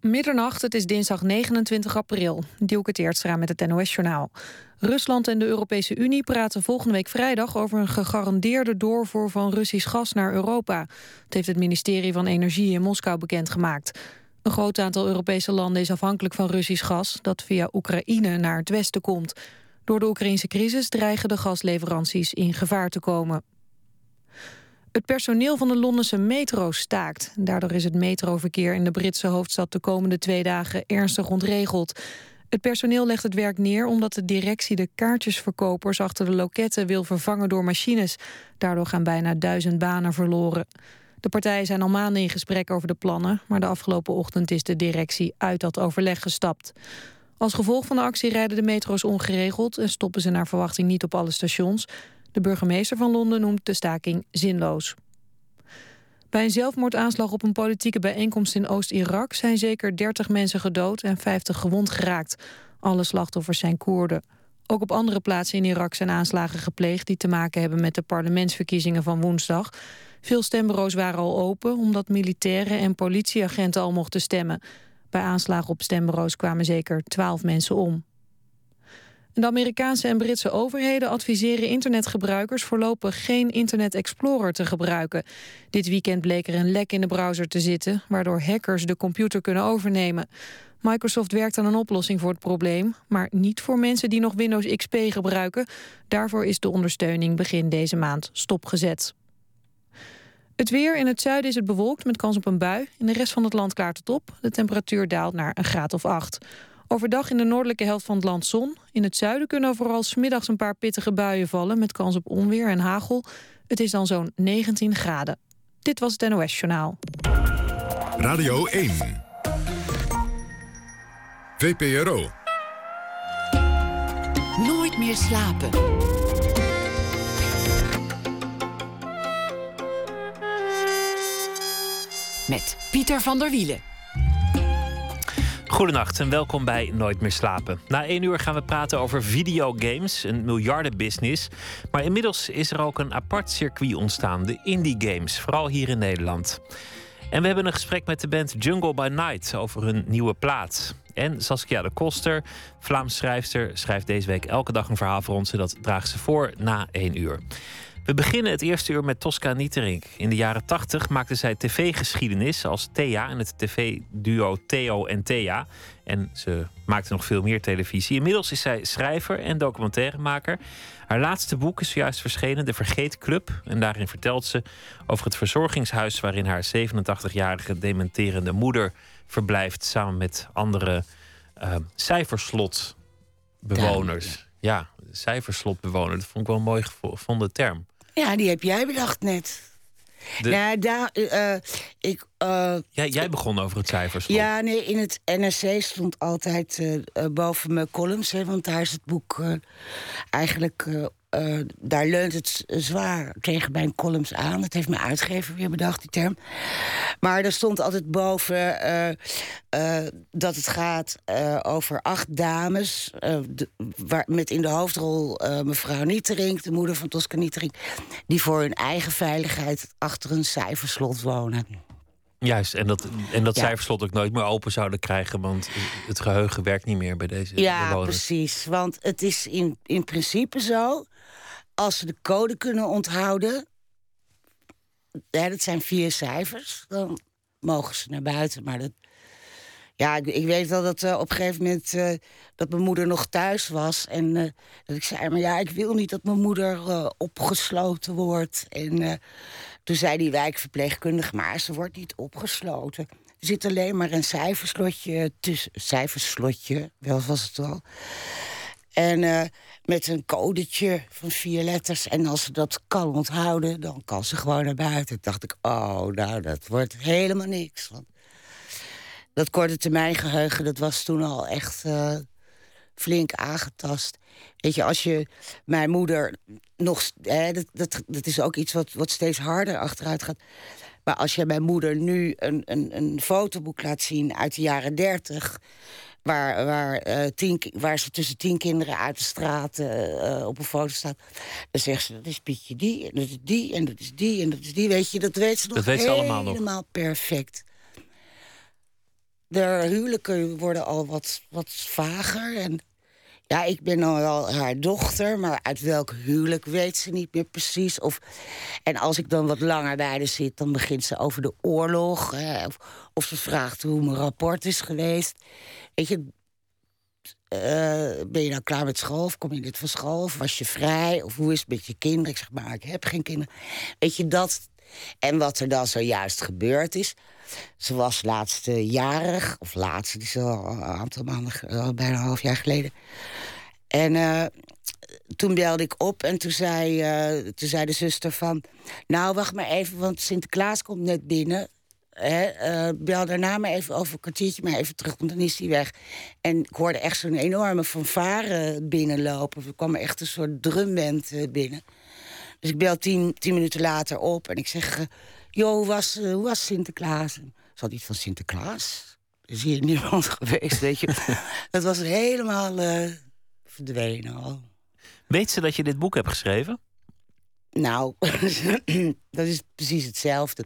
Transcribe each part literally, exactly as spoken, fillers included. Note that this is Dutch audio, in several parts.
Middernacht, het is dinsdag negenentwintig april. Dielke Teertstra met het N O S-journaal. Rusland en de Europese Unie praten volgende week vrijdag over een gegarandeerde doorvoer van Russisch gas naar Europa. Dat heeft het ministerie van Energie in Moskou bekendgemaakt. Een groot aantal Europese landen is afhankelijk van Russisch gas dat via Oekraïne naar het westen komt. Door de Oekraïnse crisis dreigen de gasleveranties in gevaar te komen. Het personeel van de Londense metro staakt. Daardoor is het metroverkeer in de Britse hoofdstad de komende twee dagen ernstig ontregeld. Het personeel legt het werk neer omdat de directie de kaartjesverkopers achter de loketten wil vervangen door machines. Daardoor gaan bijna duizend banen verloren. De partijen zijn al maanden in gesprek over de plannen, maar de afgelopen ochtend is de directie uit dat overleg gestapt. Als gevolg van de actie rijden de metro's ongeregeld en stoppen ze naar verwachting niet op alle stations. De burgemeester van Londen noemt de staking zinloos. Bij een zelfmoordaanslag op een politieke bijeenkomst in Oost-Irak zijn zeker dertig mensen gedood en vijftig gewond geraakt. Alle slachtoffers zijn Koerden. Ook op andere plaatsen in Irak zijn aanslagen gepleegd die te maken hebben met de parlementsverkiezingen van woensdag. Veel stembureaus waren al open omdat militairen en politieagenten al mochten stemmen. Bij aanslagen op stembureaus kwamen zeker twaalf mensen om. De Amerikaanse en Britse overheden adviseren internetgebruikers voorlopig geen Internet Explorer te gebruiken. Dit weekend bleek er een lek in de browser te zitten, waardoor hackers de computer kunnen overnemen. Microsoft werkt aan een oplossing voor het probleem, maar niet voor mensen die nog Windows X P gebruiken. Daarvoor is de ondersteuning begin deze maand stopgezet. Het weer: in het zuiden is het bewolkt met kans op een bui. In de rest van het land klaart het op. De temperatuur daalt naar een graad of acht. Overdag in de noordelijke helft van het land zon. In het zuiden kunnen vooral 's middags een paar pittige buien vallen met kans op onweer en hagel. Het is dan zo'n negentien graden. Dit was het N O S-journaal. Radio één. V P R O. Nooit meer slapen. Met Pieter van der Wielen. Goedenacht en welkom bij Nooit meer slapen. Na één uur gaan we praten over videogames, een miljardenbusiness. Maar inmiddels is er ook een apart circuit ontstaan, de indie games, vooral hier in Nederland. En we hebben een gesprek met de band Jungle by Night over hun nieuwe plaat. En Saskia de Koster, Vlaams schrijfster, schrijft deze week elke dag een verhaal voor ons en dat draagt ze voor na één uur. We beginnen het eerste uur met Tosca Nieterink. In de jaren tachtig maakte zij tv-geschiedenis als Thea in het tv-duo Theo en Thea. En ze maakte nog veel meer televisie. Inmiddels is zij schrijver en documentairemaker. Haar laatste boek is zojuist verschenen, De Vergeetclub. En daarin vertelt ze over het verzorgingshuis waarin haar zevenentachtigjarige dementerende moeder verblijft samen met andere uh, cijferslotbewoners. Ja, cijferslotbewoner. Dat vond ik wel een mooi gevonden term. Ja, die heb jij bedacht net. De... Nou, daar, uh, ik, uh, jij, jij begon over het cijferslot. Ja, nee, in het N R C stond altijd uh, uh, boven mijn columns. Hè, want daar is het boek uh, eigenlijk... Uh, uh, daar leunt het zwaar tegen mijn columns aan. Dat heeft mijn uitgever weer bedacht, die term. Maar er stond altijd boven uh, uh, dat het gaat uh, over acht dames... Uh, de, waar, met in de hoofdrol uh, mevrouw Nieterink, de moeder van Tosca Nieterink... die voor hun eigen veiligheid achter een cijferslot wonen. Juist, en dat, en dat ja. cijferslot ook nooit meer open zouden krijgen... want het geheugen werkt niet meer bij deze ja, bewoners. Ja, precies. Want het is in, in principe zo... als ze de code kunnen onthouden... Ja, dat zijn vier cijfers, dan mogen ze naar buiten. Maar dat, ja, ik, ik weet wel dat uh, op een gegeven moment... Uh, dat mijn moeder nog thuis was. En uh, dat ik zei, maar ja, ik wil niet dat mijn moeder uh, opgesloten wordt. En uh, toen zei die wijkverpleegkundige... maar ze wordt niet opgesloten. Er zit alleen maar een cijferslotje tussen. Cijferslotje, wel was het wel. En uh, met een codetje van vier letters. En als ze dat kan onthouden, dan kan ze gewoon naar buiten. Toen dacht ik, oh, nou, dat wordt helemaal niks. Want dat korte termijn geheugen, dat was toen al echt uh, flink aangetast. Weet je, als je mijn moeder nog... Hè, dat, dat, dat is ook iets wat, wat steeds harder achteruit gaat. Maar als je mijn moeder nu een, een, een fotoboek laat zien uit de jaren dertig... Waar, waar, uh, tien, waar ze tussen tien kinderen uit de straat uh, op een foto staat... dan zegt ze, dat is Pietje die, en dat is die, en dat is die, en dat is die. Weet je, dat weet ze nog dat weet ze allemaal nog. helemaal perfect. de huwelijken worden al wat, wat vager. En ja, ik ben dan wel haar dochter, maar uit welk huwelijk weet ze niet meer precies. Of, en als ik dan wat langer bij haar zit, dan begint ze over de oorlog. Hè, of, of ze vraagt hoe mijn rapport is geweest. Weet je, uh, ben je nou klaar met school? Of kom je net van school? Of was je vrij? Of hoe is het met je kinderen? Ik zeg maar, ik heb geen kinderen. Weet je, dat... En wat er dan zojuist gebeurd is. Ze was laatst uh, jarig, of laatst, die is al een aantal maanden, uh, bijna een half jaar geleden. En uh, toen belde ik op en toen zei, uh, toen zei de zuster van... Nou, wacht maar even, want Sinterklaas komt net binnen. Hè, uh, bel daarna maar even over een kwartiertje maar even terug, want dan is hij weg. En ik hoorde echt zo'n enorme fanfare binnenlopen. Er kwam echt een soort drumband uh, binnen. Dus ik bel tien, tien minuten later op en ik zeg... Uh, joh, hoe was, uh, hoe was Sinterklaas? Ze had iets van Sinterklaas. Er is hier niemand geweest, weet je. Dat was helemaal uh, verdwenen al. Weet ze dat je dit boek hebt geschreven? Nou, dat is precies hetzelfde.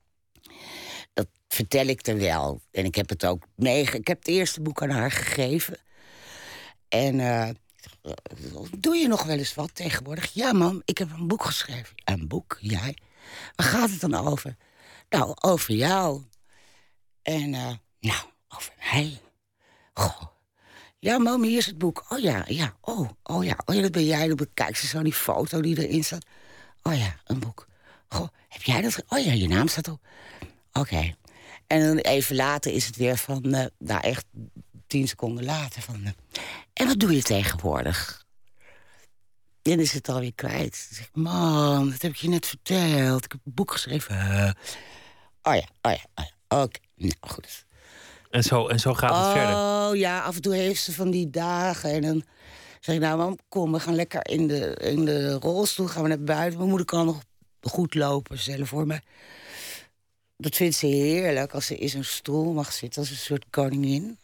Dat vertel ik er wel. En ik heb het ook meege... Ik heb het eerste boek aan haar gegeven. En... Uh, doe je nog wel eens wat tegenwoordig? Ja, mam, ik heb een boek geschreven. Een boek? Jij? Waar gaat het dan over? Nou, over jou. En, uh, nou, over mij. Goh. Ja, mam, hier is het boek. Oh ja, ja, oh, oh ja, oh ja, dat ben jij. Dan bekijkt ze zo die foto die erin staat. Oh ja, een boek. Goh, heb jij dat? Oh ja, je naam staat op. Oké. Okay. En dan even later is het weer van, uh, nou echt tien seconden later van... Uh, en wat doe je tegenwoordig? En dan is het alweer kwijt. Dan zeg ik, man, dat heb ik je net verteld. Ik heb een boek geschreven. Uh, oh ja, oh ja, oh ja. Oké, okay. Nou goed. En zo, en zo gaat het oh, verder? Oh ja, af en toe heeft ze van die dagen. En dan zeg ik, nou mam, kom, we gaan lekker in de, in de rolstoel. Gaan we naar buiten. Mijn moeder kan nog goed lopen, zelf voor me. Dat vindt ze heerlijk als ze in zo'n stoel mag zitten als een soort koningin.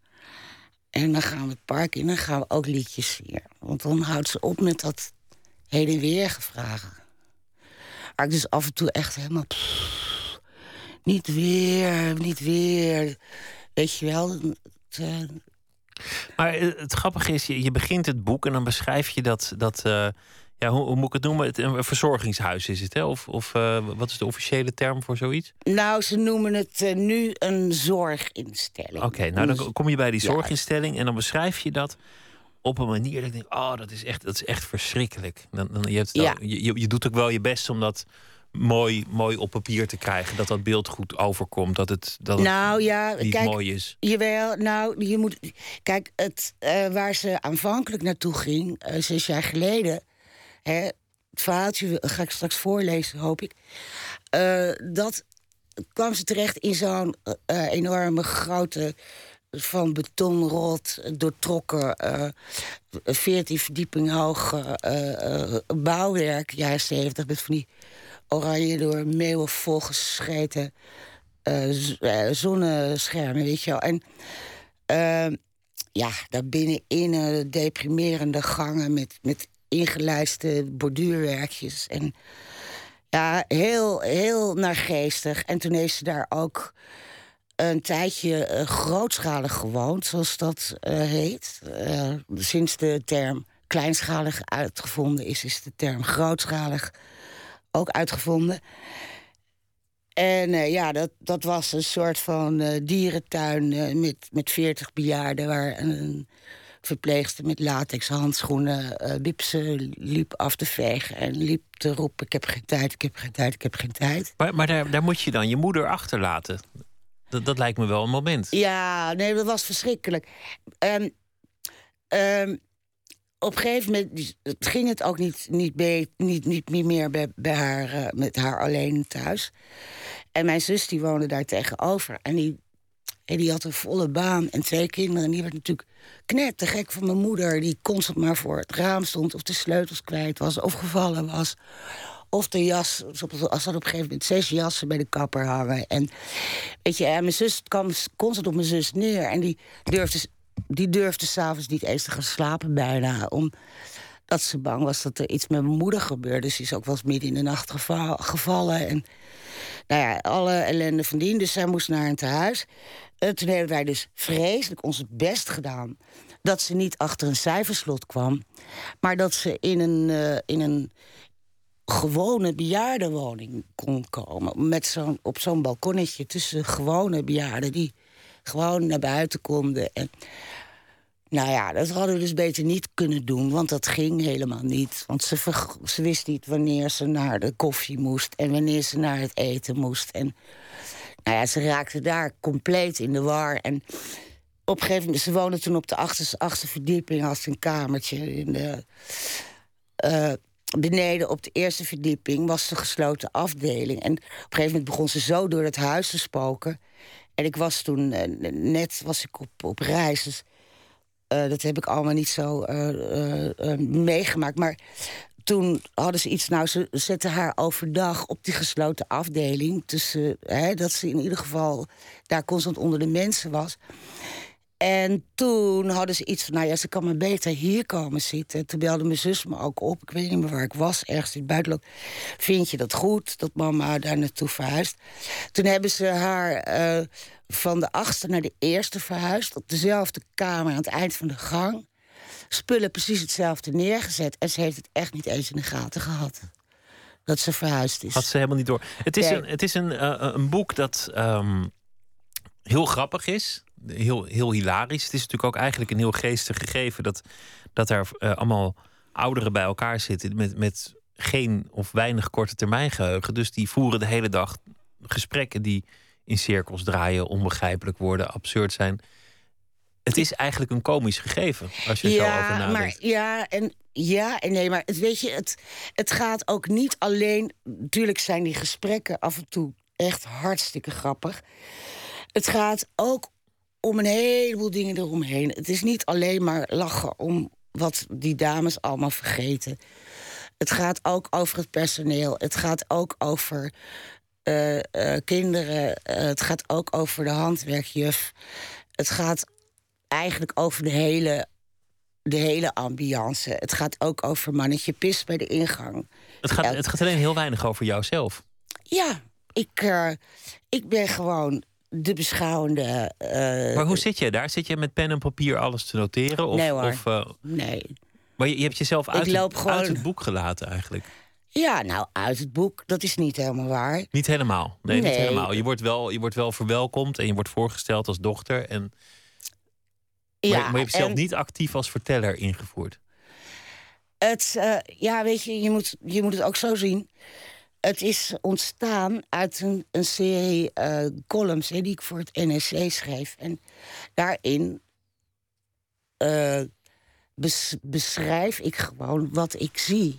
En dan gaan we het park in en dan gaan we ook liedjes zingen. Want dan houdt ze op met dat heen en weer gevragen. Maar ik dus af en toe echt helemaal... Pff, niet weer, niet weer. Weet je wel. Het, uh... Maar het grappige is, je, je begint het boek en dan beschrijf je dat... dat uh, ja, hoe, hoe moet ik het noemen? Het, een verzorgingshuis is het, hè? Of, of uh, wat is de officiële term voor zoiets? Nou, ze noemen het uh, nu een zorginstelling. Oké, okay, nou dan kom je bij die zorginstelling... en dan beschrijf je dat op een manier dat ik denk... oh, dat is echt, dat is echt verschrikkelijk. Dan, dan, je, hebt dan, ja. je, je doet ook wel je best om dat mooi, mooi op papier te krijgen. Dat dat beeld goed overkomt. Dat het, dat het nou, ja, niet kijk, mooi is. Jawel, nou, je moet... Kijk, het, uh, waar ze aanvankelijk naartoe ging, uh, zes jaar geleden... Hè, het verhaaltje ga ik straks voorlezen, hoop ik. Uh, dat kwam ze terecht in zo'n uh, enorme grote... van betonrot doortrokken, uh, veertien verdieping hoog uh, uh, bouwwerk, jaren zeventig, met van die oranje door meeuwen volgescheten uh, z- uh, zonneschermen, weet je wel. En uh, ja, daar binnenin uh, deprimerende gangen met, met ingelijste borduurwerkjes. En ja, heel, heel naargeestig. En toen heeft ze daar ook een tijdje uh, grootschalig gewoond, zoals dat uh, heet. Uh, sinds de term kleinschalig uitgevonden is, is de term grootschalig ook uitgevonden. En uh, ja, dat, dat was een soort van uh, dierentuin uh, met, met veertig bejaarden... waar een verpleegster met latex handschoenen uh, wipsen liep af te vegen... en liep te roepen, ik heb geen tijd, ik heb geen tijd, ik heb geen tijd. Maar, maar daar, daar moet je dan je moeder achterlaten. Dat, dat lijkt me wel een moment. Ja, nee, dat was verschrikkelijk. Um, um, op een gegeven moment ging het ook niet, niet, be, niet, niet meer bij, bij haar, uh, met haar alleen thuis. En mijn zus die woonde daar tegenover. En die, en die had een volle baan en twee kinderen. En die werd natuurlijk knettergek van mijn moeder... die constant maar voor het raam stond... of de sleutels kwijt was, of gevallen was... of de jas, als had op een gegeven moment zes jassen bij de kapper hangen. En weet je, en mijn zus kwam constant op mijn zus neer. En die durfde, die durfde s'avonds niet eens te gaan slapen bijna. Omdat ze bang was dat er iets met mijn moeder gebeurde. Dus die is ook wel eens midden in de nacht geva- gevallen. En nou ja, alle ellende van dien. Dus zij moest naar een tehuis. Uh, toen hebben wij dus vreselijk ons best gedaan dat ze niet achter een cijferslot kwam, maar dat ze in een, uh, in een gewone bejaardenwoning kon komen. Met zo'n, op zo'n balkonnetje tussen gewone bejaarden die gewoon naar buiten konden. En, nou ja, dat hadden we dus beter niet kunnen doen, want dat ging helemaal niet. Want ze, ver, ze wist niet wanneer ze naar de koffie moest en wanneer ze naar het eten moest. En nou ja, ze raakte daar compleet in de war. En op een gegeven moment, ze woonde toen op de achtste, achtste verdieping, had ze een kamertje in de... Uh, beneden op de eerste verdieping was de gesloten afdeling. En op een gegeven moment begon ze zo door het huis te spoken. En ik was toen, uh, net was ik op, op reis, dus uh, dat heb ik allemaal niet zo uh, uh, uh, meegemaakt. Maar toen hadden ze iets, nou, ze zetten haar overdag op die gesloten afdeling. Tussen, hè, dat ze in ieder geval daar constant onder de mensen was. En toen hadden ze iets van, nou ja, ze kan maar beter hier komen zitten. Toen belde mijn zus me ook op, ik weet niet meer waar ik was, ergens in het buitenland. Vind je dat goed, dat mama daar naartoe verhuist? Toen hebben ze haar uh, van de achtste naar de eerste verhuisd, op dezelfde kamer aan het eind van de gang. Spullen precies hetzelfde neergezet. En ze heeft het echt niet eens in de gaten gehad dat ze verhuisd is. Had ze helemaal niet door. Het is, nee. een, het is een, uh, een boek dat um, heel grappig is. Heel, heel hilarisch. Het is natuurlijk ook eigenlijk een heel geestig gegeven dat, dat er uh, allemaal ouderen bij elkaar zitten met, met geen of weinig korte termijn geheugen. Dus die voeren de hele dag gesprekken die in cirkels draaien, onbegrijpelijk worden, absurd zijn. Het is eigenlijk een komisch gegeven, als je er ja, zo over nadenkt. Maar, ja, en, ja en nee, maar het, weet je, het, het gaat ook niet alleen... Natuurlijk zijn die gesprekken af en toe echt hartstikke grappig. Het gaat ook om een heleboel dingen eromheen. Het is niet alleen maar lachen om wat die dames allemaal vergeten. Het gaat ook over het personeel. Het gaat ook over uh, uh, kinderen. Uh, het gaat ook over de handwerkjuf. Het gaat eigenlijk over de hele, de hele ambiance. Het gaat ook over mannetje pis bij de ingang. Het gaat, het gaat alleen heel weinig over jouzelf. Ja, ik, uh, ik ben gewoon de beschouwende... Uh, maar hoe zit je daar? Zit je met pen en papier alles te noteren? Of, nee hoor, of, uh, nee. Maar je, je hebt jezelf uit, ik loop het, gewoon... uit het boek gelaten eigenlijk. Ja, nou, uit het boek, dat is niet helemaal waar. Niet helemaal? Nee, nee. niet helemaal. Je wordt, wel, je wordt wel verwelkomd en je wordt voorgesteld als dochter. En... Ja, maar, maar je hebt jezelf en... niet actief als verteller ingevoerd. Het, uh, ja, weet je, je moet, je moet het ook zo zien. Het is ontstaan uit een, een serie uh, columns hè, die ik voor het N R C schreef. En daarin uh, bes, beschrijf ik gewoon wat ik zie.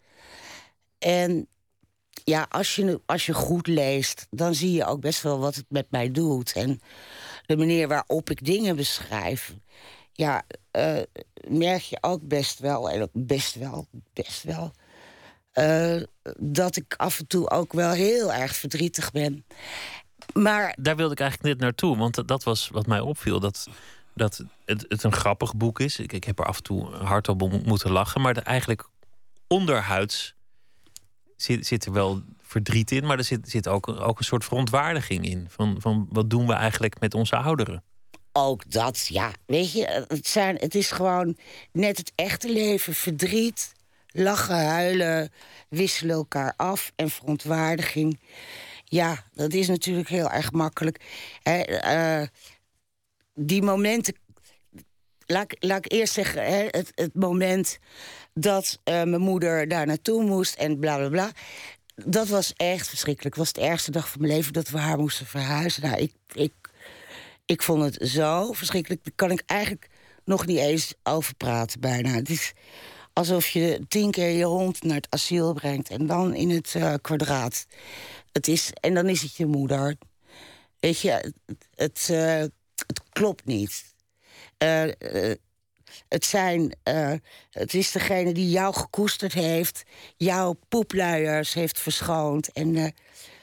En ja, als je, als je goed leest, dan zie je ook best wel wat het met mij doet. En de manier waarop ik dingen beschrijf, ja, uh, merk je ook best wel, en best wel, best wel, uh, dat ik af en toe ook wel heel erg verdrietig ben. Maar daar wilde ik eigenlijk net naartoe, want dat was wat mij opviel, dat, dat het, het een grappig boek is. Ik, ik heb er af en toe hard op moeten lachen, maar er eigenlijk onderhuids zit, zit er wel verdriet in, maar er zit, zit ook, ook een soort verontwaardiging in. Van, van wat doen we eigenlijk met onze ouderen? Ook dat, ja. Weet je, het, zijn, het is gewoon net het echte leven. Verdriet, lachen, huilen, wisselen elkaar af en verontwaardiging. Ja, dat is natuurlijk heel erg makkelijk. He, uh, die momenten... Laat, laat ik eerst zeggen, he, het, het moment dat uh, mijn moeder daar naartoe moest en bla bla bla. Dat was echt verschrikkelijk. Het was de ergste dag van mijn leven dat we haar moesten verhuizen. Nou, ik, ik, ik vond het zo verschrikkelijk. Daar kan ik eigenlijk nog niet eens over praten bijna. Het is alsof je tien keer je hond naar het asiel brengt en dan in het uh, kwadraat. Het is, en dan is het je moeder. Weet je, het, het, uh, het klopt niet. Uh, uh, het, zijn, uh, het is degene die jou gekoesterd heeft, jouw poepluiers heeft verschoond. En uh,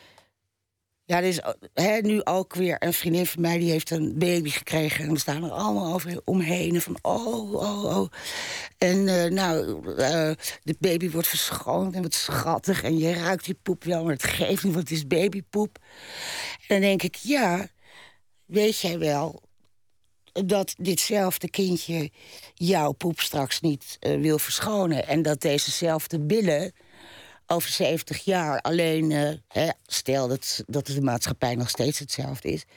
ja, er is he, nu ook weer een vriendin van mij die heeft een baby gekregen. En we staan er allemaal over omheen. En van oh, oh, oh. En uh, nou, uh, de baby wordt verschoond en wat schattig. En je ruikt die poep wel, maar het geeft niet, want het is babypoep. En dan denk ik, ja, weet jij wel dat ditzelfde kindje jouw poep straks niet uh, wil verschonen. En dat dezezelfde billen over zeventig jaar alleen... Uh, hè, stel dat, dat de maatschappij nog steeds hetzelfde is...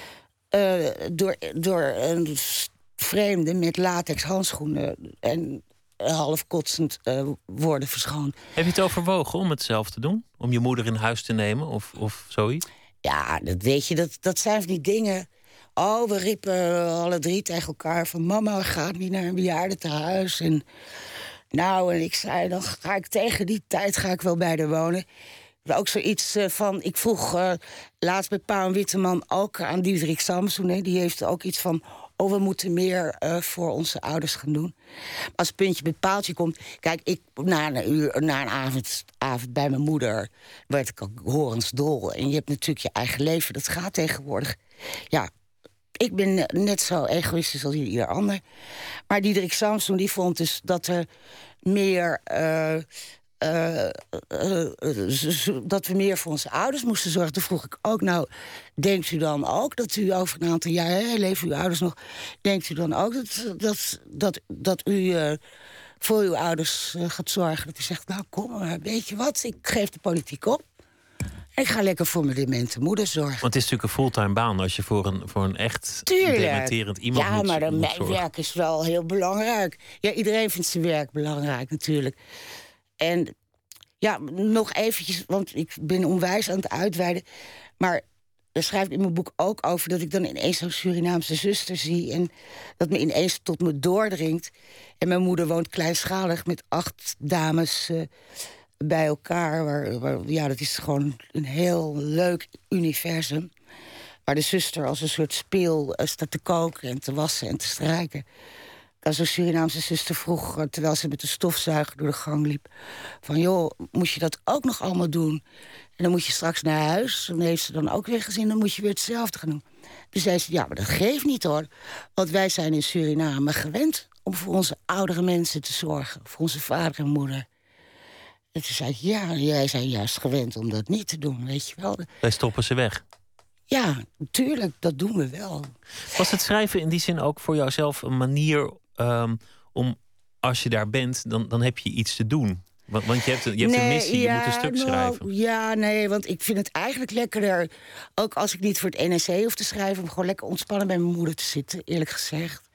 Uh, door, door een vreemde met latex handschoenen... en half kotsend uh, worden verschoond. Heb je het overwogen om het zelf te doen? Om je moeder in huis te nemen of, of zoiets? Ja, dat weet je, dat, dat zijn van die dingen... Oh, we riepen alle drie tegen elkaar van... mama, gaat niet naar een bejaardentehuis. En nou, en ik zei, dan ga ik tegen die tijd ga ik wel bij haar wonen. Ook zoiets uh, van... Ik vroeg uh, laatst bij Pauw en Witteman ook aan Diederik Samson. Hè, die heeft ook iets van... Oh, we moeten meer uh, voor onze ouders gaan doen. Als het puntje bij het paaltje komt... Kijk, ik, na een, uur, na een avond, avond bij mijn moeder... werd ik ook horensdol. En je hebt natuurlijk je eigen leven. Dat gaat tegenwoordig. Ja, ik ben net zo egoïstisch als ieder ander. Maar Diederik Samson die vond dus dat er meer... Uh, Uh, uh, uh, dat we meer voor onze ouders moesten zorgen. Toen vroeg ik ook, nou, denkt u dan ook... dat u over een aantal jaar, hè, leven uw ouders nog... denkt u dan ook dat, dat, dat, dat u uh, voor uw ouders uh, gaat zorgen? Dat u zegt, nou, kom maar, weet je wat, ik geef de politiek op... en ik ga lekker voor mijn demente moeder zorgen. Want het is natuurlijk een fulltime baan... als je voor een, voor een echt Tuurlijk. dementerend iemand ja, moet maar dan, moet mijn zorgen. werk is wel heel belangrijk. Ja, iedereen vindt zijn werk belangrijk natuurlijk... En ja, nog eventjes, want ik ben onwijs aan het uitweiden... maar er schrijft in mijn boek ook over... dat ik dan ineens zo'n Surinaamse zuster zie... en dat me ineens tot me doordringt. En mijn moeder woont kleinschalig met acht dames uh, bij elkaar. Waar, waar, ja, dat is gewoon een heel leuk universum... waar de zuster als een soort speel uh, staat te koken en te wassen en te strijken... Als een Surinaamse zuster vroeg, terwijl ze met de stofzuiger door de gang liep... van, joh, moest je dat ook nog allemaal doen? En dan moet je straks naar huis. Dan heeft ze dan ook weer gezien, dan moet je weer hetzelfde gaan doen. Dus zei ze, ja, maar dat geeft niet, hoor. Want wij zijn in Suriname gewend om voor onze oudere mensen te zorgen. Voor onze vader en moeder. En toen zei ik, ja, jij zijn juist gewend om dat niet te doen, weet je wel. Wij stoppen ze weg. Ja, natuurlijk, dat doen we wel. Was het schrijven in die zin ook voor jouzelf een manier... Um, om, als je daar bent, dan, dan heb je iets te doen. Want, want je hebt, een, je hebt nee, een missie, ja, je moet een stuk nou, schrijven. Ja, nee, want ik vind het eigenlijk lekkerder... ook als ik niet voor het N R C hoef te schrijven... om gewoon lekker ontspannen bij mijn moeder te zitten, eerlijk gezegd.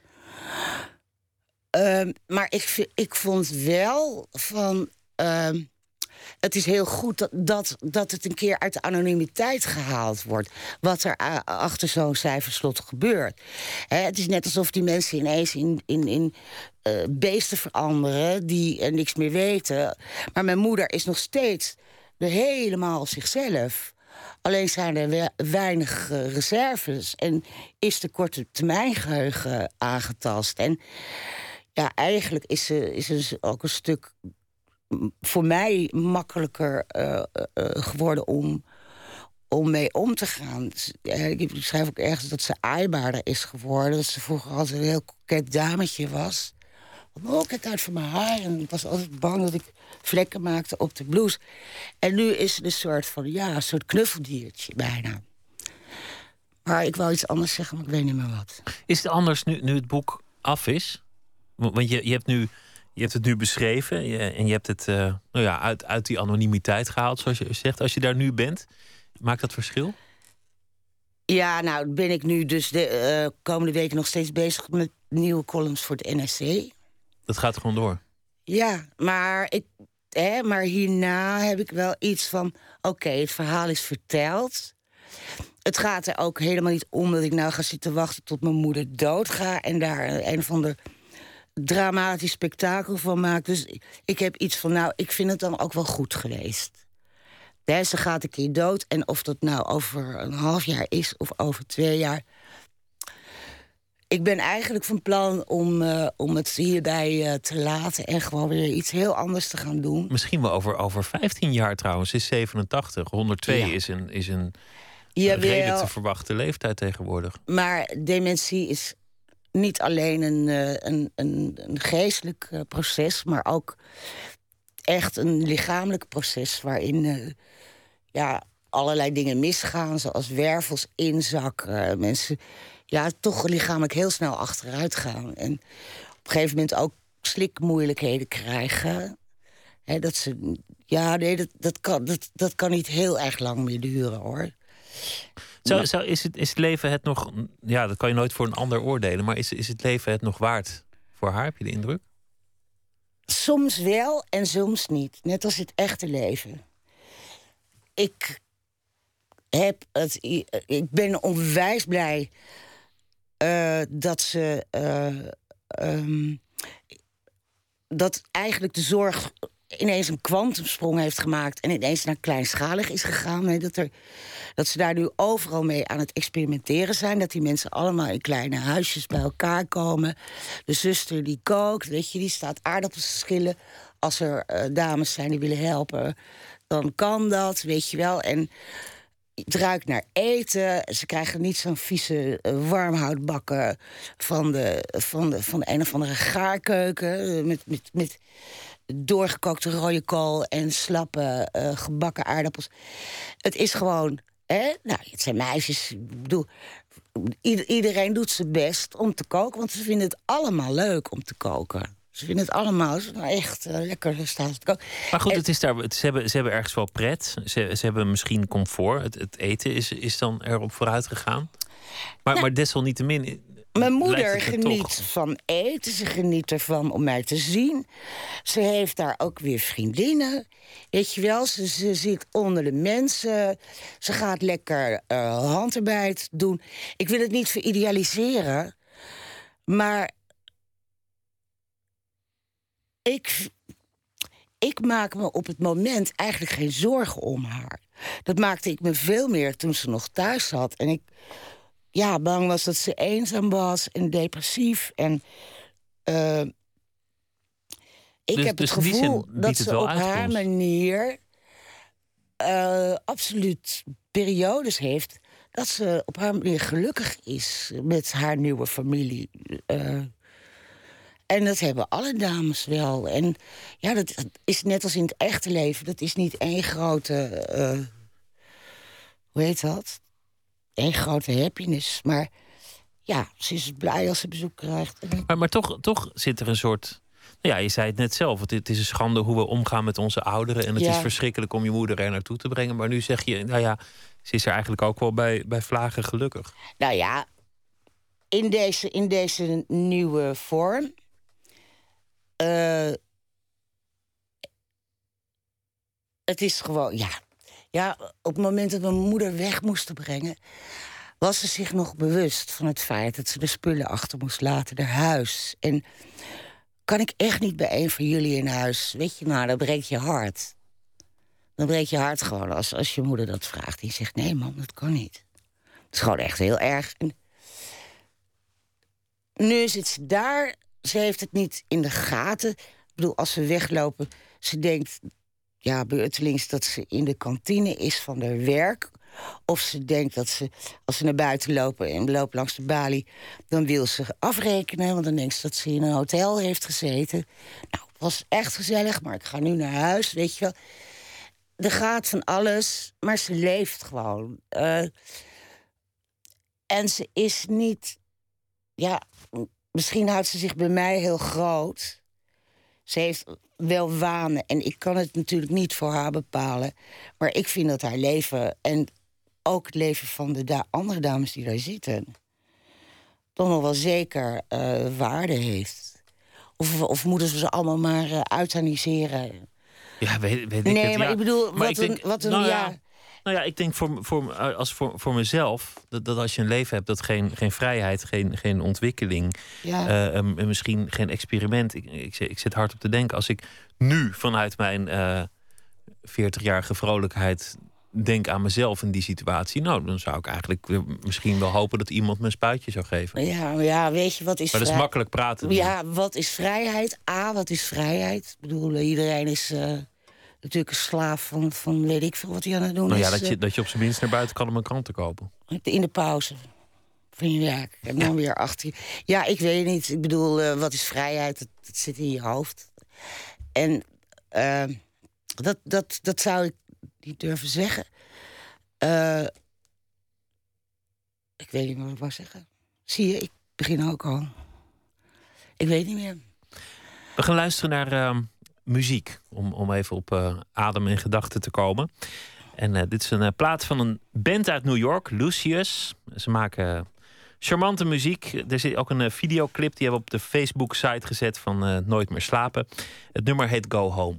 Um, maar ik, ik vond wel van... Um, het is heel goed dat, dat, dat het een keer uit de anonimiteit gehaald wordt. Wat er a- achter zo'n cijferslot gebeurt. He, het is net alsof die mensen ineens in, in, in uh, beesten veranderen... die uh, niks meer weten. Maar mijn moeder is nog steeds er helemaal zichzelf. Alleen zijn er we- weinig uh, reserves. En is de korte termijn geheugen aangetast. En ja, eigenlijk is ze, is ze ook een stuk... voor mij makkelijker uh, uh, geworden om, om mee om te gaan. Ik schrijf ook ergens dat ze aaibaarder is geworden. Dat ze vroeger altijd een heel koket dametje was. Oh, kijk uit voor mijn haar. En ik was altijd bang dat ik vlekken maakte op de blouse. En nu is het een soort van, ja, een soort knuffeldiertje bijna. Maar ik wou iets anders zeggen, maar ik weet niet meer wat. Is het anders nu, nu het boek af is? Want je, je hebt nu... Je hebt het nu beschreven je, en je hebt het uh, nou ja, uit, uit die anonimiteit gehaald, zoals je zegt. Als je daar nu bent, maakt dat verschil? Ja, nou ben ik nu dus de uh, komende weken nog steeds bezig met nieuwe columns voor het N R C. Dat gaat gewoon door? Ja, maar, ik, hè, maar hierna heb ik wel iets van... oké, okay, het verhaal is verteld. Het gaat er ook helemaal niet om dat ik nou ga zitten wachten tot mijn moeder doodgaat... en daar een of ander... dramatisch spektakel van maakt. Dus ik heb iets van, nou, ik vind het dan ook wel goed geweest. He, ze gaat een keer dood. En of dat nou over een half jaar is of over twee jaar... Ik ben eigenlijk van plan om, uh, om het hierbij uh, te laten... en gewoon weer iets heel anders te gaan doen. Misschien wel over, over vijftien jaar trouwens. Ze is zevenentachtig. honderdtwee ja. is een, is een, een reden te verwachten leeftijd tegenwoordig. Maar dementie is... niet alleen een, een, een, een geestelijk proces, maar ook echt een lichamelijk proces... waarin uh, ja, allerlei dingen misgaan, zoals wervels inzakken. Mensen ja, toch lichamelijk heel snel achteruit gaan. En op een gegeven moment ook slikmoeilijkheden krijgen. He, dat ze, ja, nee, dat, dat, kan, dat, dat kan niet heel erg lang meer duren, hoor. Zo, zo is, het, is het leven het nog... Ja, dat kan je nooit voor een ander oordelen. Maar is, is het leven het nog waard voor haar? Heb je de indruk? Soms wel en soms niet. Net als het echte leven. Ik, heb het, ik ben onwijs blij uh, dat ze... Uh, um, dat eigenlijk de zorg ineens een kwantumsprong heeft gemaakt en ineens naar kleinschalig is gegaan. Nee, dat, er, dat ze daar nu overal mee aan het experimenteren zijn. Dat die mensen allemaal in kleine huisjes bij elkaar komen. De zuster die kookt, weet je, die staat aardappels te schillen. Als er uh, dames zijn die willen helpen, dan kan dat, weet je wel. En het ruikt naar eten. Ze krijgen niet zo'n vieze uh, warmhoutbakken van de, van, de, van de een of andere gaarkeuken. Uh, met, met, met doorgekookte rode kool en slappe uh, gebakken aardappels. Het is gewoon, hè? Nou, het zijn meisjes. Ik bedoel, ieder, iedereen doet zijn best om te koken, want ze vinden het allemaal leuk om te koken. Ze vinden het allemaal nou echt uh, lekker staan te koken. Maar goed, en, het is daar, het, ze, hebben, ze hebben ergens wel pret. Ze, ze hebben misschien comfort. Het, het eten is, is dan erop vooruit gegaan. Maar, nou, maar desalniettemin... Mijn moeder geniet toch van eten. Ze geniet ervan om mij te zien. Ze heeft daar ook weer vriendinnen. Weet je wel, ze, ze zit onder de mensen. Ze gaat lekker uh, handarbeid doen. Ik wil het niet veridealiseren. Maar ik, ik maak me op het moment eigenlijk geen zorgen om haar. Dat maakte ik me veel meer toen ze nog thuis zat. En ik... ja, bang was dat ze eenzaam was en depressief. En uh, ik dus, heb dus het gevoel het dat ze op uitkomst. haar manier uh, absoluut periodes heeft dat ze op haar manier gelukkig is met haar nieuwe familie. Uh, en dat hebben alle dames wel. En ja, dat is net als in het echte leven. Dat is niet één grote... Uh, hoe heet dat? Een grote happiness. Maar ja, ze is blij als ze bezoek krijgt. Maar, maar toch, toch zit er een soort... Nou ja, je zei het net zelf. Het, het is een schande hoe we omgaan met onze ouderen. En het ja. is verschrikkelijk om je moeder er naartoe te brengen. Maar nu zeg je, nou ja, ze is er eigenlijk ook wel bij, bij vlagen gelukkig. Nou ja, in deze, in deze nieuwe vorm... Uh, het is gewoon, ja... Ja, op het moment dat we mijn moeder weg moesten brengen... was ze zich nog bewust van het feit dat ze de spullen achter moest laten, haar huis. En kan ik echt niet bij een van jullie in huis? Weet je, nou, dan breekt je hart. Dan breekt je hart gewoon als, als je moeder dat vraagt. Die zegt, nee man, dat kan niet. Het is gewoon echt heel erg. En nu zit ze daar, ze heeft het niet in de gaten. Ik bedoel, als we weglopen, ze denkt... ja, beurtelings dat ze in de kantine is van haar werk. Of ze denkt dat ze, als ze naar buiten lopen en lopen langs de balie... dan wil ze afrekenen, want dan denkt ze dat ze in een hotel heeft gezeten. Nou, het was echt gezellig, maar ik ga nu naar huis, weet je wel. Er gaat van alles, maar ze leeft gewoon. Uh, en ze is niet... ja, misschien houdt ze zich bij mij heel groot... Ze heeft wel wanen en ik kan het natuurlijk niet voor haar bepalen. Maar ik vind dat haar leven en ook het leven van de da- andere dames die daar zitten... toch nog wel zeker uh, waarde heeft. Of, of moeten ze ze allemaal maar uh, euthaniseren? Ja, weet, weet ik nee, het. maar ja. ik bedoel, maar wat, ik een, denk, wat een... nou ja, ja. Nou ja, ik denk voor, voor, als voor, voor mezelf... Dat, dat als je een leven hebt dat geen, geen vrijheid, geen, geen ontwikkeling... ja. Uh, um, en misschien geen experiment... Ik, ik, ik zit hard op te denken. Als ik nu vanuit mijn uh, veertigjarige vrolijkheid... denk aan mezelf in die situatie... nou, dan zou ik eigenlijk misschien wel hopen... dat iemand me een spuitje zou geven. Ja, ja, weet je, wat is... Maar dat is vrij... makkelijk praten. Ja, wat is vrijheid? A, wat is vrijheid? Ik bedoel, iedereen is... Uh... natuurlijk een slaaf van, van weet ik veel wat hij aan het doen nou is. Ja, dat je, dat je op zijn minst naar buiten kan om een krant te kopen. In de pauze van je werk. En dan ja. weer achter je. Ja, ik weet niet. Ik bedoel, uh, wat is vrijheid? Dat, dat zit in je hoofd. En uh, dat, dat, dat zou ik niet durven zeggen. Uh, ik weet niet wat ik wou zeggen. Zie je, ik begin ook al. Ik weet niet meer. We gaan luisteren naar uh, muziek. Om, om even op uh, adem en gedachten te komen. En uh, dit is een uh, plaat van een band uit New York, Lucius. Ze maken uh, charmante muziek. Er zit ook een uh, videoclip die hebben we op de Facebook-site gezet van uh, Nooit meer slapen. Het nummer heet Go Home.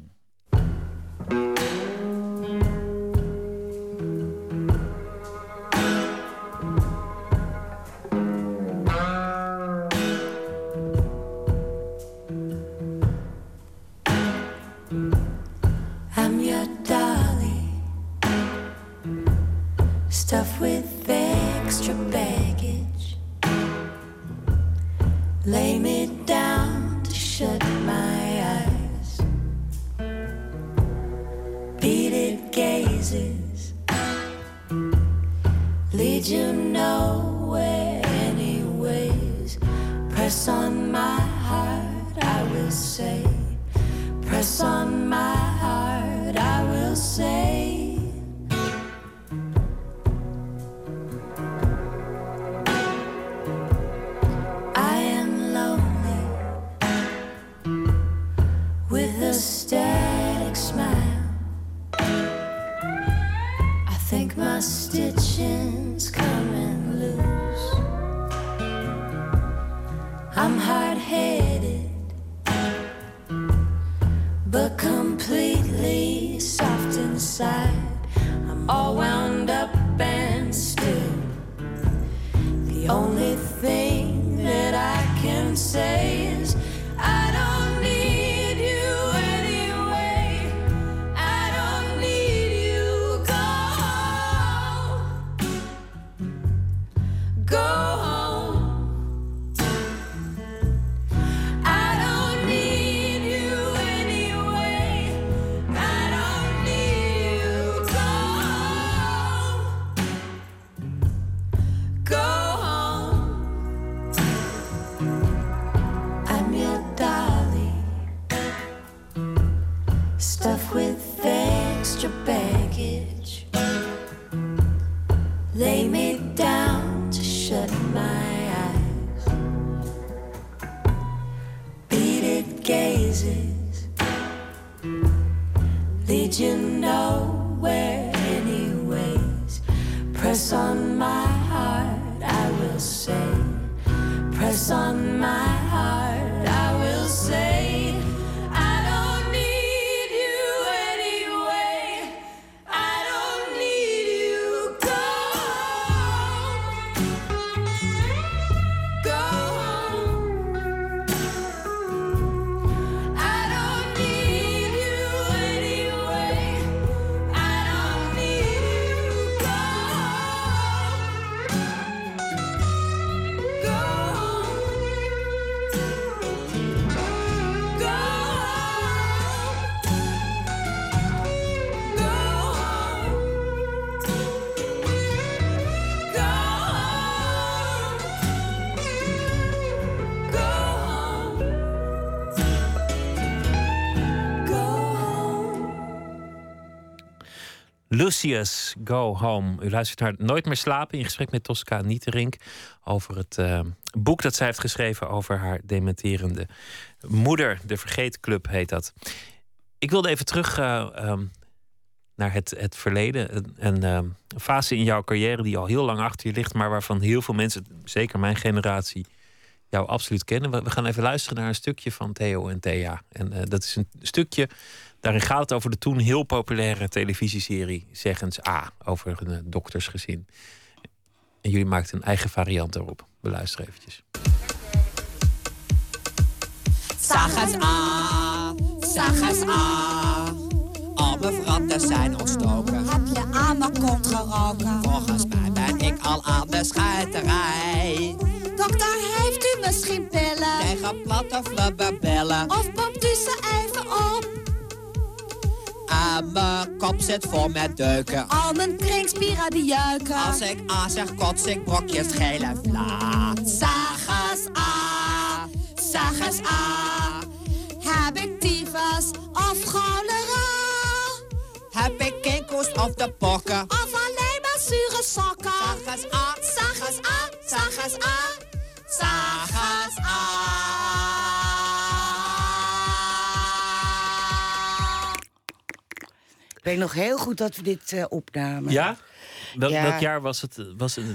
Stuff with extra baggage. Lay me down to shut my eyes. Beaded gazes lead you nowhere anyways. Press on my heart, I will say. Press on my heart, I will say. A static smile. I think my stitching's coming loose. I'm hard-headed, but completely soft inside. I'm all wound up and still. The only thing that I can say is I don't need. Go home. I don't need you anyway. I don't need you. Go home. Go home. I'm your dolly, stuffed with extra baggage. Lay me down. Shut my eyes. Beaded gazes lead you nowhere anyways. Press on my heart, I will say. Press on my heart, I will say. I don't need you anyway. I don't need you. Go. Lucius, Go Home. U luistert naar Nooit meer slapen in gesprek met Tosca Nieterink over het uh, boek dat zij heeft geschreven over haar dementerende moeder. De Vergeetclub heet dat. Ik wilde even terug uh, um, naar het, het verleden. Een, een, uh, een fase in jouw carrière die al heel lang achter je ligt, maar waarvan heel veel mensen, zeker mijn generatie, jou absoluut kennen. We, we gaan even luisteren naar een stukje van Theo en Thea. En uh, dat is een stukje. Daarin gaat het over de toen heel populaire televisieserie Zeggens A. Over een uh, doktersgezin. En jullie maakten een eigen variant daarop. We luisteren eventjes. Zeggens A, Zeggens A. Alle vratten zijn ontstoken. Heb je aan mijn kont geroken? Volgens mij ben ik al aan de scheiterij. Dokter, heeft u misschien pillen? Tegen platte flubberbellen. Of pompt u ze even op? En mijn kop zit vol met deuken. Al mijn kringspieren die jeuken. Als ik A zeg, kots ik brokjes geel en vla. Zeggens A, Zeggens A. Heb ik tyfus of cholera? Heb ik kinkhoest of de pokken? Of alleen maar Sagas A, Sagas A. Ik weet nog heel goed dat we dit uh, opnamen. Ja? Wel, Ja. Welk jaar was het? Was het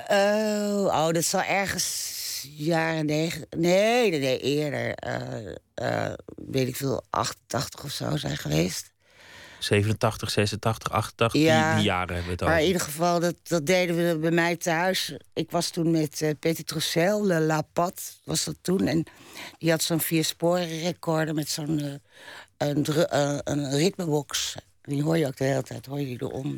Oh, oh, dat zal ergens jaren negen... Nee, nee, nee eerder. Uh, uh, weet ik veel, achtentachtig of zo zijn geweest. zevenentachtig, zesentachtig, achtentachtig, Ja, die, die jaren hebben we het Maar over. in ieder geval, dat, dat deden we bij mij thuis. Ik was toen met uh, Petit Troussel, Le La Pat was dat toen. En die had zo'n viersporen recorder met zo'n uh, een, dru- uh, een ritmebox. Die hoor je ook de hele tijd, hoor je die erom.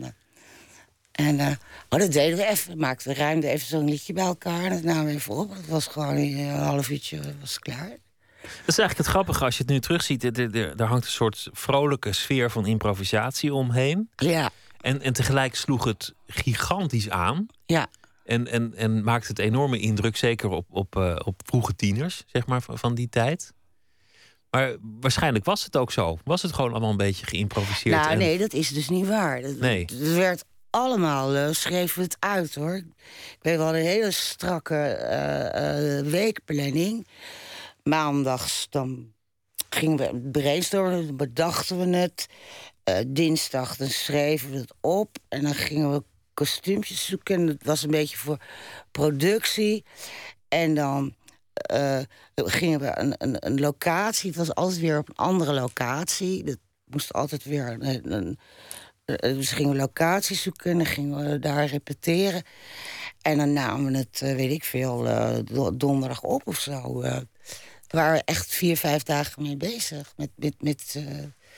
En uh, oh, dat deden we even. Maakten we ruimden even zo'n liedje bij elkaar. En dat namen we even op. Het was gewoon in een half uurtje was het klaar. Dat is eigenlijk het grappige als je het nu terugziet. Er, er, er hangt een soort vrolijke sfeer van improvisatie omheen. Ja. En, en tegelijk sloeg het gigantisch aan. Ja. En, en, en maakte het enorme indruk, zeker op, op, uh, op vroege tieners, zeg maar, van, van die tijd. Maar waarschijnlijk was het ook zo. Was het gewoon allemaal een beetje geïmproviseerd? Nou, en... nee, dat is dus niet waar. Dat, Nee. Het werd allemaal, uh, schreven we het uit, hoor. Ik weet wel, een hele strakke uh, uh, weekplanning. Maandags dan gingen we brainstormen, dan bedachten we het. Uh, dinsdag dan schreven we het op. En dan gingen we kostuumpjes zoeken. En dat was een beetje voor productie. En dan uh, gingen we een, een, een locatie. Het was altijd weer op een andere locatie. Dat moest altijd weer een... een Dus gingen we locaties zoeken en dan gingen we daar repeteren. En dan namen we het, weet ik veel, uh, donderdag op of zo. Uh, we waren echt vier, vijf dagen mee bezig. Met, met, met, uh...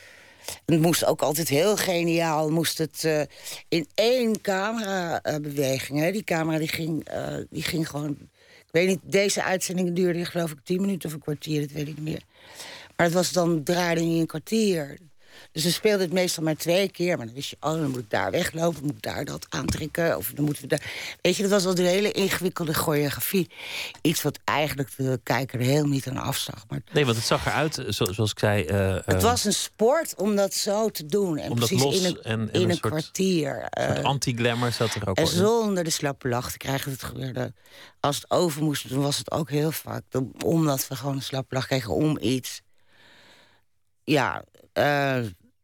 Het moest ook altijd heel geniaal. Moest het uh, in één camerabeweging. Uh, die camera die ging, uh, die ging gewoon... Ik weet niet, deze uitzending duurde geloof ik tien minuten of een kwartier. Dat weet ik niet meer. Maar het was dan draaide niet een kwartier. Dus we speelden het meestal maar twee keer. Maar dan wist je, oh, dan moet ik daar weglopen. Moet ik daar dat aantrekken. Of dan moeten we daar... Weet je, dat was al een hele ingewikkelde choreografie. Iets wat eigenlijk de kijker er heel niet aan afzag. Maar... Nee, want het zag eruit, zoals ik zei... Uh, uh... Het was een sport om dat zo te doen. En om dat precies los in een, en, en in een, een soort, kwartier. Een soort uh, anti-glamour zat er ook en al in. zonder de slappe lach te krijgen. Het gebeurde. Als het over moest, dan was het ook heel vaak. Dan, omdat we gewoon een slappe lach kregen om iets. Ja, uh,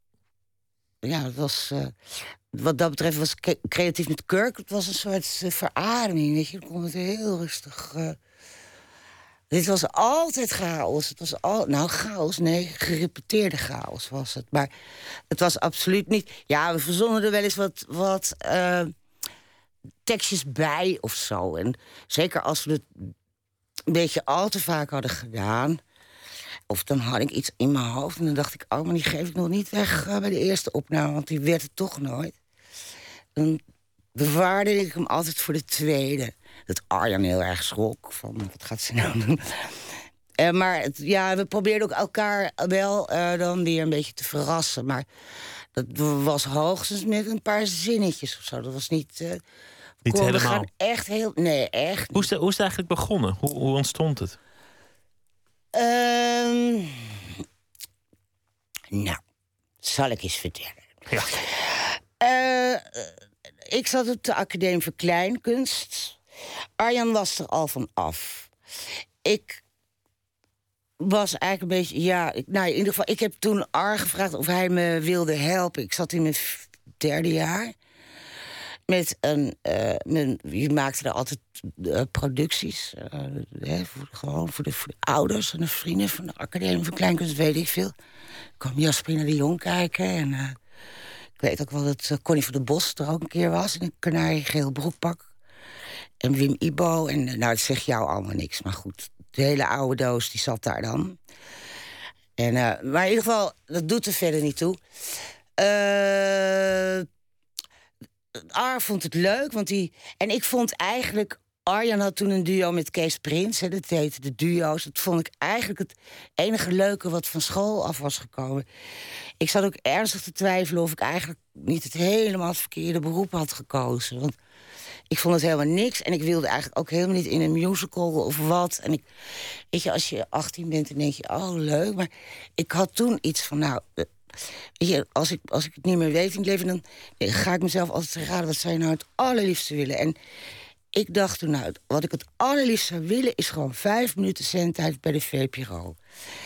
ja, het was... Uh, wat dat betreft was ik creatief met Kirk. Het was een soort uh, verademing, weet je. Dan kon het heel rustig... Uh, dit was altijd chaos. Het was al, nou, chaos, nee, gerepeteerde chaos was het. Maar het was absoluut niet... Ja, we verzonnen er wel eens wat, wat uh, tekstjes bij of zo. En zeker als we het een beetje al te vaak hadden gedaan... Of dan had ik iets in mijn hoofd en dan dacht ik... oh, maar die geef ik nog niet weg uh, bij de eerste opname... want die werd het toch nooit. Dan bewaarde ik hem altijd voor de tweede. Dat Arjan heel erg schrok van, wat gaat ze nou doen? Uh, maar het, ja, we probeerden ook elkaar wel uh, dan weer een beetje te verrassen. Maar dat was hoogstens met een paar zinnetjes of zo. Dat was niet... Uh, niet kon, helemaal. We gaan echt heel... Nee, echt hoe is, de, hoe is het eigenlijk begonnen? Hoe, hoe ontstond het? Um, nou, zal ik eens vertellen. Ja. Uh, ik zat op de Academie voor Kleinkunst. Arjan was er al van af. Ik was eigenlijk een beetje... Ja, ik, nou, in ieder geval, ik heb toen Ar gevraagd of hij me wilde helpen. Ik zat in mijn derde jaar. Met een, uh, mijn, je maakte er altijd uh, producties. Uh, hè, voor, gewoon voor de, voor de ouders en de vrienden van de Academie van Kleinkunst, weet ik veel. Ik kwam Jasperina de Jong kijken. En uh, ik weet ook wel dat uh, Connie van der Bos er ook een keer was. In een kanariegeel broekpak. En Wim Ibo. En uh, nou, dat zegt jou allemaal niks. Maar goed, de hele oude doos die zat daar dan. En, uh, maar in ieder geval, dat doet er verder niet toe. Eh... Uh, Ar vond het leuk, want die... En ik vond eigenlijk... Arjan had toen een duo met Kees Prins, hè, dat heette de duo's. Dat vond ik eigenlijk het enige leuke wat van school af was gekomen. Ik zat ook ernstig te twijfelen of ik eigenlijk niet het helemaal het verkeerde beroep had gekozen. Want ik vond het helemaal niks. En ik wilde eigenlijk ook helemaal niet in een musical of wat. En ik, weet je, als je achttien bent, dan denk je, oh, leuk. Maar ik had toen iets van, nou... Weet je, als ik, als ik het niet meer weet in het leven... dan ga ik mezelf altijd raden... wat zou je nou het allerliefste willen. En ik dacht toen, nou, wat ik het allerliefst zou willen... is gewoon vijf minuten zendtijd bij de V P R O.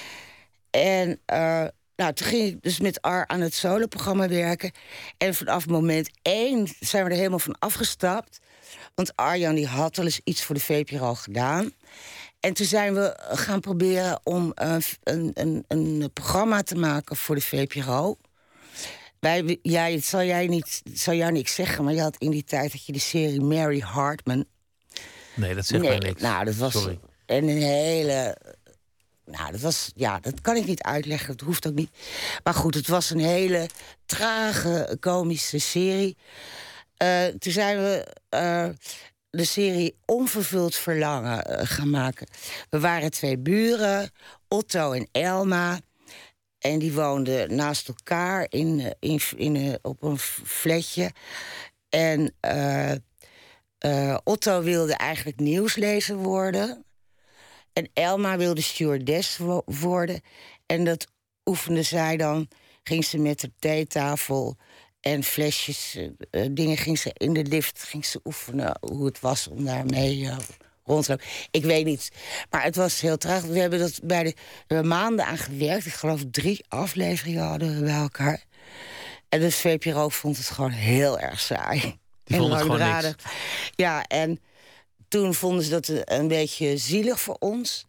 En uh, nou, toen ging ik dus met Ar aan het soloprogramma werken. En vanaf moment één zijn we er helemaal van afgestapt. Want Arjan die had al eens iets voor de V P R O gedaan. En toen zijn we gaan proberen om uh, een, een, een programma te maken voor de V P R O. Wij, ja, het zal, jij niet, het zal jou niks zeggen, maar je had in die tijd dat je de serie Mary Hartman. Nee, dat zegt nee, mij niks. Nou, dat was Sorry. een hele... Nou, dat was... Ja, dat kan ik niet uitleggen, dat hoeft ook niet. Maar goed, het was een hele trage, komische serie. Uh, toen zijn we uh, de serie Onvervuld Verlangen uh, gaan maken. We waren twee buren, Otto en Elma... En die woonden naast elkaar in, in, in, op een flatje. En uh, uh, Otto wilde eigenlijk nieuwslezer worden. En Elma wilde stewardess wo- worden. En dat oefende zij dan. Ging ze met de theetafel en flesjes, uh, dingen ging ze in de lift ging ze oefenen hoe het was om daarmee... Uh, rondlopen. Ik weet niet. Maar het was heel traag. We hebben dat bij de, we hebben maanden aan gewerkt. Ik geloof drie afleveringen hadden we bij elkaar. En de V P R O vond het gewoon heel erg saai. Die vond het gewoon niks. Ja, en toen vonden ze dat een beetje zielig voor ons.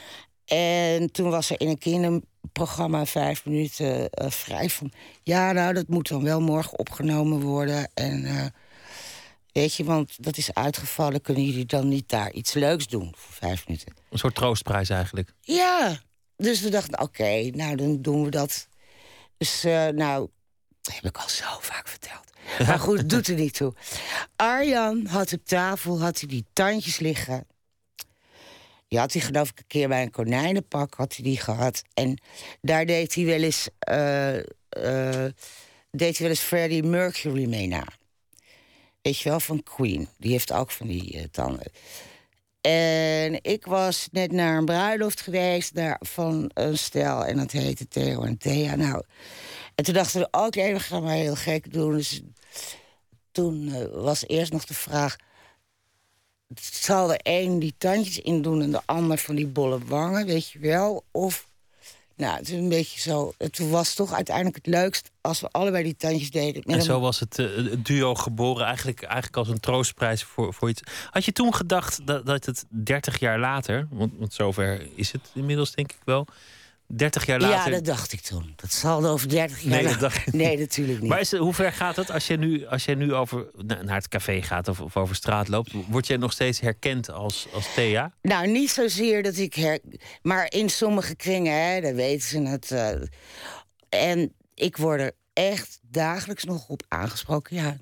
En toen was er in een kinderprogramma vijf minuten uh, vrij van... ja, nou, dat moet dan wel morgen opgenomen worden. En... Uh, Weet je, want dat is uitgevallen. Kunnen jullie dan niet daar iets leuks doen voor vijf minuten? Een soort troostprijs eigenlijk. Ja, dus we dachten, oké, okay, nou, dan doen we dat. Dus, uh, nou, dat heb ik al zo vaak verteld. Maar goed, het doet er niet toe. Arjan had op tafel had hij die tandjes liggen. Die had hij geloof ik een keer bij een konijnenpak had hij die gehad. En daar deed hij wel eens, uh, uh, deed hij wel eens Freddie Mercury mee na. Weet je wel, van Queen. Die heeft ook van die uh, tanden. En ik was net naar een bruiloft geweest daar van een stel. En dat heette Theo en Thea. Nou, en toen dachten we, oké, okay, we gaan maar heel gek doen. Dus toen uh, was eerst nog de vraag... zal er één die tandjes in doen en de ander van die bolle wangen, weet je wel? Of... Nou, het is een beetje zo. Het was toch uiteindelijk het leukst als we allebei die tandjes deden. En zo was het, uh, het duo geboren, eigenlijk, eigenlijk als een troostprijs voor, voor iets. Had je toen gedacht dat, dat het dertig jaar later, want, want zover is het inmiddels denk ik wel, dertig jaar later... Ja, dat dacht ik toen. Dat zal over dertig jaar... Nee, dat dacht ik niet. Nee, natuurlijk niet. Maar is het, hoe ver gaat het als je nu, als je nu over, naar het café gaat of, of over straat loopt? Word jij nog steeds herkend als, als Thea? Nou, niet zozeer dat ik... Her... Maar in sommige kringen, hè, daar weten ze het. Uh... En ik word er echt dagelijks nog op aangesproken, ja.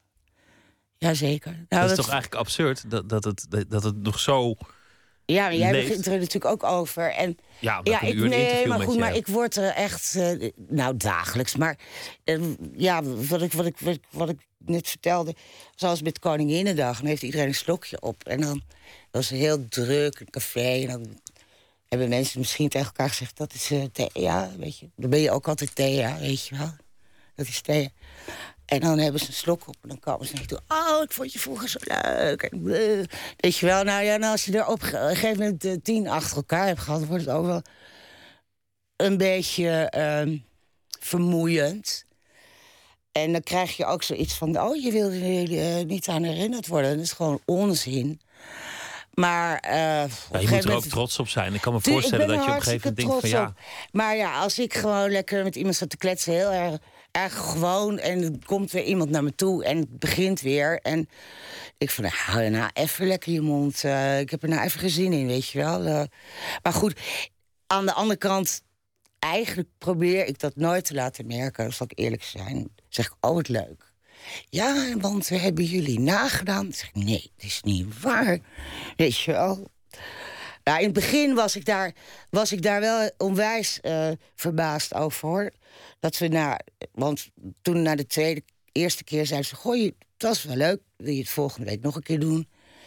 Jazeker. Nou, dat is dat... toch eigenlijk absurd dat, dat, het, dat het nog zo... Ja, maar jij leeft. begint er natuurlijk ook over. En, ja, ja, ik, een nee, maar goed, je. maar ik word er echt, uh, nou dagelijks, maar uh, ja, wat ik, wat, ik, wat, ik, wat ik net vertelde, zoals met Koninginnedag, dan heeft iedereen een slokje op. En dan was het heel druk, een café, en dan hebben mensen misschien tegen elkaar gezegd, dat is uh, Thea, weet je. Dan ben je ook altijd Thea, weet je wel. Dat is Thea. En dan hebben ze een slok op en dan komen ze naar je toe. Oh, ik vond je vroeger zo leuk. En, uh, weet je wel, nou ja, nou, als je er op een gegeven moment uh, tien achter elkaar hebt gehad... dan wordt het ook wel een beetje uh, vermoeiend. En dan krijg je ook zoiets van... oh, je wil er uh, niet aan herinnerd worden. Dat is gewoon onzin. Maar... Uh, ja, je moet er moment... ook trots op zijn. Ik kan me voorstellen dat je op een gegeven moment denkt van ja... Maar ja, als ik gewoon lekker met iemand zat te kletsen... heel erg... Erg gewoon, en er komt weer iemand naar me toe en het begint weer. En ik van, nou, hou je nou even lekker je mond. Uh, ik heb er nou even geen zin in, weet je wel. Uh, maar goed, aan de andere kant... eigenlijk probeer ik dat nooit te laten merken, als ik eerlijk zijn. Dan zeg ik, oh, wat leuk. Ja, want we hebben jullie nagedaan. Dan zeg ik, nee, dat is niet waar. Weet je wel. Nou, in het begin was ik daar, was ik daar wel onwijs uh, verbaasd over, hoor. Dat we na, want toen na de tweede, eerste keer zeiden ze... goh, het was wel leuk, wil je het volgende week nog een keer doen?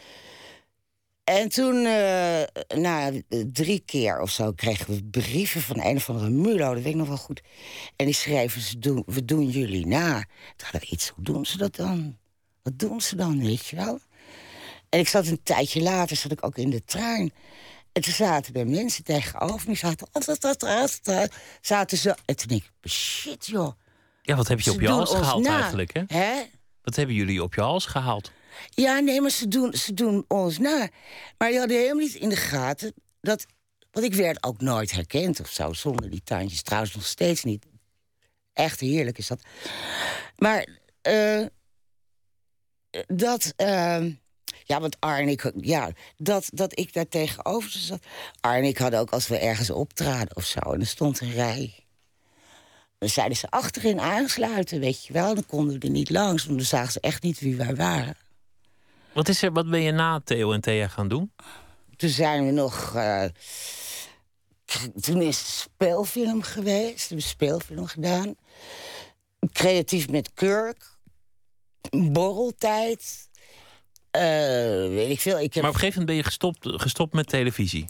En toen, uh, na drie keer of zo, kregen we brieven van een of andere Mulo, dat weet ik nog wel goed. En die schreven, ze doen, we doen jullie na. Toen hadden we iets, hoe doen ze dat dan? Wat doen ze dan, weet je wel? En ik zat een tijdje later, zat ik ook in de trein. En toen zaten er mensen tegenover me. Zaten, zaten ze. En toen denk ik, shit joh. Ja, wat heb je op je hals gehaald na. eigenlijk, hè? hè? Wat hebben jullie op je hals gehaald? Ja, nee, maar ze doen, ze doen ons na. Maar die hadden helemaal niet in de gaten dat... Want ik werd ook nooit herkend of zo, zonder die tandjes. Trouwens nog steeds niet. Echt heerlijk is dat. Maar uh, dat... Uh, ja, want Ar en ik... Ja, dat, dat ik daar tegenover zat... Ar en ik hadden ook als we ergens optraden of zo... en er stond een rij... Dan zeiden ze achterin aansluiten, weet je wel. Dan konden we er niet langs, want dan zagen ze echt niet wie wij waren. Wat, is er, wat ben je na Theo en Thea gaan doen? Toen zijn we nog... Uh, toen is het speelfilm geweest. We hebben een speelfilm gedaan. Creatief met Kurk. Borreltijd. Uh, weet ik veel. Ik heb... Maar op een gegeven moment ben je gestopt, gestopt met televisie.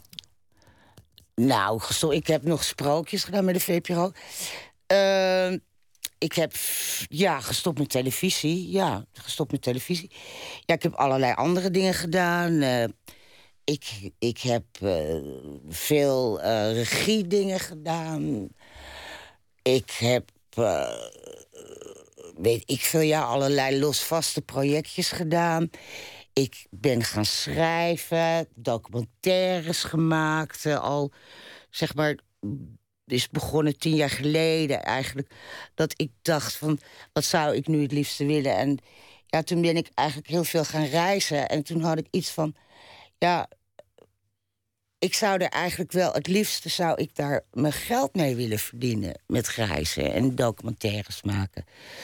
Nou, gestopt, ik heb nog sprookjes gedaan met de V P R O. Uh, ik heb ja, gestopt met televisie. Ja, gestopt met televisie. Ja, ik heb allerlei andere dingen gedaan. Uh, ik, ik heb uh, veel uh, regiedingen gedaan. Ik heb, uh, weet ik veel, ja, allerlei losvaste projectjes gedaan. Ik ben gaan schrijven, documentaires gemaakt. Uh, al, zeg maar... is begonnen tien jaar geleden eigenlijk... dat ik dacht van, wat zou ik nu het liefste willen? En ja, toen ben ik eigenlijk heel veel gaan reizen. En toen had ik iets van, ja... ik zou er eigenlijk wel, het liefste zou ik daar mijn geld mee willen verdienen... met reizen en documentaires maken.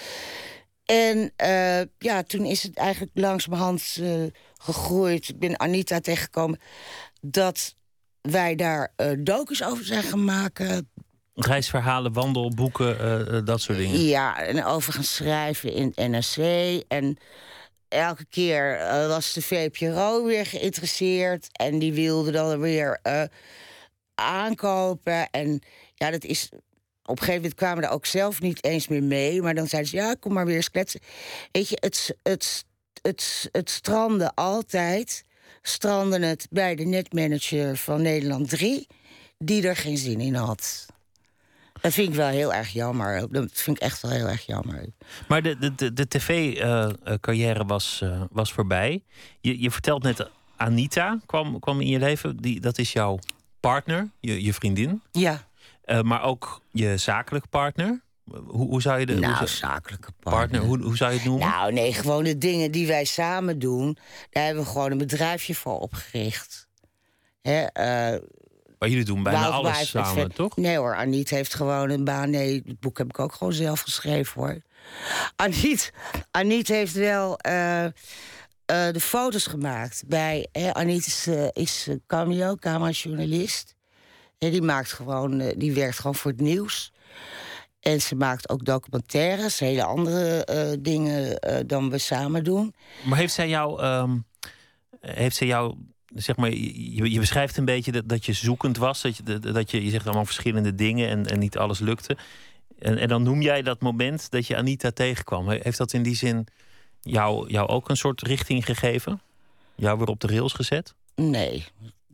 En uh, ja, toen is het eigenlijk langzamerhand uh, gegroeid. Ik ben Anita tegengekomen dat... wij daar uh, docus over zijn gaan maken. Reisverhalen, wandelboeken, uh, uh, dat soort dingen. Ja, en over gaan schrijven in het N R C. En elke keer uh, was de V P R O weer geïnteresseerd. En die wilde dan weer uh, aankopen. En ja, dat is... Op een gegeven moment kwamen we er ook zelf niet eens meer mee. Maar dan zeiden ze, ja, kom maar weer eens kletsen. Weet je, het, het, het, het strandde altijd... strandde het bij de netmanager van Nederland drie... die er geen zin in had. Dat vind ik wel heel erg jammer. Dat vind ik echt wel heel erg jammer. Maar de, de, de, de tv-carrière uh, was, uh, was voorbij. Je, je vertelt net, Anita kwam, kwam in je leven. Die, dat is jouw partner, je, je vriendin. Ja. Uh, maar ook je zakelijk partner. Hoe, hoe zou je de nou, hoe, zakelijke partner. partner hoe, hoe zou je het noemen? Nou, nee, gewoon de dingen die wij samen doen. Daar hebben we gewoon een bedrijfje voor opgericht. Hè, uh, maar jullie doen bijna alles samen, met... toch? Nee hoor, Aniet heeft gewoon een baan. Nee, het boek heb ik ook gewoon zelf geschreven hoor. Aniet, Aniet heeft wel uh, uh, de foto's gemaakt. Bij, hè, Aniet is, uh, is uh, cameo, camerajournalist. Hè, die maakt gewoon, uh, die werkt gewoon voor het nieuws. En ze maakt ook documentaires, hele andere uh, dingen uh, dan we samen doen. Maar heeft zij jou, um, heeft zij jou, zeg maar, je, je beschrijft een beetje dat, dat je zoekend was, dat je, dat je, je zegt allemaal verschillende dingen en, en niet alles lukte. En, en dan noem jij dat moment dat je Anita tegenkwam. Heeft dat in die zin jou, jou ook een soort richting gegeven? Jou weer op de rails gezet? Nee.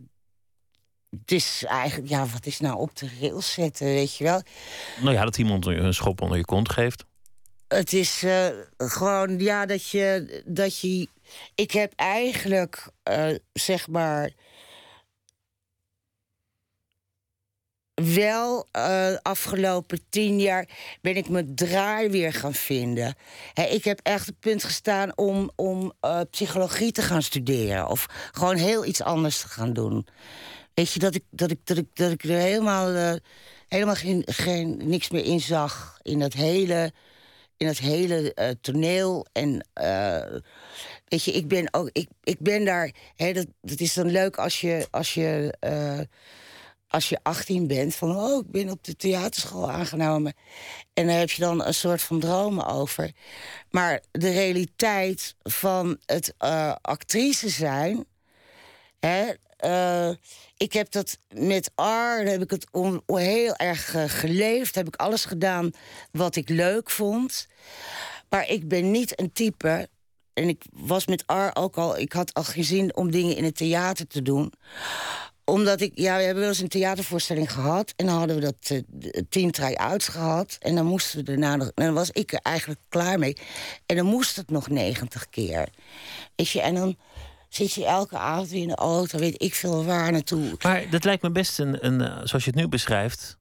Het is eigenlijk, ja, wat is nou op de rails zetten, weet je wel? Nou ja, dat iemand een schop onder je kont geeft. Het is uh, gewoon, ja, dat je, dat je... Ik heb eigenlijk, uh, zeg maar... wel uh, afgelopen tien jaar ben ik mijn draai weer gaan vinden. He, ik heb echt het punt gestaan om, om uh, psychologie te gaan studeren. Of gewoon heel iets anders te gaan doen. Weet je, dat ik, dat ik, dat ik, dat ik er helemaal, uh, helemaal geen, geen, niks meer in zag. In dat hele, in dat hele uh, toneel. En uh, weet je, ik ben ook, ik, ik ben daar... He, dat, dat is dan leuk als je... Als je uh, Als je achttien bent, van oh, ik ben op de theaterschool aangenomen. En daar heb je dan een soort van dromen over. Maar de realiteit van het uh, actrice zijn... Hè, uh, ik heb dat met Ar, heb ik het on, on heel erg uh, geleefd. Heb ik alles gedaan wat ik leuk vond. Maar ik ben niet een type en ik was met Ar ook al... Ik had al geen zin om dingen in het theater te doen. Omdat ik... Ja, we hebben wel eens een theatervoorstelling gehad. En dan hadden we dat uh, tien try-outs gehad. En dan moesten we daarna nog... En dan was ik er eigenlijk klaar mee. En dan moest het nog negentig keer. Weet je, en dan... Zit je elke avond weer in de auto, weet ik veel waar naartoe. Maar dat lijkt me best een, een zoals je het nu beschrijft...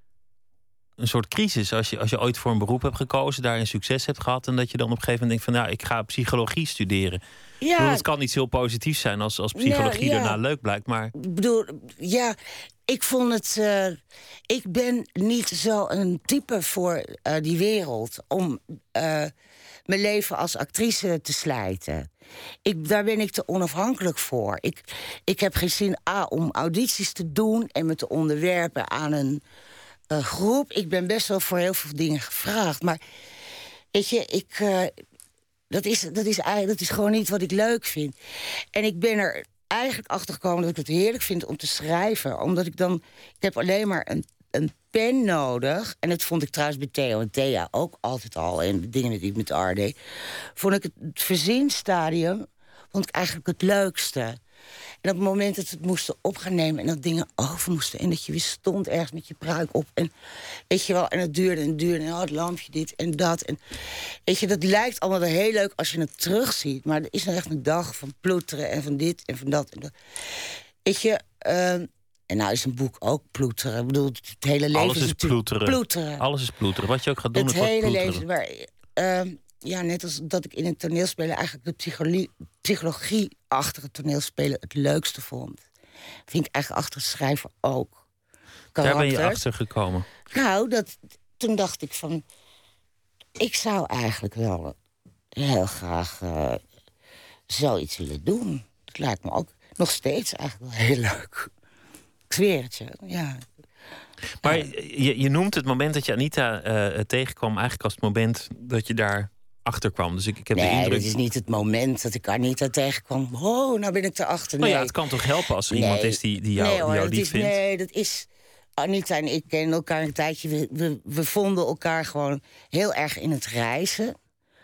een soort crisis. Als je, als je ooit voor een beroep hebt gekozen, daar een succes hebt gehad... en dat je dan op een gegeven moment denkt van... nou, ik ga psychologie studeren. Ja. Ik bedoel, het kan iets heel positiefs zijn als, als psychologie nou, ja. daarna leuk blijkt, maar... Ik bedoel, ja, ik vond het... Uh, ik ben niet zo een type voor uh, die wereld... om uh, mijn leven als actrice te slijten. Ik, daar ben ik te onafhankelijk voor. Ik, ik heb geen zin A, om audities te doen... en me te onderwerpen aan een uh, groep. Ik ben best wel voor heel veel dingen gevraagd. Maar weet je, ik, uh, dat, is, dat, is, dat is gewoon niet wat ik leuk vind. En ik ben er eigenlijk achter gekomen dat ik het heerlijk vind om te schrijven. Omdat ik dan... Ik heb alleen maar een, een pen nodig. En dat vond ik trouwens bij Theo en Thea ook altijd al. En de dingen die ik met Ar deed. Vond ik het, het verzinsstadium vond ik eigenlijk het leukste. En op het moment dat we het moesten op gaan nemen... en dat dingen over moesten... en dat je weer stond ergens met je pruik op... en weet je wel, en het duurde en duurde... en oh, het lampje dit en dat. En, weet je, dat lijkt allemaal wel heel leuk als je het terugziet... maar er is nog echt een dag van ploeteren en van dit en van dat. En dat. Weet je... Uh, En nou is een boek ook ploeteren. Ik bedoel, het hele leven Alles is, is ploeteren. ploeteren. Alles is ploeteren. Wat je ook gaat doen, het het hele wordt leven. Maar, uh, ja, net als dat ik in een toneelspelen eigenlijk de psychologie, psychologie-achtige toneelspelen het leukste vond. Vind ik eigenlijk achter het schrijven ook. Karakters. Daar ben je achter gekomen. Nou, dat, toen dacht ik van... Ik zou eigenlijk wel heel graag uh, zoiets willen doen. Dat lijkt me ook nog steeds eigenlijk wel heel leuk. Ik zweer het je, ja. Maar je, je noemt het moment dat je Anita uh, tegenkwam... eigenlijk als het moment dat je daar achter kwam. Dus ik, ik heb nee, de indruk... dat is niet het moment dat ik Anita tegenkwam. Oh, nou ben ik erachter. Nee. Nou ja, het kan toch helpen als er nee. iemand is die, die jou, nee, hoor, die jou lief is, vindt? Nee, dat is... Anita en ik kennen elkaar een tijdje. We, we, we vonden elkaar gewoon heel erg in het reizen.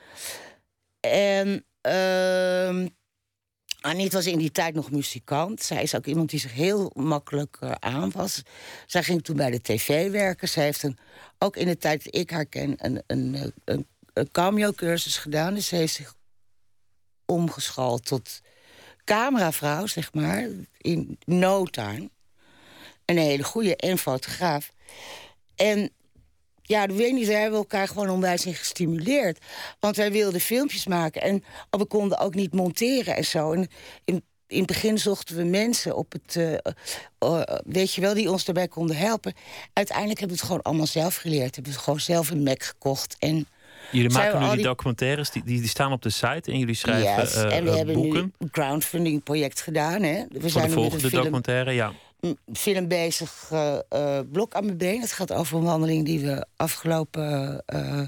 En... Uh, Anita was in die tijd nog muzikant. Zij is ook iemand die zich heel makkelijk uh, aanpast. Zij ging toen bij de tv werken. Zij heeft een, ook in de tijd dat ik haar ken een, een, een, een cameo-cursus gedaan. Dus ze heeft zich omgeschoold tot cameravrouw, zeg maar. In no time. Een hele goede en fotograaf. En ja, dat weet ik niet, we hebben elkaar gewoon onwijs in gestimuleerd. Want wij wilden filmpjes maken en we konden ook niet monteren en zo. En in, in het begin zochten we mensen op het, uh, uh, weet je wel, die ons daarbij konden helpen. Uiteindelijk hebben we het gewoon allemaal zelf geleerd. Hebben we gewoon zelf een Mac gekocht. En jullie maken nu die, die documentaires, die, die staan op de site en jullie schrijven yes, uh, en we uh, hebben boeken. nu een crowdfunding project gedaan. Hè. We Voor zijn de volgende met een film, documentaire, ja. film bezig, uh, uh, blok aan mijn been. Het gaat over een wandeling die we afgelopen uh,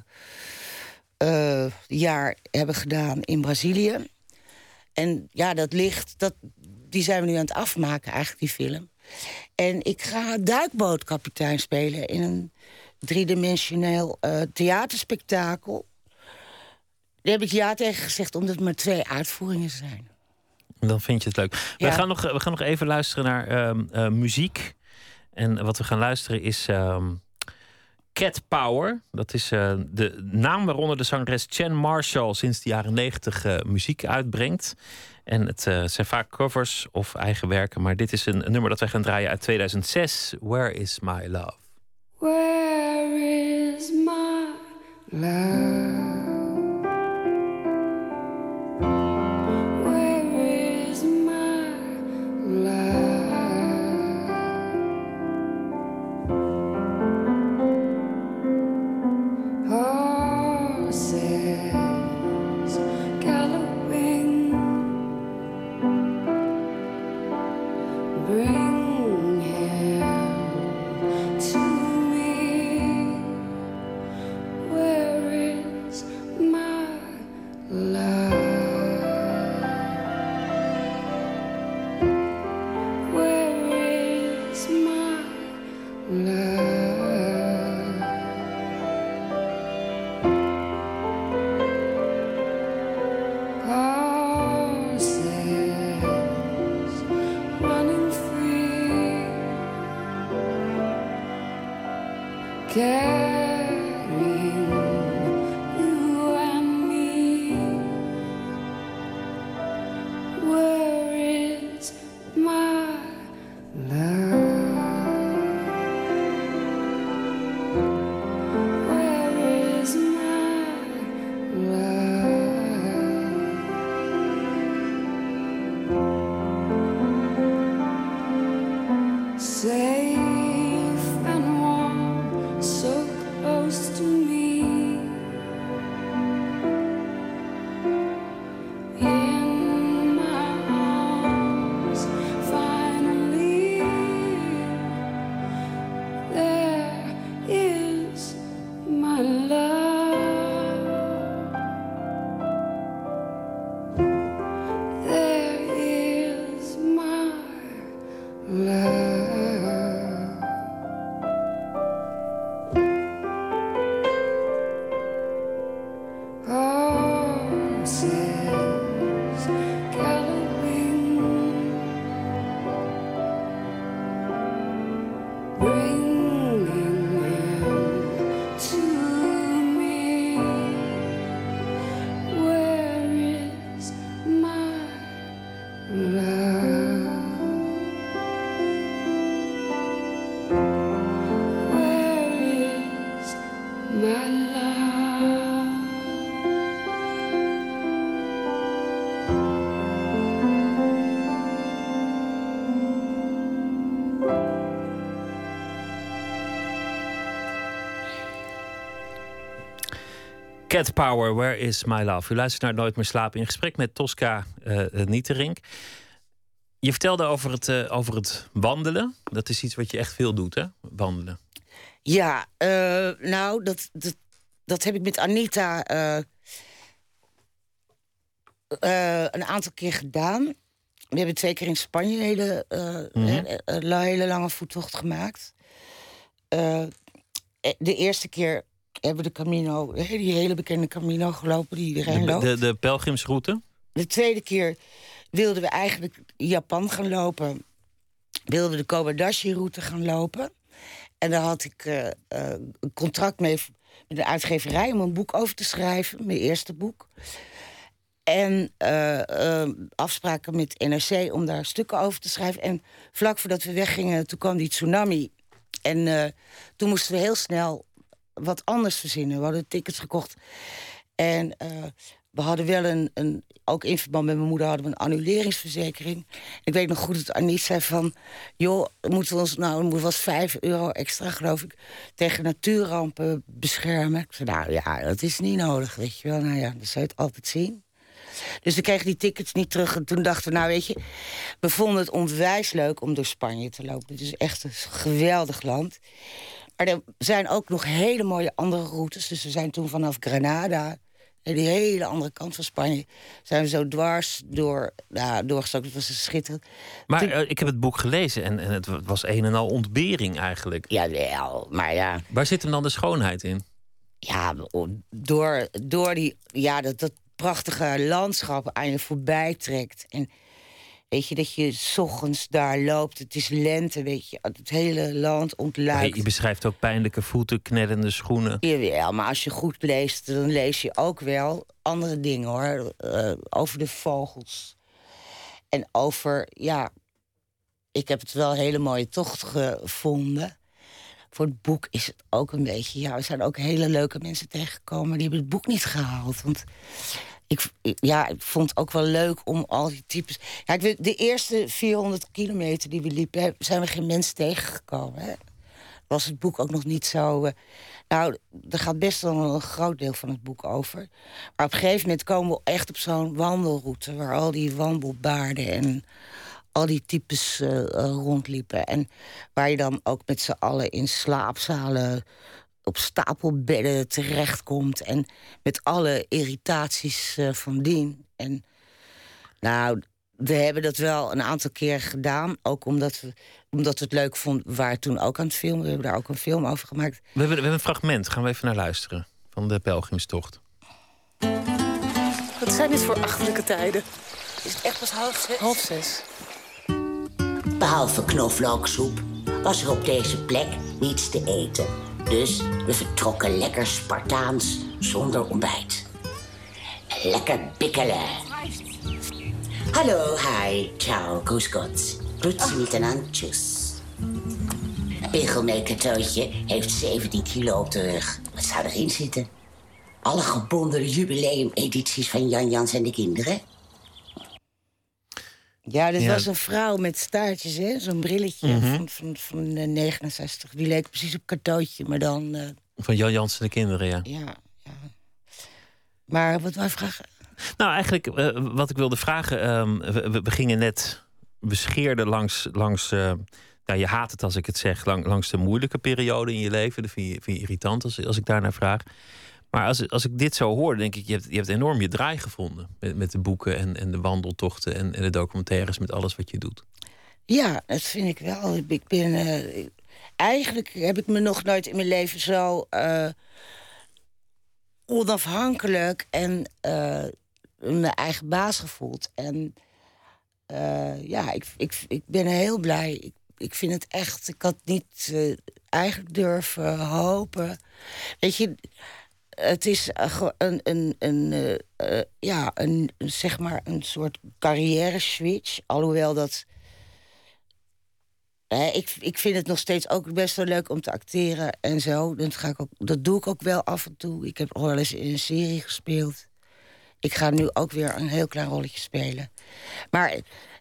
uh, jaar hebben gedaan in Brazilië. En ja, dat ligt, dat, die zijn we nu aan het afmaken, eigenlijk, die film. En ik ga duikbootkapitein spelen in een driedimensioneel uh, theaterspektakel. Daar heb ik ja tegen gezegd, omdat het maar twee uitvoeringen zijn. Dan vind je het leuk. Ja. We, gaan nog, we gaan nog even luisteren naar uh, uh, muziek. En wat we gaan luisteren is uh, Cat Power. Dat is uh, de naam waaronder de zangeres Chen Marshall sinds de jaren negentig uh, muziek uitbrengt. En het uh, zijn vaak covers of eigen werken. Maar dit is een, een nummer dat wij gaan draaien uit tweeduizend zes. Where is my love? Where is my love? Where is carrying you and me. Where is my love? Where is my love? Safe and warm, so close to me. In my arms, finally, there is my love. There is my love. Promises galloping, bringing him to me. Where is my love? Where is my love? Cat Power, Where is my love? U luistert naar Nooit meer slapen in gesprek met Tosca uh, Nieterink. Je vertelde over het, uh, over het wandelen. Dat is iets wat je echt veel doet, hè? Wandelen. Ja, uh, nou, dat, dat, dat heb ik met Anita uh, uh, een aantal keer gedaan. We hebben twee keer in Spanje een hele, uh, mm-hmm. een hele lange voettocht gemaakt. Uh, de eerste keer hebben we de Camino, die hele bekende Camino gelopen die iedereen loopt. De, de pelgrimsroute? De tweede keer wilden we eigenlijk Japan gaan lopen. Wilden we de Kobayashi-route gaan lopen. En daar had ik uh, uh, een contract mee met een uitgeverij om een boek over te schrijven. Mijn eerste boek. En uh, uh, afspraken met N R C om daar stukken over te schrijven. En vlak voordat we weggingen, toen kwam die tsunami. En uh, toen moesten we heel snel wat anders verzinnen. We hadden tickets gekocht. En uh, we hadden wel een, een... Ook in verband met mijn moeder hadden we een annuleringsverzekering. Ik weet nog goed dat Aniet zei van... joh, moeten we ons... Nou, het was vijf euro extra, geloof ik... tegen natuurrampen beschermen. Ik zei, nou ja, dat is niet nodig, weet je wel. Nou ja, dat zou je het altijd zien. Dus we kregen die tickets niet terug. En toen dachten we, nou weet je... we vonden het onwijs leuk om door Spanje te lopen. Het is echt een geweldig land. Maar er zijn ook nog hele mooie andere routes. Dus we zijn toen vanaf Granada... en die hele andere kant van Spanje... zijn we zo dwars door, nou, doorgestoken. Dat was een schitterend. Maar toen... uh, ik heb het boek gelezen en, en het was een en al ontbering eigenlijk. Ja, wel, maar ja... Waar zit hem dan de schoonheid in? Ja, door, door die, ja, dat, dat prachtige landschap aan je voorbij trekt. En weet je, dat je 's ochtends daar loopt. Het is lente, weet je. Het hele land ontluikt. Je, je beschrijft ook pijnlijke voeten, knellende schoenen. Jawel, maar als je goed leest, dan lees je ook wel andere dingen, hoor. Uh, over de vogels. En over, ja... Ik heb het wel een hele mooie tocht gevonden. Voor het boek is het ook een beetje... Ja, er zijn ook hele leuke mensen tegengekomen... die hebben het boek niet gehaald, want... Ik, ja, ik vond het ook wel leuk om al die types... Ja, ik weet, de eerste vierhonderd kilometer die we liepen... zijn we geen mensen tegengekomen. Hè? Was het boek ook nog niet zo... Uh, nou, er gaat best wel een groot deel van het boek over. Maar op een gegeven moment komen we echt op zo'n wandelroute... waar al die wandelbaarden en al die types uh, uh, rondliepen. En waar je dan ook met z'n allen in slaapzalen... op stapelbedden terechtkomt. En met alle irritaties uh, van dien. En nou, we hebben dat wel een aantal keer gedaan. Ook omdat we, omdat we het leuk vonden. We waren toen ook aan het filmen. We hebben daar ook een film over gemaakt. We hebben, we hebben een fragment. Gaan we even naar luisteren. Van de pelgrimstocht. Wat zijn dit voor achterlijke tijden? Is het echt pas half zes? Half zes. Behalve knoflooksoep was er op deze plek niets te eten. Dus we vertrokken lekker Spartaans, zonder ontbijt. Lekker bikkelen. Hallo, hi, ciao, koeskot. Groetsie miteinander, tjus. Pichelmeelkatootje heeft zeventien kilo op de rug. Wat zou erin zitten? Alle gebonden jubileumedities van Jan Jans en de kinderen. Ja, dit Ja. was een vrouw met staartjes, hè? Zo'n brilletje Mhm. van, van, van uh, negenenzestig. Die leek precies op cadeautje, maar dan... Uh, Van Jan Jans en de kinderen, ja. ja, ja. Maar wat wou je vragen? Nou, eigenlijk uh, wat ik wilde vragen... Um, we, we- we gingen net... We scheerden langs... langs uh, nou, je haat het als ik het zeg. Lang, langs de moeilijke periode in je leven. Dat vind je, vind je irritant als, als ik daarnaar vraag. Maar als, als ik dit zo hoor, denk ik... Je hebt, je hebt enorm je draai gevonden. Met, met de boeken en, en de wandeltochten... En, en de documentaires met alles wat je doet. Ja, dat vind ik wel. Ik ben... Uh, eigenlijk heb ik me nog nooit in mijn leven zo... Uh, onafhankelijk en uh, mijn eigen baas gevoeld. En uh, ja, ik, ik, ik ben heel blij. Ik, ik vind het echt... Ik had niet uh, eigenlijk durven hopen. Weet je, het is uh, een, een, een, uh, uh, ja, een, een, zeg maar een soort carrière-switch. Alhoewel dat... Hè, ik, ik vind het nog steeds ook best wel leuk om te acteren en zo. Dat, ga ik ook, dat doe ik ook wel af en toe. Ik heb al wel eens in een serie gespeeld. Ik ga nu ook weer een heel klein rolletje spelen. Maar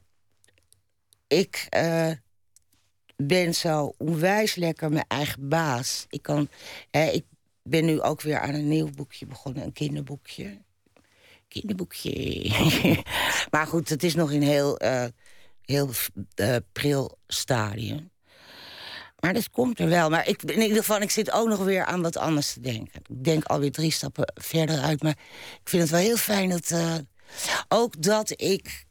ik uh, ben zo onwijs lekker mijn eigen baas. Ik, kan, hè, ik ben nu ook weer aan een nieuw boekje begonnen. Een kinderboekje. Kinderboekje. Maar goed, het is nog in heel... Uh, heel uh, pril stadium. Maar dat komt er wel. Maar ik, in ieder geval, ik zit ook nog weer aan wat anders te denken. Ik denk alweer drie stappen verder uit. Maar ik vind het wel heel fijn dat... Uh, ook dat ik...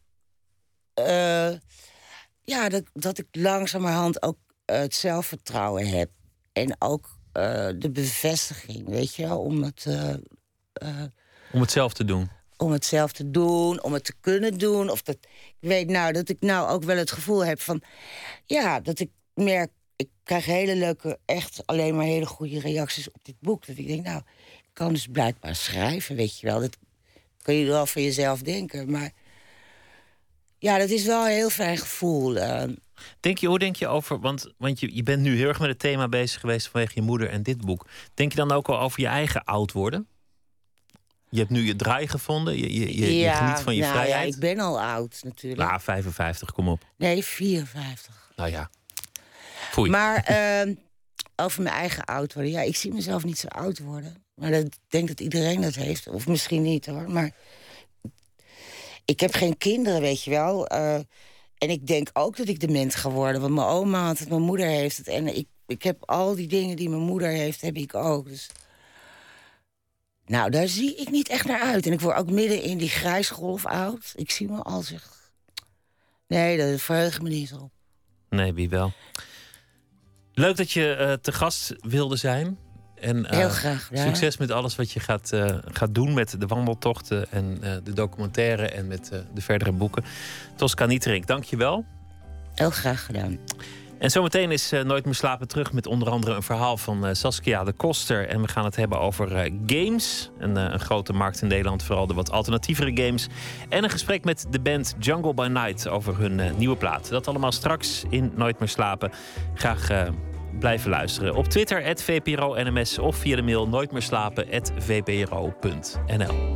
Uh, ja, dat, dat ik langzamerhand ook uh, het zelfvertrouwen heb. En ook uh, de bevestiging, weet je wel, om het... Uh, uh, Om het zelf te doen. Om het zelf te doen, om het te kunnen doen. Of dat, ik weet nou dat ik nou ook wel het gevoel heb van... Ja, dat ik merk... Ik krijg hele leuke, echt alleen maar hele goede reacties op dit boek. Dat ik denk, nou, ik kan dus blijkbaar schrijven, weet je wel. Dat kun je wel van jezelf denken. Maar ja, dat is wel een heel fijn gevoel. Uh, Denk je, hoe denk je over... Want, want je, je bent nu heel erg met het thema bezig geweest... vanwege je moeder en dit boek. Denk je dan ook al over je eigen oud worden? Je hebt nu je draai gevonden. Je, je, je, ja, je geniet van je nou vrijheid. Ja, ik ben al oud natuurlijk. Nou, vijfenvijftig, kom op. Nee, vierenvijftig. Nou ja. Foei. Maar uh, over mijn eigen oud worden. Ja, ik zie mezelf niet zo oud worden. Maar dat, ik denk dat iedereen dat heeft. Of misschien niet hoor. Maar ik heb geen kinderen, weet je wel. Uh, en ik denk ook dat ik dement ga worden. Want mijn oma had het, mijn moeder heeft het. En ik, ik heb al die dingen die mijn moeder heeft, heb ik ook. Dus... Nou, daar zie ik niet echt naar uit. En ik word ook midden in die grijsgolf oud. Ik zie me al zeg... Nee, dat verheugt me niet op. Nee, wie wel. Leuk dat je uh, te gast wilde zijn. En, uh, Heel graag gedaan. Succes met alles wat je gaat, uh, gaat doen met de wandeltochten... en uh, de documentaire en met uh, de verdere boeken. Tosca Nieterink, dank je wel. Heel graag gedaan. En zometeen is uh, Nooit meer slapen terug met onder andere een verhaal van uh, Saskia de Koster. En we gaan het hebben over uh, games. Een, uh, een grote markt in Nederland, vooral de wat alternatievere games. En een gesprek met de band Jungle by Night over hun uh, nieuwe plaat. Dat allemaal straks in Nooit meer slapen. Graag uh, blijven luisteren. Op Twitter, at V P R O N M S of via de mail nooitmeerslapen at v p r o punt n l.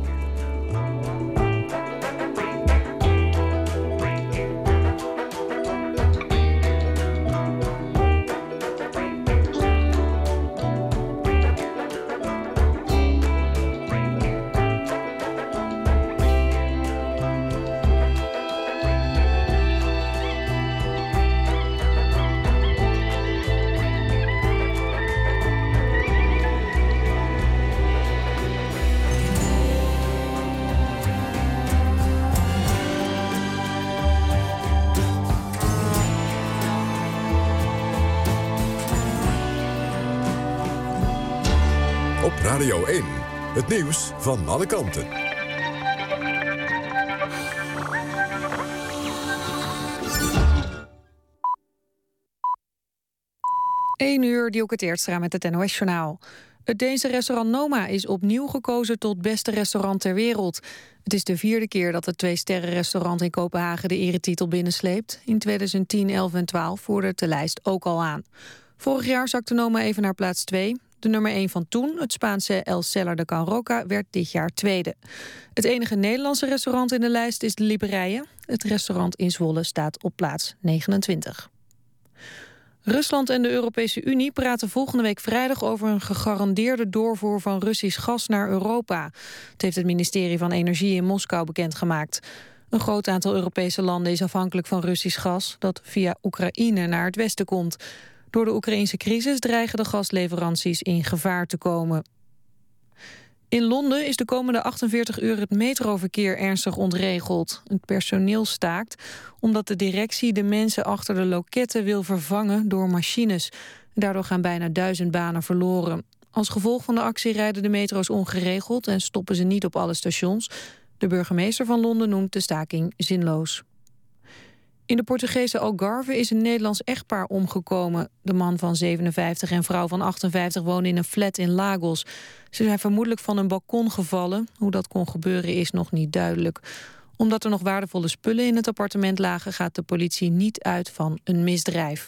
Radio één, het nieuws van alle kanten. één uur, Dielke Teertstra met het N O S-journaal. Het Deense restaurant Noma is opnieuw gekozen tot beste restaurant ter wereld. Het is de vierde keer dat het twee-sterren-restaurant in Kopenhagen de eretitel binnensleept. In tweeduizend tien, elf en twaalf voerde het de lijst ook al aan. Vorig jaar zakte Noma even naar plaats twee. De nummer één van toen, het Spaanse El Cellar de Can Roca, werd dit jaar tweede. Het enige Nederlandse restaurant in de lijst is de Lipperijen. Het restaurant in Zwolle staat op plaats negenentwintig. Rusland en de Europese Unie praten volgende week vrijdag over een gegarandeerde doorvoer van Russisch gas naar Europa. Het heeft het ministerie van Energie in Moskou bekendgemaakt. Een groot aantal Europese landen is afhankelijk van Russisch gas dat via Oekraïne naar het westen komt. Door de Oekraïnse crisis dreigen de gasleveranties in gevaar te komen. In Londen is de komende achtenveertig uur het metroverkeer ernstig ontregeld. Het personeel staakt omdat de directie de mensen achter de loketten wil vervangen door machines. Daardoor gaan bijna duizend banen verloren. Als gevolg van de actie rijden de metro's ongeregeld en stoppen ze niet op alle stations. De burgemeester van Londen noemt de staking zinloos. In de Portugese Algarve is een Nederlands echtpaar omgekomen. De man van zevenenvijftig en vrouw van achtenvijftig wonen in een flat in Lagos. Ze zijn vermoedelijk van een balkon gevallen. Hoe dat kon gebeuren is nog niet duidelijk. Omdat er nog waardevolle spullen in het appartement lagen, gaat de politie niet uit van een misdrijf.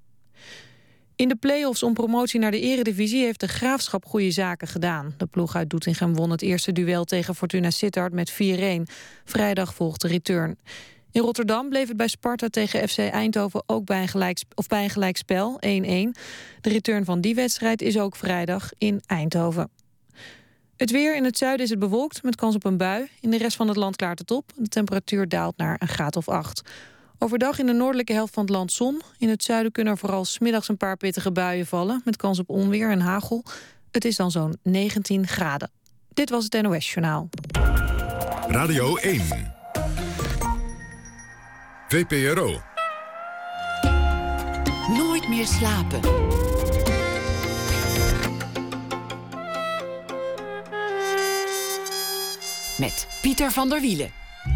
In de play-offs om promotie naar de eredivisie heeft de Graafschap goede zaken gedaan. De ploeg uit Doetinchem won het eerste duel tegen Fortuna Sittard met vier-een. Vrijdag volgt de return. In Rotterdam bleef het bij Sparta tegen F C Eindhoven ook bij een, gelijks, of bij een gelijkspel, één-één. De return van die wedstrijd is ook vrijdag in Eindhoven. Het weer: in het zuiden is het bewolkt met kans op een bui. In de rest van het land klaart het op. De temperatuur daalt naar een graad of acht. Overdag in de noordelijke helft van het land zon. In het zuiden kunnen er vooral 's middags een paar pittige buien vallen met kans op onweer en hagel. Het is dan zo'n negentien graden. Dit was het N O S-journaal. Radio één. V P R O. Nooit meer slapen. Met Pieter van der Wielen.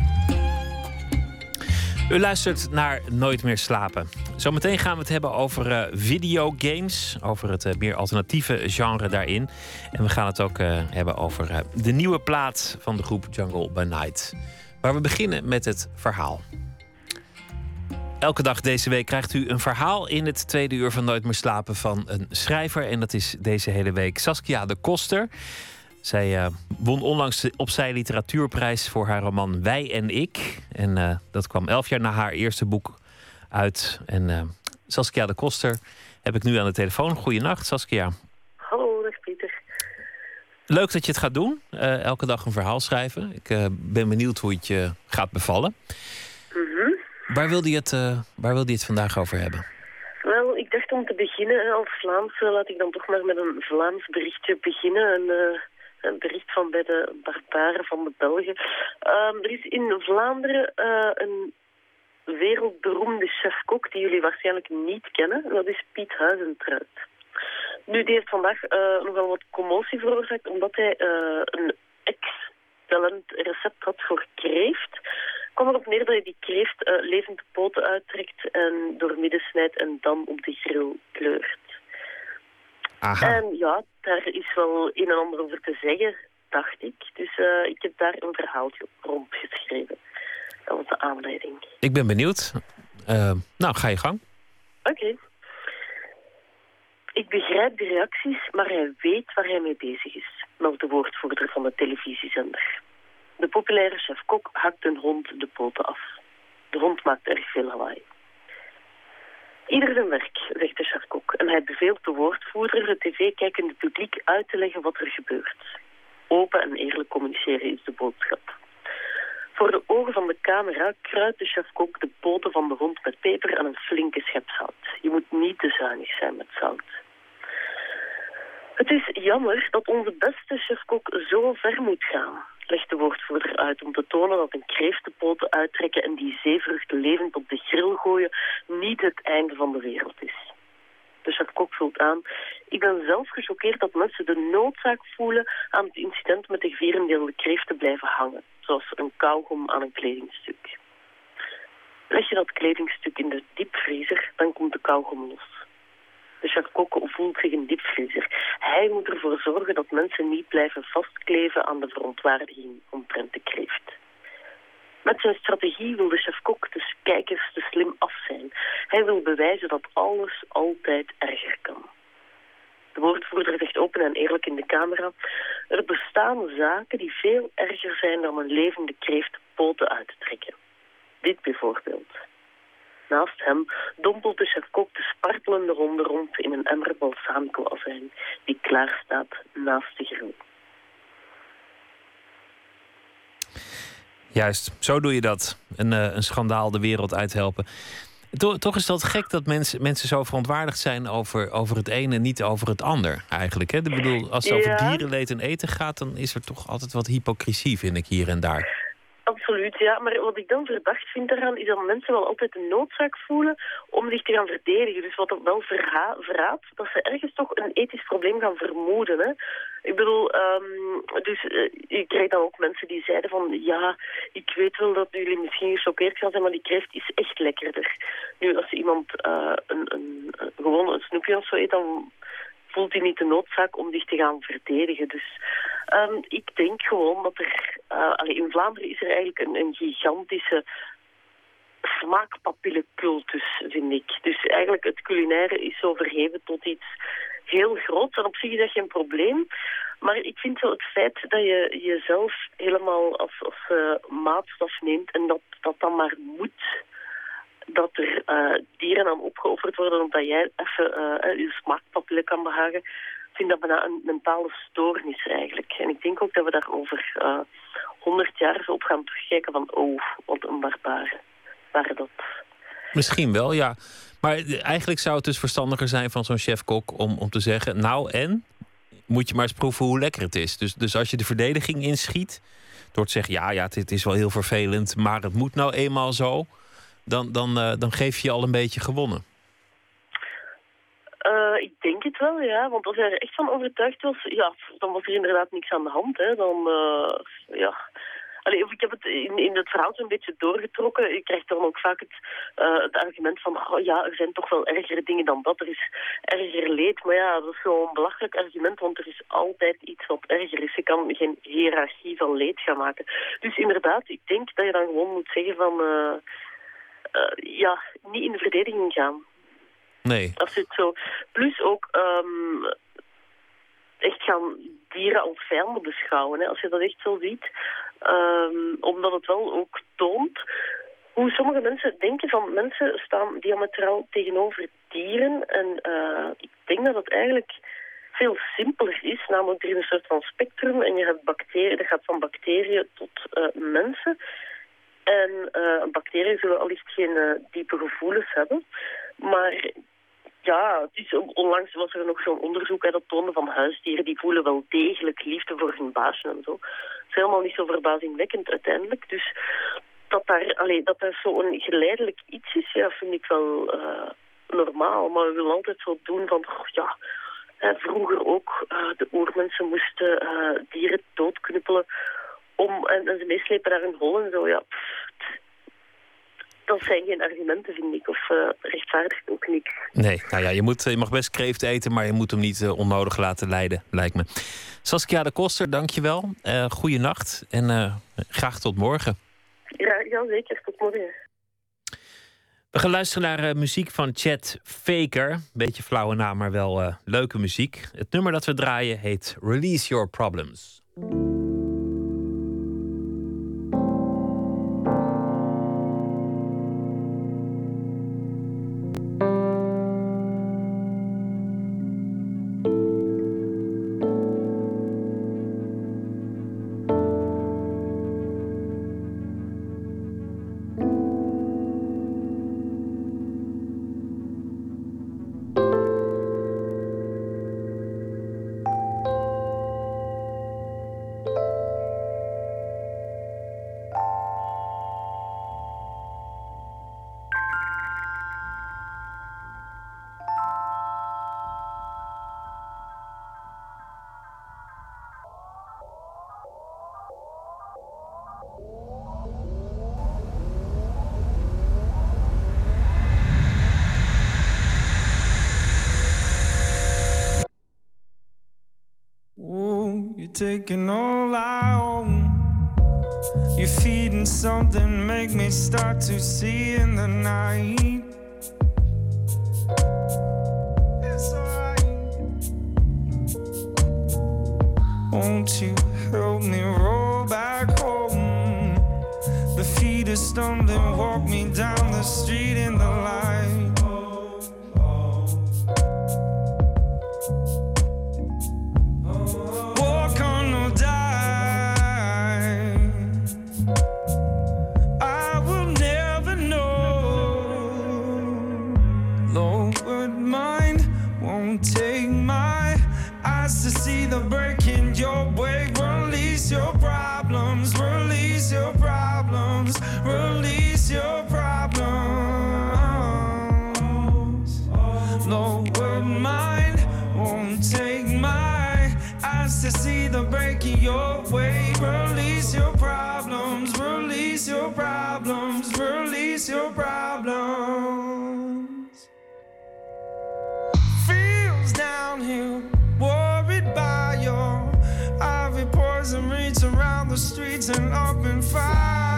U luistert naar Nooit meer slapen. Zometeen gaan we het hebben over uh, videogames. Over het uh, meer alternatieve genre daarin. En we gaan het ook uh, hebben over uh, de nieuwe plaat van de groep Jungle by Night. Maar we beginnen met het verhaal. Elke dag deze week krijgt u een verhaal in het tweede uur van Nooit meer slapen van een schrijver. En dat is deze hele week Saskia de Koster. Zij uh, won onlangs de Opzij Literatuurprijs voor haar roman Wij en Ik. En uh, dat kwam elf jaar na haar eerste boek uit. En uh, Saskia de Koster heb ik nu aan de telefoon. Goeienacht, Saskia. Hallo, dag Pieter. Leuk dat je het gaat doen. Uh, elke dag een verhaal schrijven. Ik uh, ben benieuwd hoe het je gaat bevallen. Mm-hmm. Waar wilde je het, uh, waar wilde je het vandaag over hebben? Wel, ik dacht om te beginnen als Vlaams, laat ik dan toch maar met een Vlaams berichtje beginnen. Een, uh, een bericht van bij de barbaren van de Belgen. Um, er is in Vlaanderen uh, een wereldberoemde chef-kok die jullie waarschijnlijk niet kennen. En dat is Piet Huizentruid. Nu, die heeft vandaag uh, nogal wat commotie veroorzaakt omdat hij uh, een excellent recept had voor kreeft. Kwam erop neer dat je die kreeft uh, levend de poten uittrekt en door midden snijdt en dan op de grill kleurt. Aha. En ja, daar is wel een en ander over te zeggen, dacht ik. Dus uh, ik heb daar een verhaaltje rond geschreven. Dat was de aanleiding. Ik ben benieuwd. Uh, nou, ga je gang. Oké. Okay. Ik begrijp de reacties, maar hij weet waar hij mee bezig is, meldt de woordvoerder van de televisiezender. De populaire chef-kok hakt een hond de poten af. De hond maakt erg veel lawaai. Ieder zijn werk, zegt de chef-kok. En hij beveelt de woordvoerder het tv-kijkende publiek uit te leggen wat er gebeurt. Open en eerlijk communiceren is de boodschap. Voor de ogen van de camera kruidt de chef-kok de poten van de hond met peper en een flinke schep zout. Je moet niet te zuinig zijn met zout. Het is jammer dat onze beste chef-kok zo ver moet gaan, legt de woordvoerder uit om te tonen dat een kreeft de poten uittrekken en die zeevruchten levend op de grill gooien niet het einde van de wereld is. De chef-kok vult aan: ik ben zelf gechoqueerd dat mensen de noodzaak voelen aan het incident met de gevierendeelde kreeft te blijven hangen, zoals een kauwgom aan een kledingstuk. Leg je dat kledingstuk in de diepvriezer, dan komt de kauwgom los. De chef Kok voelt zich een diepvriezer. Hij moet ervoor zorgen dat mensen niet blijven vastkleven aan de verontwaardiging omtrent de kreeft. Met zijn strategie wil de chef-kok de kijkers te slim af zijn. Hij wil bewijzen dat alles altijd erger kan. De woordvoerder zegt open en eerlijk in de camera: er bestaan zaken die veel erger zijn dan een levende kreeft poten uit te trekken. Dit bijvoorbeeld. Naast hem dompelt de chef-kok de spartelende ronde rond in een emmer balsamico-azijn die klaar staat naast de grill. Juist, zo doe je dat. Een, uh, een schandaal de wereld uithelpen. To, toch is dat gek dat mensen, mensen zo verontwaardigd zijn over, over het ene en niet over het ander eigenlijk. Hè? Ik bedoel, als het ja. over dierenleed en eten gaat, dan is er toch altijd wat hypocrisie, vind ik, hier en daar. Absoluut, ja. Maar wat ik dan verdacht vind daaraan is dat mensen wel altijd de noodzaak voelen om zich te gaan verdedigen. Dus wat dat wel verha- verraadt, dat ze ergens toch een ethisch probleem gaan vermoeden. Hè. Ik bedoel, um, dus uh, ik kreeg dan ook mensen die zeiden van ja, ik weet wel dat jullie misschien gechoqueerd gaan zijn, maar die kreeft is echt lekkerder. Nu, als iemand uh, een, een, een, gewoon een snoepje of zo eet, dan voelt hij niet de noodzaak om zich te gaan verdedigen. Dus um, ik denk gewoon dat er... Uh, allee, in Vlaanderen is er eigenlijk een, een gigantische smaakpapillencultus, vind ik. Dus eigenlijk het culinaire is zo verheven tot iets heel groots. En op zich is dat geen probleem. Maar ik vind zo het feit dat je jezelf helemaal als, als uh, maatstaf neemt en dat dat dan maar moet... dat er uh, dieren aan opgeofferd worden omdat jij even uh, je smaakpapillen kan behagen, vind dat bijna een mentale stoornis eigenlijk. En ik denk ook dat we daar over uh, honderd jaar zo op gaan terugkijken van oh, wat een barbaren waren dat. Misschien wel, ja. Maar eigenlijk zou het dus verstandiger zijn van zo'n chef-kok om, om te zeggen, nou en? Moet je maar eens proeven hoe lekker het is. Dus, dus als je de verdediging inschiet, door te zeggen, ja, ja, dit is wel heel vervelend, maar het moet nou eenmaal zo, dan, dan, uh, dan geef je je al een beetje gewonnen. Uh, ik denk het wel, ja. Want als hij er echt van overtuigd was, ja, dan was er inderdaad niks aan de hand. Hè. Dan, uh, ja... Allee, ik heb het in, in het verhaal zo'n beetje doorgetrokken. Je krijgt dan ook vaak het, uh, het argument van, oh ja, er zijn toch wel ergere dingen dan dat. Er is erger leed. Maar ja, dat is zo'n belachelijk argument, want er is altijd iets wat erger is. Je kan geen hiërarchie van leed gaan maken. Dus inderdaad, ik denk dat je dan gewoon moet zeggen van, uh, uh, ja, niet in de verdediging gaan. Nee. Als het zo... Plus ook... Um, echt gaan dieren als vijanden beschouwen, hè, als je dat echt zo ziet. Um, omdat het wel ook toont hoe sommige mensen denken van mensen staan diametraal tegenover dieren. En uh, ik denk dat het eigenlijk veel simpeler is. Namelijk, er is een soort van spectrum en je hebt bacteriën, dat gaat van bacteriën tot uh, mensen. En uh, bacteriën zullen allicht geen uh, diepe gevoelens hebben. Maar... Ja, het is, onlangs was er nog zo'n onderzoek hè, dat toonde van huisdieren die voelen wel degelijk liefde voor hun baasje en zo. Het is helemaal niet zo verbazingwekkend uiteindelijk. Dus dat daar, allee, dat daar zo'n geleidelijk iets is, ja, vind ik wel uh, normaal. Maar we willen altijd zo doen van, oh, ja, hè, vroeger ook, uh, de oermensen moesten uh, dieren doodknuppelen om, en, en ze meeslepen naar hun hol en zo, ja. Pff, dat zijn geen argumenten, vind ik. Of uh, rechtvaardigt ook niks. Nee, nou ja, je, moet, je mag best kreeft eten, maar je moet hem niet uh, onnodig laten lijden, lijkt me. Saskia de Koster, dank je wel. Uh, goeienacht en uh, graag tot morgen. Ja, ja, zeker. Tot morgen. We gaan luisteren naar uh, muziek van Chet Faker. Beetje flauwe naam, maar wel uh, leuke muziek. Het nummer dat we draaien heet Release Your Problems. taking all I own. You're feeding something, make me start to see in the night. It's alright. Won't you help me roll back home? The feet are stumbling, walk me down the street in the light. Walk on or die. I will never know. Lowered mind won't take my eyes to see the break in your way. Release your problems, release your problems, release your problems. Lowered mind won't take my eyes to see the break in your way. Release your problems, release your problems, release your problems. Feels downhill, worried by your ivory poison, reach around the streets and up and fight.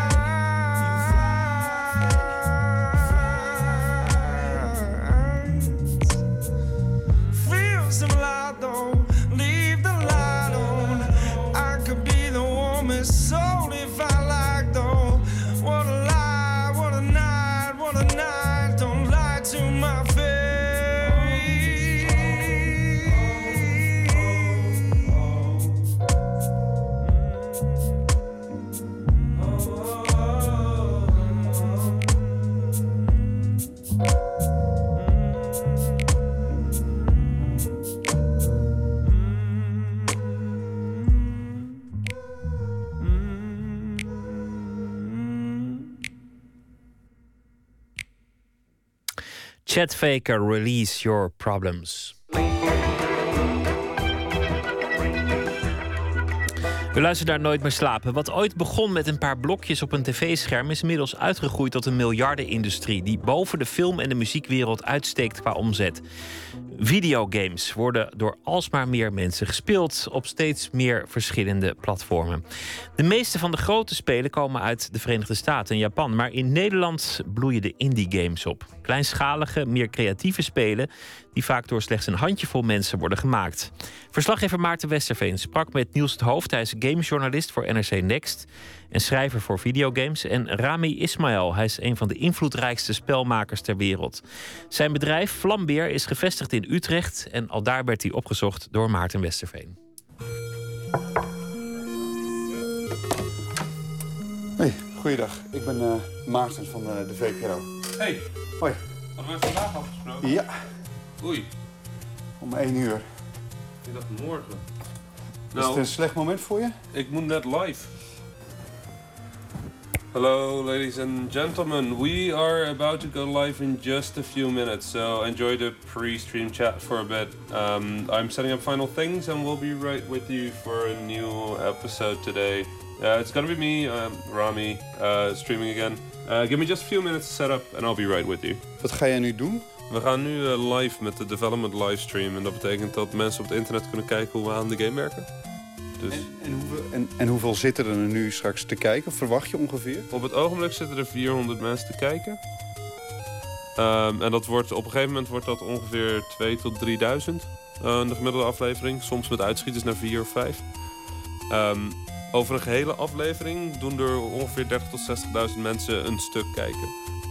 Feels some light though, leave the light on. I could be the warmest soul if I like though. What a lie, what a night, what a night. Don't lie to my face. Chet Faker, Release Your Problems. We luisteren naar Nooit meer slapen. Wat ooit begon met een paar blokjes op een tv-scherm is inmiddels uitgegroeid tot een miljardenindustrie die boven de film- en de muziekwereld uitsteekt qua omzet. Videogames worden door alsmaar meer mensen gespeeld op steeds meer verschillende platformen. De meeste van de grote spelen komen uit de Verenigde Staten en Japan, maar in Nederland bloeien de indie games op. Kleinschalige, meer creatieve spelen die vaak door slechts een handjevol mensen worden gemaakt. Verslaggever Maarten Westerveen sprak met Niels het Hoofd. Hij is gamesjournalist voor N R C Next en schrijver voor videogames. En Rami Ismail, hij is een van de invloedrijkste spelmakers ter wereld. Zijn bedrijf Vlambeer is gevestigd in Utrecht en al daar werd hij opgezocht door Maarten Westerveen. Hey, goeiedag. Ik ben uh, Maarten van uh, de V P R O. Hey. Hoi. Hadden we vandaag afgesproken? Ja. Oei. Om één uur. Ik dacht morgen. Is nou, het een slecht moment voor je? Ik moet net live. Hello, ladies and gentlemen. We are about to go live in just a few minutes, so enjoy the pre-stream chat for a bit. Um, I'm setting up final things, and we'll be right with you for a new episode today. Uh, it's gonna be me, um, Rami, uh, streaming again. Uh, give me just a few minutes to set up, and I'll be right with you. Wat ga jij nu doen? We gaan nu uh, live met de development livestream. En dat betekent dat mensen op het internet kunnen kijken hoe we aan de game werken. Dus... En, en, hoeveel, en, en hoeveel zitten er nu straks te kijken? Verwacht je ongeveer? Op het ogenblik zitten er vierhonderd mensen te kijken. Um, en dat wordt, op een gegeven moment wordt dat ongeveer tweeduizend tot drieduizend. Uh, de gemiddelde aflevering. Soms met uitschieters naar vier of vijf. Um, over een gehele aflevering doen er ongeveer dertig tot zestigduizend mensen een stuk kijken.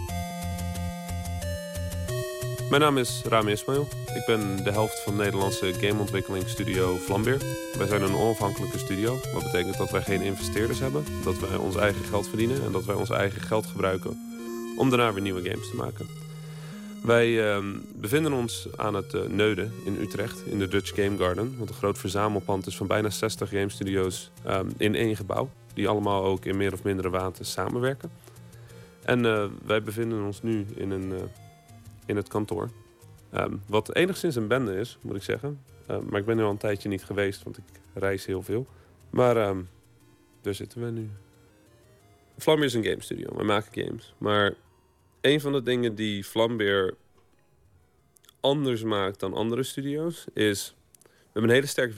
Mijn naam is Rami Ismail. Ik ben de helft van de Nederlandse gameontwikkelingsstudio Vlambeer. Wij zijn een onafhankelijke studio. Wat betekent dat wij geen investeerders hebben. Dat wij ons eigen geld verdienen. En dat wij ons eigen geld gebruiken om daarna weer nieuwe games te maken. Wij uh, bevinden ons aan het uh, Neuden in Utrecht. In de Dutch Game Garden. Wat een groot verzamelpand is van bijna zestig gamestudio's um, in één gebouw. Die allemaal ook in meer of mindere mate samenwerken. En uh, wij bevinden ons nu in een... Uh, in het kantoor. Um, wat enigszins een bende is, moet ik zeggen. Um, maar ik ben er al een tijdje niet geweest, want ik reis heel veel. Maar um, daar zitten we nu. Vlambeer is een game studio. We maken games. Maar een van de dingen die Vlambeer anders maakt dan andere studio's is... We hebben een hele sterke visie.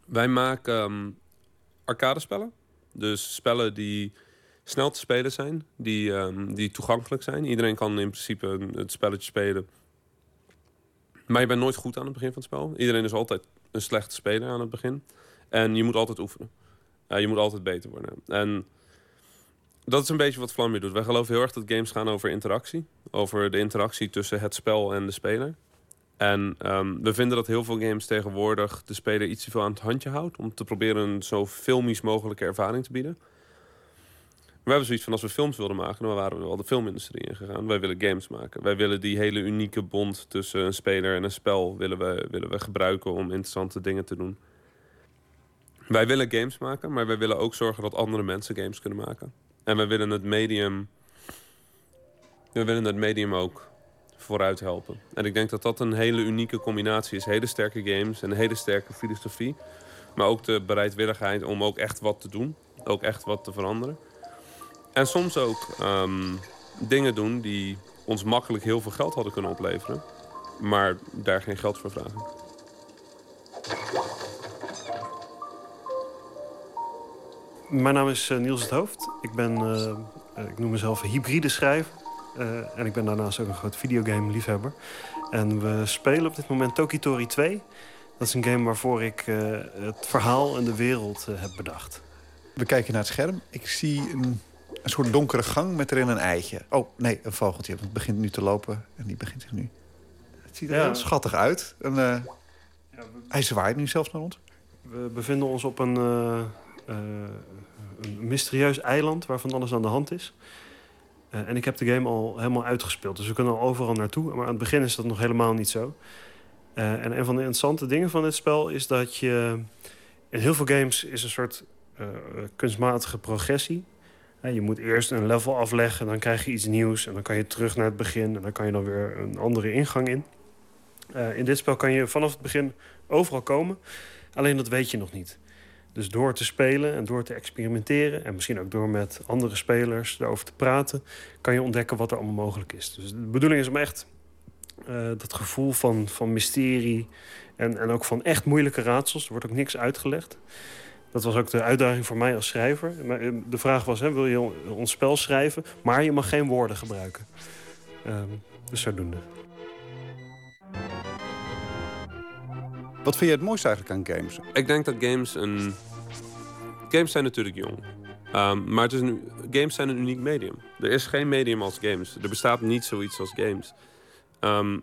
Wij maken um, arcadespellen. Dus spellen die snel te spelen zijn, die, um, die toegankelijk zijn. Iedereen kan in principe het spelletje spelen. Maar je bent nooit goed aan het begin van het spel. Iedereen is altijd een slechte speler aan het begin. En je moet altijd oefenen. Uh, je moet altijd beter worden. En dat is een beetje wat Vlambeer doet. Wij geloven heel erg dat games gaan over interactie. Over de interactie tussen het spel en de speler. En um, we vinden dat heel veel games tegenwoordig de speler iets te veel aan het handje houdt. Om te proberen een zo filmisch mogelijke ervaring te bieden. We hebben zoiets van, als we films wilden maken, dan waren we wel de filmindustrie ingegaan. Wij willen games maken. Wij willen die hele unieke bond tussen een speler en een spel willen we, willen we gebruiken om interessante dingen te doen. Wij willen games maken, maar wij willen ook zorgen dat andere mensen games kunnen maken. En wij willen het medium, we willen het medium ook vooruit helpen. En ik denk dat dat een hele unieke combinatie is. Hele sterke games en een hele sterke filosofie. Maar ook de bereidwilligheid om ook echt wat te doen. Ook echt wat te veranderen. En soms ook um, dingen doen die ons makkelijk heel veel geld hadden kunnen opleveren. Maar daar geen geld voor vragen. Mijn naam is uh, Niels het Hoofd. Ik ben, uh, ik noem mezelf hybride schrijver. Uh, en ik ben daarnaast ook een groot videogame liefhebber. En we spelen op dit moment Tokitori twee. Dat is een game waarvoor ik uh, het verhaal en de wereld uh, heb bedacht. We kijken naar het scherm. Ik zie een, een soort donkere gang met erin een eitje. Oh, nee, een vogeltje. Want het begint nu te lopen en die begint zich nu... Het ziet er ja. heel schattig uit. En, uh, ja, we... Hij zwaait nu zelfs naar ons. We bevinden ons op een, uh, uh, een mysterieus eiland waarvan alles aan de hand is. Uh, en ik heb de game al helemaal uitgespeeld. Dus we kunnen al overal naartoe. Maar aan het begin is dat nog helemaal niet zo. Uh, en een van de interessante dingen van dit spel is dat je... In heel veel games is een soort uh, kunstmatige progressie. Uh, je moet eerst een level afleggen, dan krijg je iets nieuws. En dan kan je terug naar het begin. En dan kan je dan weer een andere ingang in. Uh, in dit spel kan je vanaf het begin overal komen. Alleen dat weet je nog niet. Dus door te spelen en door te experimenteren... en misschien ook door met andere spelers erover te praten... kan je ontdekken wat er allemaal mogelijk is. Dus de bedoeling is om echt uh, dat gevoel van, van mysterie... En, en ook van echt moeilijke raadsels. Er wordt ook niks uitgelegd. Dat was ook de uitdaging voor mij als schrijver. Maar de vraag was, hè, wil je ons spel schrijven... maar je mag geen woorden gebruiken. Um, dus zodoende. Wat vind je het mooiste eigenlijk aan games? Ik denk dat games een... Games zijn natuurlijk jong. Um, maar het is een... games zijn een uniek medium. Er is geen medium als games. Er bestaat niet zoiets als games. Um,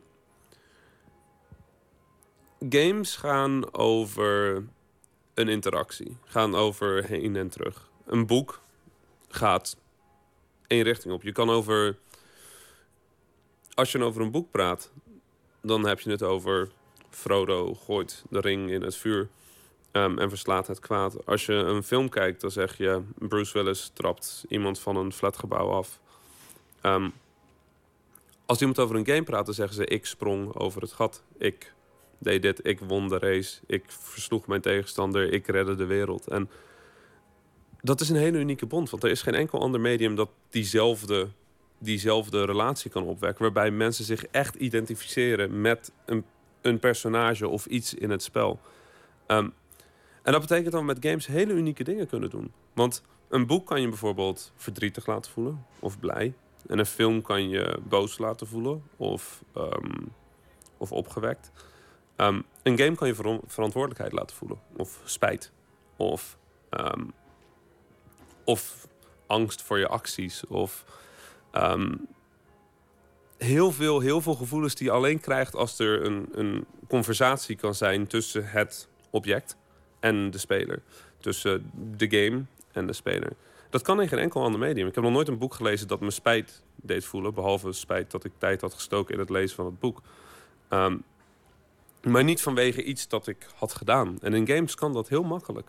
games gaan over een interactie. Gaan over heen en terug. Een boek gaat één richting op. Je kan over... Als je over een boek praat... dan heb je het over... Frodo gooit de ring in het vuur um, en verslaat het kwaad. Als je een film kijkt, dan zeg je... Bruce Willis trapt iemand van een flatgebouw af. Um, als iemand over een game praat, dan zeggen ze... ik sprong over het gat. Ik deed dit, ik won de race. Ik versloeg mijn tegenstander, ik redde de wereld. En dat is een hele unieke bond. Want er is geen enkel ander medium dat diezelfde, diezelfde relatie kan opwekken. Waarbij mensen zich echt identificeren met een een personage of iets in het spel. Um, en dat betekent dat we met games hele unieke dingen kunnen doen. Want een boek kan je bijvoorbeeld verdrietig laten voelen of blij. En een film kan je boos laten voelen of, um, of opgewekt. Um, een game kan je ver- verantwoordelijkheid laten voelen of spijt. Of, um, of angst voor je acties. Of... Um, Heel veel, heel veel gevoelens die je alleen krijgt als er een, een conversatie kan zijn tussen het object en de speler. Tussen de game en de speler. Dat kan in geen enkel ander medium. Ik heb nog nooit een boek gelezen dat me spijt deed voelen. Behalve spijt dat ik tijd had gestoken in het lezen van het boek. Um, maar niet vanwege iets dat ik had gedaan. En in games kan dat heel makkelijk.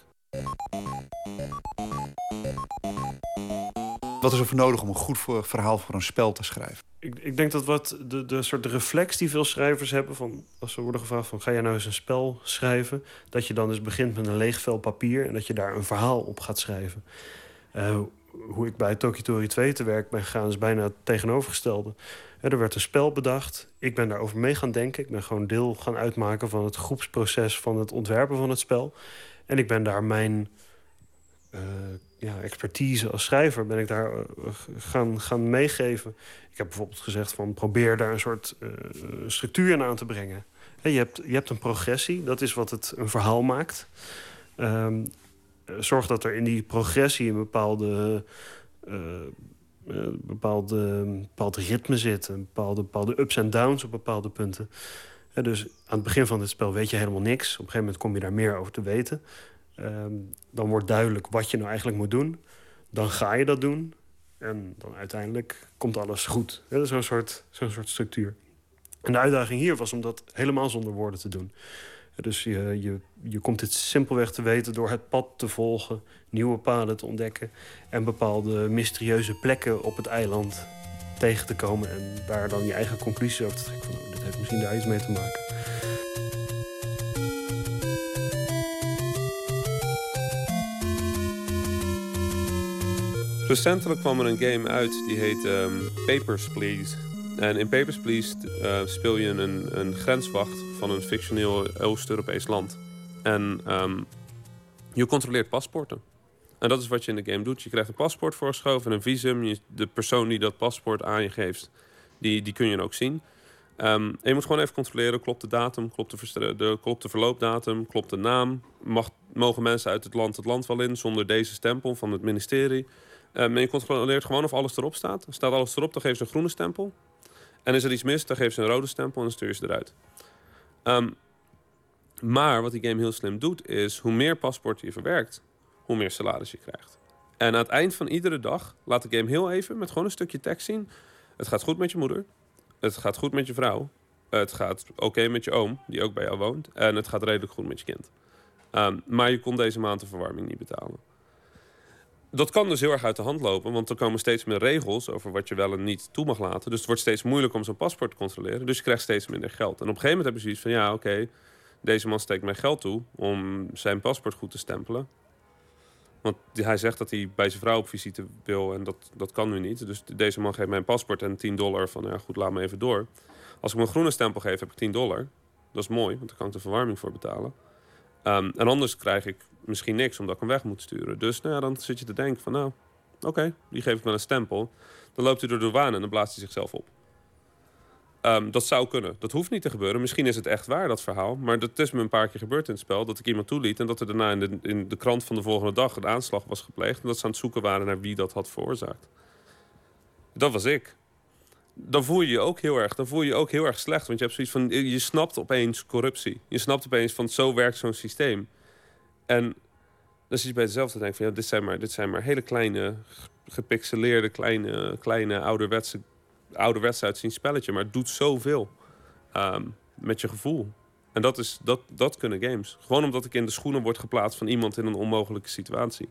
Wat is er voor nodig om een goed verhaal voor een spel te schrijven? Ik, ik denk dat wat de, de soort reflex die veel schrijvers hebben... Van, als ze worden gevraagd van ga jij nou eens een spel schrijven... dat je dan dus begint met een leeg vel papier... en dat je daar een verhaal op gaat schrijven. Uh, hoe ik bij Tokitori twee te werk ben gegaan... is bijna het tegenovergestelde. Er werd een spel bedacht. Ik ben daarover mee gaan denken. Ik ben gewoon deel gaan uitmaken van het groepsproces... van het ontwerpen van het spel. En ik ben daar mijn uh, ja, expertise als schrijver... ben ik daar uh, gaan, gaan meegeven. Ik heb bijvoorbeeld gezegd van... probeer daar een soort uh, structuur in aan te brengen. Je hebt, je hebt een progressie. Dat is wat het een verhaal maakt. Um, zorg dat er in die progressie een bepaalde... Uh, een bepaalde, bepaald ritme zit. Een bepaalde, bepaalde ups en downs op bepaalde punten. Ja, dus aan het begin van dit spel weet je helemaal niks. Op een gegeven moment kom je daar meer over te weten. Um, dan wordt duidelijk wat je nou eigenlijk moet doen. Dan ga je dat doen. En dan uiteindelijk komt alles goed. Ja, dat is zo'n soort, zo'n soort structuur. En de uitdaging hier was om dat helemaal zonder woorden te doen. Ja, dus je, je, je komt dit simpelweg te weten door het pad te volgen... nieuwe paden te ontdekken... en bepaalde mysterieuze plekken op het eiland tegen te komen... en daar dan je eigen conclusies over te trekken. Van, oh, dit heeft misschien daar iets mee te maken. Recentelijk kwam er een game uit die heet um, Papers, Please. En in Papers, Please uh, speel je een, een grenswacht van een fictioneel Oost-Europees land. En um, je controleert paspoorten. En dat is wat je in de game doet. Je krijgt een paspoort voorgeschoven en een visum. Je, de persoon die dat paspoort aan je geeft, die, die kun je dan ook zien. Um, en je moet gewoon even controleren, klopt de datum, klopt de, de, klopt de verloopdatum, klopt de naam. Mag, mogen mensen uit het land het land wel in zonder deze stempel van het ministerie. Um, en je controleert gewoon of alles erop staat. Staat alles erop, dan geven ze een groene stempel. En is er iets mis, dan geven ze een rode stempel en dan stuur je ze eruit. Um, maar wat die game heel slim doet, is hoe meer paspoorten je verwerkt, hoe meer salaris je krijgt. En aan het eind van iedere dag laat de game heel even met gewoon een stukje tekst zien. Het gaat goed met je moeder. Het gaat goed met je vrouw. Het gaat oké okay met je oom, die ook bij jou woont. En het gaat redelijk goed met je kind. Um, maar je kon deze maand de verwarming niet betalen. Dat kan dus heel erg uit de hand lopen, want er komen steeds meer regels over wat je wel en niet toe mag laten. Dus het wordt steeds moeilijker om zo'n paspoort te controleren. Dus je krijgt steeds minder geld. En op een gegeven moment heb je zoiets van, ja, oké, okay, deze man steekt mij geld toe om zijn paspoort goed te stempelen. Want hij zegt dat hij bij zijn vrouw op visite wil en dat, dat kan nu niet. Dus deze man geeft mij een paspoort en tien dollar van, ja goed, laat me even door. Als ik me een groene stempel geef, heb ik tien dollar. Dat is mooi, want daar kan ik de verwarming voor betalen. Um, en anders krijg ik misschien niks, omdat ik hem weg moet sturen. Dus nou ja, dan zit je te denken van, nou, oké, okay, die geef ik wel een stempel. Dan loopt hij door de douane en dan blaast hij zichzelf op. Um, dat zou kunnen. Dat hoeft niet te gebeuren. Misschien is het echt waar, dat verhaal. Maar dat is me een paar keer gebeurd in het spel. Dat ik iemand toeliet en dat er daarna in de, in de krant van de volgende dag een aanslag was gepleegd. En dat ze aan het zoeken waren naar wie dat had veroorzaakt. Dat was ik. Dan voel je je ook heel erg. Dan voel je je ook heel erg slecht. Want je hebt zoiets van, je snapt opeens corruptie. Je snapt opeens van, zo werkt zo'n systeem. En dan zit je bij jezelf te denken van, ja, dit zijn maar, dit zijn maar hele kleine, gepixeleerde, kleine, kleine ouderwetse, ouderwets uitzien spelletje. Maar het doet zoveel um, met je gevoel. En dat, is, dat, dat kunnen games. Gewoon omdat ik in de schoenen word geplaatst van iemand in een onmogelijke situatie.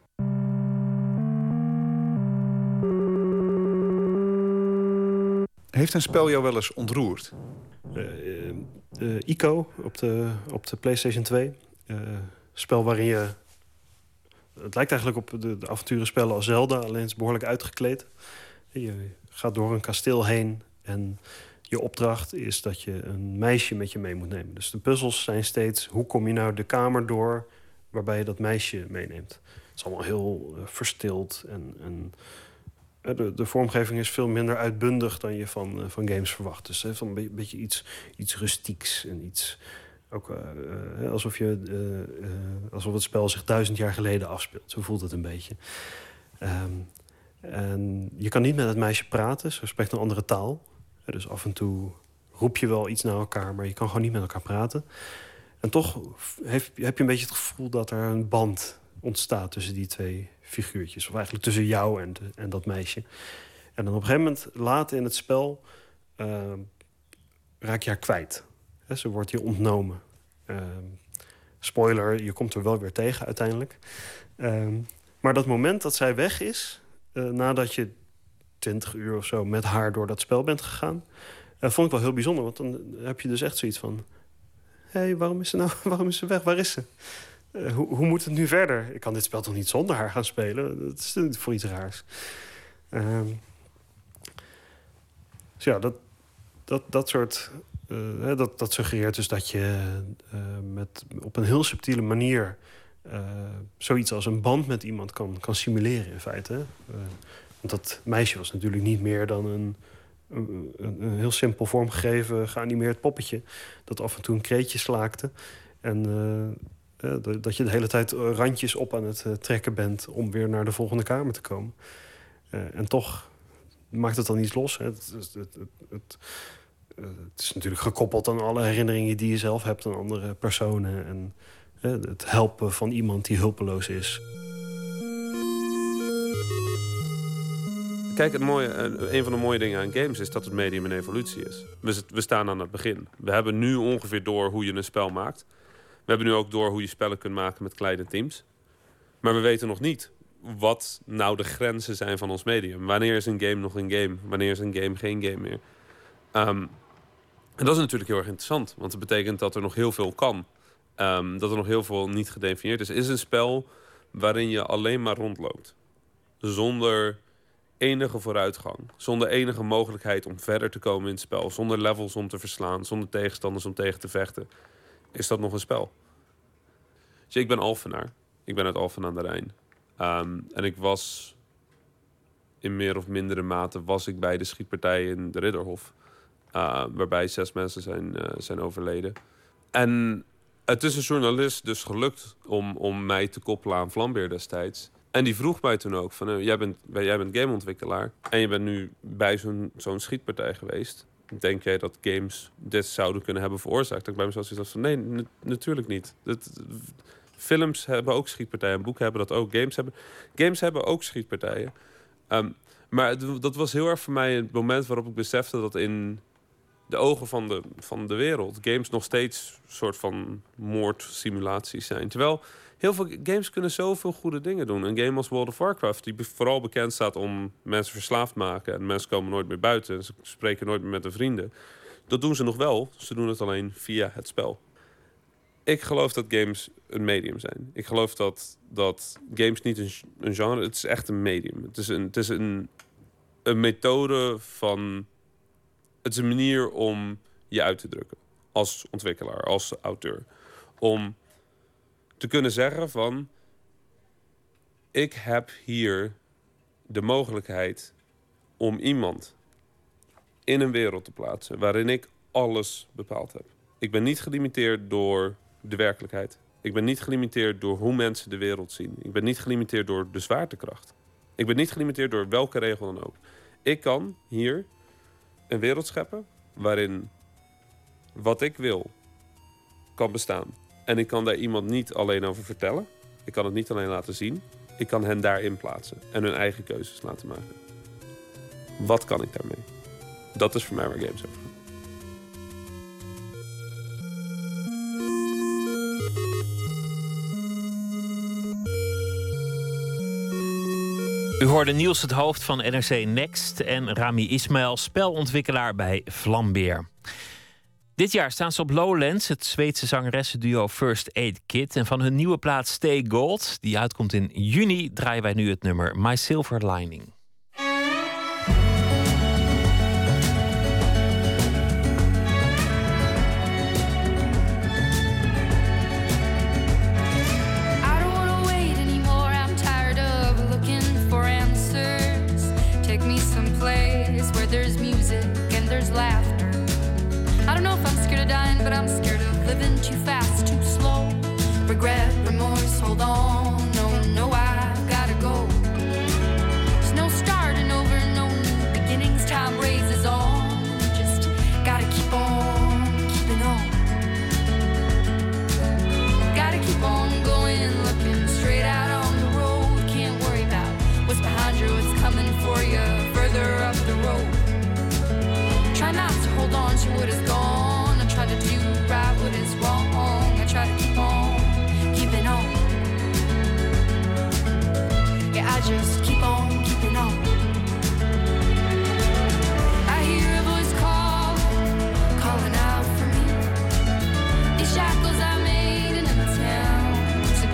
Heeft een spel jou wel eens ontroerd? Uh, uh, uh, Ico op de, op de PlayStation twee. Uh, spel waarin je... Het lijkt eigenlijk op de, de avonturenspellen als Zelda, alleen het is behoorlijk uitgekleed. Je gaat door een kasteel heen en je opdracht is dat je een meisje met je mee moet nemen. Dus de puzzels zijn steeds, hoe kom je nou de kamer door waarbij je dat meisje meeneemt. Het is allemaal heel uh, verstild en... en De, de vormgeving is veel minder uitbundig dan je van, uh, van games verwacht. Dus het heeft een be- beetje iets, iets rustieks en iets... Ook uh, uh, alsof, je, uh, uh, alsof het spel zich duizend jaar geleden afspeelt. Zo voelt het een beetje. Um, en je kan niet met het meisje praten. Ze spreekt een andere taal. Uh, dus af en toe roep je wel iets naar elkaar, maar je kan gewoon niet met elkaar praten. En toch heb, heb je een beetje het gevoel dat er een band ontstaat tussen die twee figuurtjes. Of eigenlijk tussen jou en, de, en dat meisje. En dan op een gegeven moment, later in het spel, uh, raak je haar kwijt. He, ze wordt je ontnomen. Uh, spoiler, je komt er wel weer tegen uiteindelijk. Uh, maar dat moment dat zij weg is, uh, nadat je twintig uur of zo met haar door dat spel bent gegaan, uh, vond ik wel heel bijzonder. Want dan heb je dus echt zoiets van, hé, hey, waarom is ze nou, waarom is ze weg? Waar is ze? Uh, hoe, hoe moet het nu verder? Ik kan dit spel toch niet zonder haar gaan spelen? Dat is niet voor iets raars. Uh, dus ja, dat, dat, dat soort... Uh, dat, dat suggereert dus dat je uh, met, op een heel subtiele manier... Uh, zoiets als een band met iemand kan, kan simuleren in feite. Uh, want dat meisje was natuurlijk niet meer dan een... Een, een heel simpel vormgegeven geanimeerd poppetje... dat af en toe een kreetje slaakte. En uh, uh, dat je de hele tijd randjes op aan het uh, trekken bent... om weer naar de volgende kamer te komen. Uh, en toch maakt het dan iets los. Hè? Het, het, het, het, uh, het is natuurlijk gekoppeld aan alle herinneringen die je zelf hebt... aan andere personen en uh, het helpen van iemand die hulpeloos is... Kijk, het mooie, een van de mooie dingen aan games is dat het medium in evolutie is. We, we staan aan het begin. We hebben nu ongeveer door hoe je een spel maakt. We hebben nu ook door hoe je spellen kunt maken met kleine teams. Maar we weten nog niet wat nou de grenzen zijn van ons medium. Wanneer is een game nog een game? Wanneer is een game geen game meer? Um, en dat is natuurlijk heel erg interessant. Want het betekent dat er nog heel veel kan. Um, dat er nog heel veel niet gedefinieerd is. Is een spel waarin je alleen maar rondloopt. Zonder... enige vooruitgang. Zonder enige mogelijkheid om verder te komen in het spel. Zonder levels om te verslaan. Zonder tegenstanders om tegen te vechten. Is dat nog een spel? Dus ik ben Alphenaar. Ik ben uit Alphen aan de Rijn. Um, en ik was... in meer of mindere mate... was ik bij de schietpartij in de Ridderhof. Uh, waarbij zes mensen zijn, uh, zijn overleden. En het is een journalist dus gelukt... om, om mij te koppelen aan Vlambeer destijds... En die vroeg mij toen ook van, uh, jij, bent, jij bent gameontwikkelaar... en je bent nu bij zo'n zo'n schietpartij geweest. Denk jij dat games dit zouden kunnen hebben veroorzaakt? Dat ik bij mezelf zoiets van, nee, n- natuurlijk niet. Dat, films hebben ook schietpartijen, boeken hebben dat ook. Games hebben, games hebben ook schietpartijen. Um, maar het, dat was heel erg voor mij het moment waarop ik besefte... dat in de ogen van de, van de wereld games nog steeds een soort van moordsimulaties zijn. Terwijl... heel veel games kunnen zoveel goede dingen doen. Een game als World of Warcraft, die vooral bekend staat om mensen verslaafd maken... en mensen komen nooit meer buiten en ze spreken nooit meer met hun vrienden. Dat doen ze nog wel, ze doen het alleen via het spel. Ik geloof dat games een medium zijn. Ik geloof dat, dat games niet een, een genre... het is echt een medium. Het is, een, het is een, een methode van... het is een manier om je uit te drukken. Als ontwikkelaar, als auteur. Om... te kunnen zeggen van... ik heb hier de mogelijkheid om iemand in een wereld te plaatsen... waarin ik alles bepaald heb. Ik ben niet gelimiteerd door de werkelijkheid. Ik ben niet gelimiteerd door hoe mensen de wereld zien. Ik ben niet gelimiteerd door de zwaartekracht. Ik ben niet gelimiteerd door welke regel dan ook. Ik kan hier een wereld scheppen... waarin wat ik wil kan bestaan... En ik kan daar iemand niet alleen over vertellen. Ik kan het niet alleen laten zien. Ik kan hen daarin plaatsen. En hun eigen keuzes laten maken. Wat kan ik daarmee? Dat is voor mij waar games over gaan. U hoorde Niels het Hoofd van N R C Next... en Rami Ismail, spelontwikkelaar bij Vlambeer. Dit jaar staan ze op Lowlands, het Zweedse zangeressenduo First Aid Kit. En van hun nieuwe plaat Stay Gold, die uitkomt in juni, draaien wij nu het nummer My Silver Lining. But I'm scared of living too fast, too slow. Regret, remorse, hold on. No, no, I've gotta go. There's no starting over, no new beginnings. Time raises on. Just gotta keep on keeping on. Gotta keep on going, looking straight out on the road. Can't worry about what's behind you, what's coming for you further up the road. Try not to hold on to what is gone. Try to do right what is wrong. I try to keep on keeping on. Yeah, I just keep on keeping on. I hear a voice call, calling out for me. These shackles I made in a town to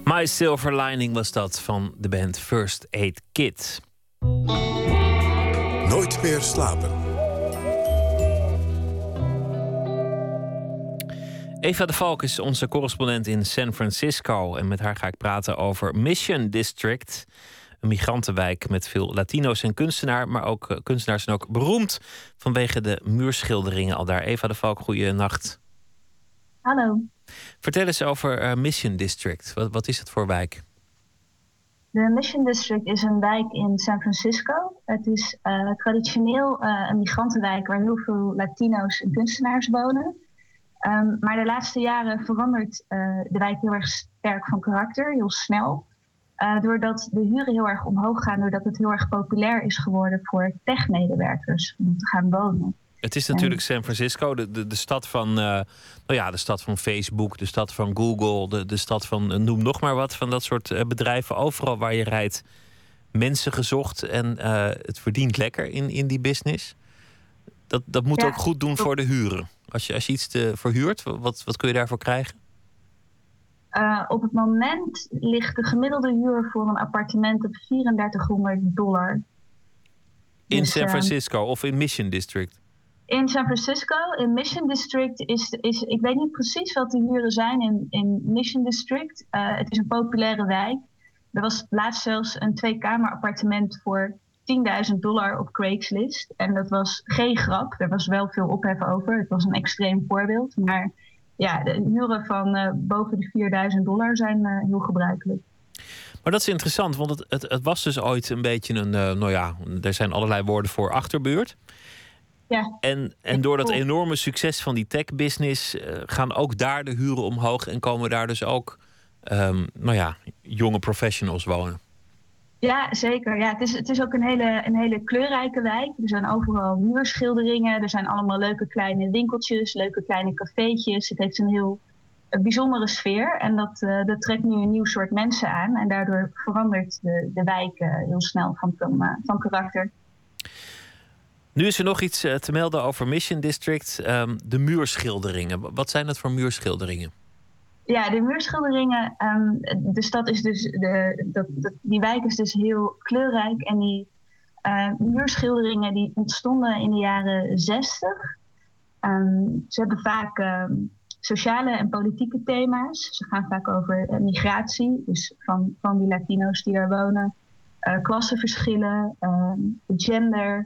My Silver Lining was dat van de band First Aid Kit. Nooit meer slapen. Eva de Valk is onze correspondent in San Francisco. En met haar ga ik praten over Mission District. Een migrantenwijk met veel Latino's en kunstenaar, maar ook uh, kunstenaars zijn ook beroemd vanwege de muurschilderingen al daar. Eva de Valk, goeienacht. Hallo. Vertel eens over uh, Mission District. Wat, wat is het voor wijk? De Mission District is een wijk in San Francisco. Het is uh, traditioneel uh, een migrantenwijk waar heel veel Latino's en kunstenaars wonen. Um, maar de laatste jaren verandert uh, de wijk heel erg sterk van karakter, heel snel. Uh, doordat de huren heel erg omhoog gaan, doordat het heel erg populair is geworden voor techmedewerkers om te gaan wonen. Het is natuurlijk San Francisco, de, de, de stad van, uh, nou ja, de stad van Facebook, de stad van Google, de, de stad van, uh, noem nog maar wat, van dat soort uh, bedrijven. Overal waar je rijdt, mensen gezocht en uh, het verdient lekker in, in die business. Dat, dat moet ja, ook goed doen voor de huren. Als je, als je iets te verhuurt, wat, wat kun je daarvoor krijgen? Uh, op het moment ligt de gemiddelde huur voor een appartement op drieduizendvierhonderd dollar. In dus, San Francisco uh, of in Mission District? In San Francisco. In Mission District is, is... Ik weet niet precies wat de huren zijn in, in Mission District. Uh, het is een populaire wijk. Er was laatst zelfs een twee-kamer appartement voor tienduizend dollar op Craigslist. En dat was geen grap. Er was wel veel ophef over. Het was een extreem voorbeeld. Maar ja, de huren van uh, boven de vierduizend dollar zijn uh, heel gebruikelijk. Maar dat is interessant, want het, het, het was dus ooit een beetje een... Uh, nou ja, er zijn allerlei woorden voor achterbuurt. Ja. En, en door dat enorme succes van die tech-business uh, gaan ook daar de huren omhoog en komen daar dus ook um, nou ja, jonge professionals wonen. Ja, zeker. Ja, het, is, het is ook een hele, een hele kleurrijke wijk. Er zijn overal muurschilderingen. Er zijn allemaal leuke kleine winkeltjes, leuke kleine cafeetjes. Het heeft een heel een bijzondere sfeer. En dat, uh, dat trekt nu een nieuw soort mensen aan. En daardoor verandert de, de wijk uh, heel snel van, van, uh, van karakter. Nu is er nog iets uh, te melden over Mission District. Um, de muurschilderingen. Wat zijn dat voor muurschilderingen? Ja, de muurschilderingen, um, de stad is dus, de, dat, dat, die wijk is dus heel kleurrijk. En die uh, muurschilderingen die ontstonden in de jaren zestig. Um, ze hebben vaak um, sociale en politieke thema's. Ze gaan vaak over uh, migratie, dus van, van die Latino's die daar wonen. Uh, klassenverschillen, um, gender.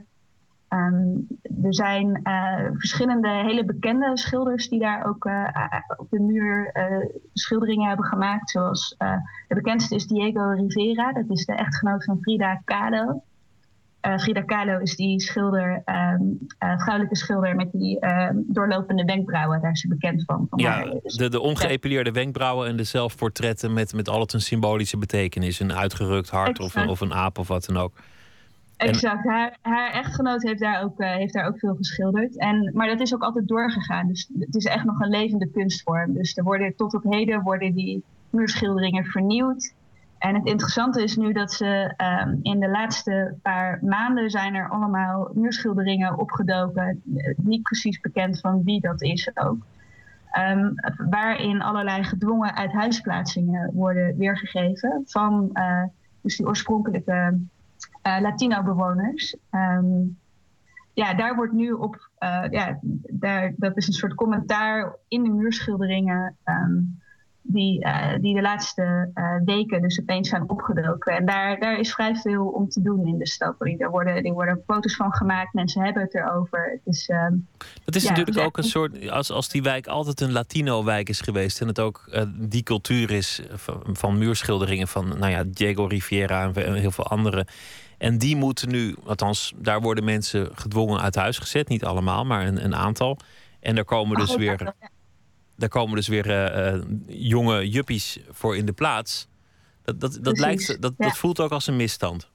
Um, er zijn uh, verschillende hele bekende schilders die daar ook uh, op de muur uh, schilderingen hebben gemaakt. Zoals uh, de bekendste is Diego Rivera, dat is de echtgenoot van Frida Kahlo. Uh, Frida Kahlo is die schilder, um, uh, vrouwelijke schilder met die uh, doorlopende wenkbrauwen. Daar is ze bekend van. van ja, de, de ongeëpileerde wenkbrauwen en de zelfportretten met, met altijd een symbolische betekenis. Een uitgerukt hart of een, of een aap of wat dan ook. Exact. Haar, haar echtgenoot heeft daar, ook, uh, heeft daar ook veel geschilderd. En, maar dat is ook altijd doorgegaan. Dus het is echt nog een levende kunstvorm. Dus er worden, tot op heden worden die muurschilderingen vernieuwd. En het interessante is nu dat ze um, in de laatste paar maanden zijn er allemaal muurschilderingen opgedoken. Niet precies bekend van wie dat is ook. Um, waarin allerlei gedwongen uithuisplaatsingen worden weergegeven van uh, dus die oorspronkelijke Uh, Latino-bewoners. Um, ja, daar wordt nu op... Uh, ja, daar, dat is een soort commentaar in de muurschilderingen Um, die, uh, die de laatste uh, weken dus opeens zijn opgedoken. En daar, daar is vrij veel om te doen in de stad. Er worden, er worden foto's van gemaakt. Mensen hebben het erover. Het is, um, dat is ja, natuurlijk ja, ook een soort... Als, als die wijk altijd een Latino-wijk is geweest en het ook uh, die cultuur is van, van muurschilderingen van nou ja, Diego Rivera en heel veel anderen. En die moeten nu, althans, daar worden mensen gedwongen uit huis gezet. Niet allemaal, maar een, een aantal. En daar komen dus weer, daar komen dus weer uh, uh, jonge juppies voor in de plaats. Dat, dat, dat, lijkt, dat, ja. dat voelt ook als een misstand.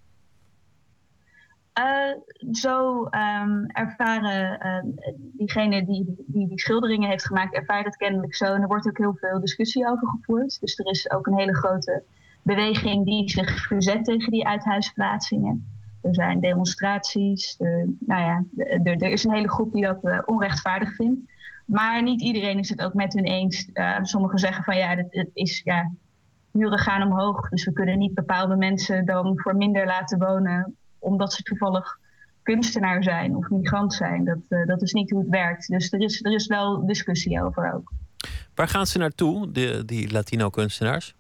Uh, zo um, ervaren uh, diegene die, die die schilderingen heeft gemaakt, ervaart het kennelijk zo. En er wordt ook heel veel discussie over gevoerd. Dus er is ook een hele grote beweging die zich verzet tegen die uithuisplaatsingen. Er zijn demonstraties. Er, nou ja, er, er is een hele groep die dat uh, onrechtvaardig vindt. Maar niet iedereen is het ook met hun eens. Uh, sommigen zeggen van ja, het, het is, ja, huren gaan omhoog. Dus we kunnen niet bepaalde mensen dan voor minder laten wonen, omdat ze toevallig kunstenaar zijn of migrant zijn. Dat, uh, dat is niet hoe het werkt. Dus er is, er is wel discussie over ook. Waar gaan ze naartoe, de, die Latino-kunstenaars?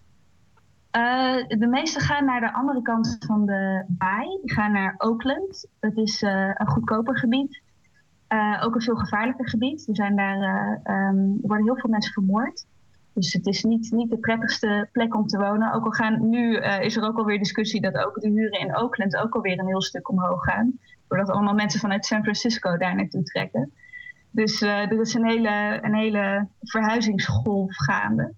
Uh, de meeste gaan naar de andere kant van de baai. Die gaan naar Oakland. Dat is uh, een goedkoper gebied. Uh, ook een veel gevaarlijker gebied. Er, zijn daar, uh, um, er worden heel veel mensen vermoord. Dus het is niet, niet de prettigste plek om te wonen. Ook al gaan, nu uh, is er ook alweer discussie dat ook de huren in Oakland ook alweer een heel stuk omhoog gaan. Doordat allemaal mensen vanuit San Francisco daar naartoe trekken. Dus uh, er is een hele, een hele verhuizingsgolf gaande.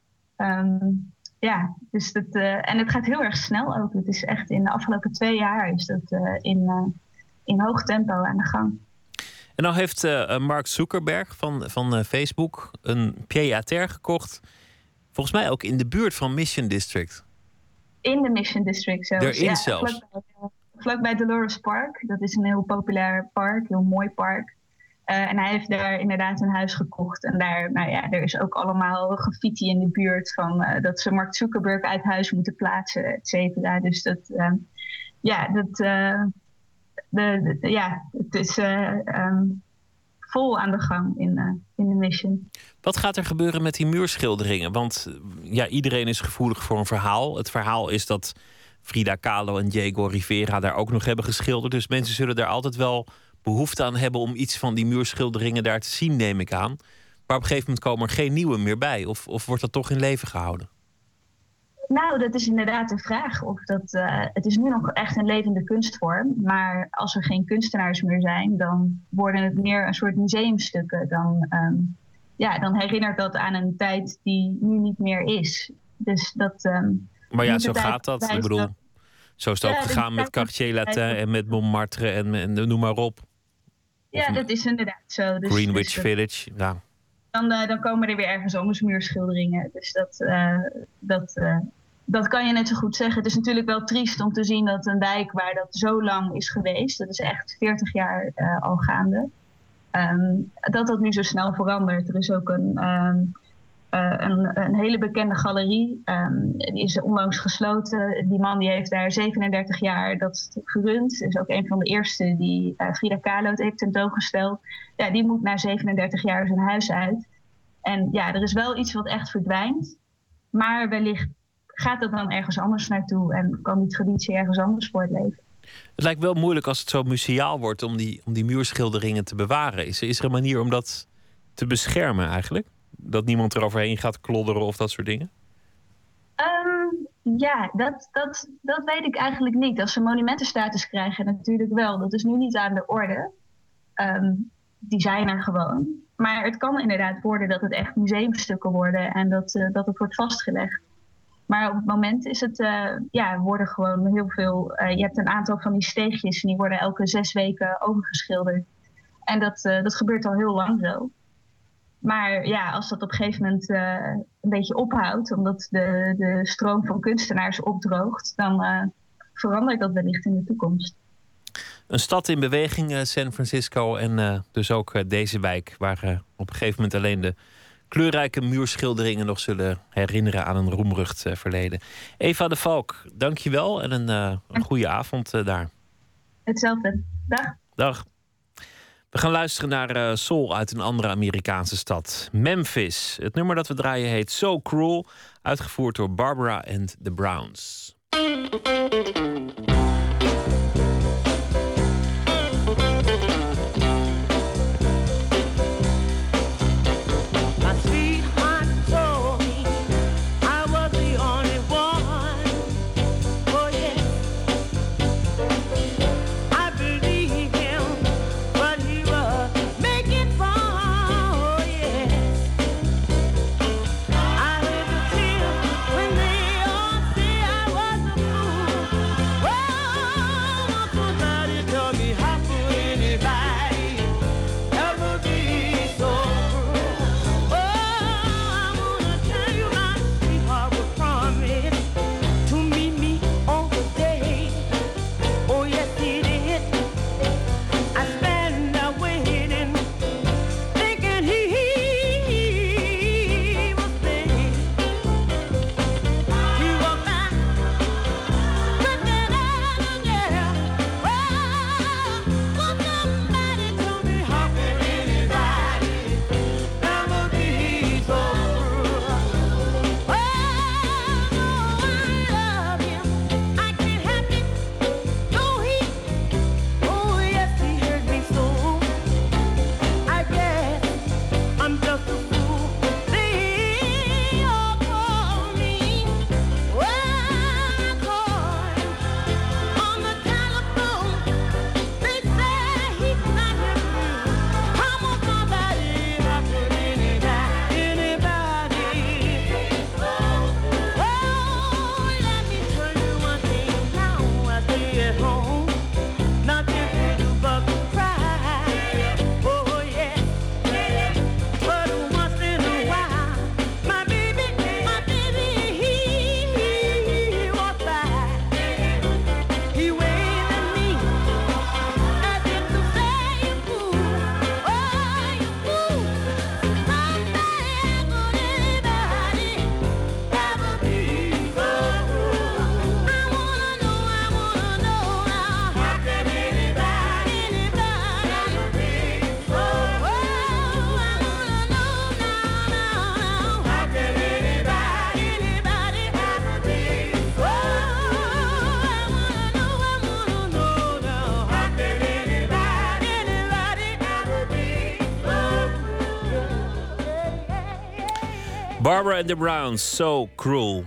Um, ja, dus dat, uh, en het gaat heel erg snel ook. Het is echt in de afgelopen twee jaar is dat uh, in, uh, in hoog tempo aan de gang. En nou heeft uh, Mark Zuckerberg van, van uh, Facebook een pied-à-terre gekocht. Volgens mij ook in de buurt van Mission District. In de Mission District zelfs. Erin ja, zelfs. Vlakbij, uh, vlakbij Dolores Park. Dat is een heel populair park, heel mooi park. Uh, en hij heeft daar inderdaad een huis gekocht. En daar, nou ja, er is ook allemaal graffiti in de buurt van uh, dat ze Mark Zuckerberg uit huis moeten plaatsen, et cetera. Dus dat, uh, ja, dat, uh, de, de, ja, het is uh, um, vol aan de gang in, uh, in de Mission. Wat gaat er gebeuren met die muurschilderingen? Want ja, iedereen is gevoelig voor een verhaal. Het verhaal is dat Frida Kahlo en Diego Rivera daar ook nog hebben geschilderd. Dus mensen zullen daar altijd wel behoefte aan hebben om iets van die muurschilderingen daar te zien, neem ik aan. Maar op een gegeven moment komen er geen nieuwe meer bij. Of, of wordt dat toch in leven gehouden? Nou, dat is inderdaad de vraag. Of dat, uh, het is nu nog echt een levende kunstvorm. Maar als er geen kunstenaars meer zijn, dan worden het meer een soort museumstukken. Dan, um, ja, dan herinnert dat aan een tijd die nu niet meer is. Dus dat, um, maar ja, zo gaat dat. Ik bedoel, zo is het ook ja, gegaan met Cartier Latin en met Montmartre en, en noem maar op. Ja, dat is inderdaad zo. Dus, Greenwich dus Village, ja. Dan, uh, dan komen er weer ergens anders muurschilderingen. Dus dat, uh, dat, uh, dat kan je net zo goed zeggen. Het is natuurlijk wel triest om te zien dat een wijk waar dat zo lang is geweest, dat is echt veertig jaar uh, al gaande, um, dat dat nu zo snel verandert. Er is ook een, um, uh, een, een hele bekende galerie. Um, die is onlangs gesloten. Die man die heeft daar zevenendertig jaar dat gerund. Is ook een van de eerste die uh, Frida Kahlo heeft tentoongesteld. Ja, die moet na zevenendertig jaar zijn huis uit. En ja, er is wel iets wat echt verdwijnt. Maar wellicht gaat het dan ergens anders naartoe en kan die traditie ergens anders voortleven. Het lijkt wel moeilijk als het zo museaal wordt om die, om die muurschilderingen te bewaren. Is, is er een manier om dat te beschermen eigenlijk? Dat niemand eroverheen gaat klodderen of dat soort dingen? Um, ja, dat, dat, dat weet ik eigenlijk niet. Als ze monumentenstatus krijgen, natuurlijk wel. Dat is nu niet aan de orde. Um, die zijn er gewoon. Maar het kan inderdaad worden dat het echt museumstukken worden en dat, uh, dat het wordt vastgelegd. Maar op het moment is het, uh, ja, worden gewoon heel veel. Uh, je hebt een aantal van die steegjes en die worden elke zes weken overgeschilderd. En dat, uh, dat gebeurt al heel lang zo. Maar ja, als dat op een gegeven moment uh, een beetje ophoudt, omdat de, de stroom van kunstenaars opdroogt, dan uh, verandert dat wellicht in de toekomst. Een stad in beweging, uh, San Francisco, en uh, dus ook uh, deze wijk, waar uh, op een gegeven moment alleen de kleurrijke muurschilderingen nog zullen herinneren aan een roemrucht uh, verleden. Eva de Valk, dank je wel en een, uh, een goede avond uh, daar. Hetzelfde. Dag. Dag. We gaan luisteren naar uh, soul uit een andere Amerikaanse stad, Memphis. Het nummer dat we draaien heet So Cruel, uitgevoerd door Barbara and the Browns. Well, Barbara and the Browns, So Cruel.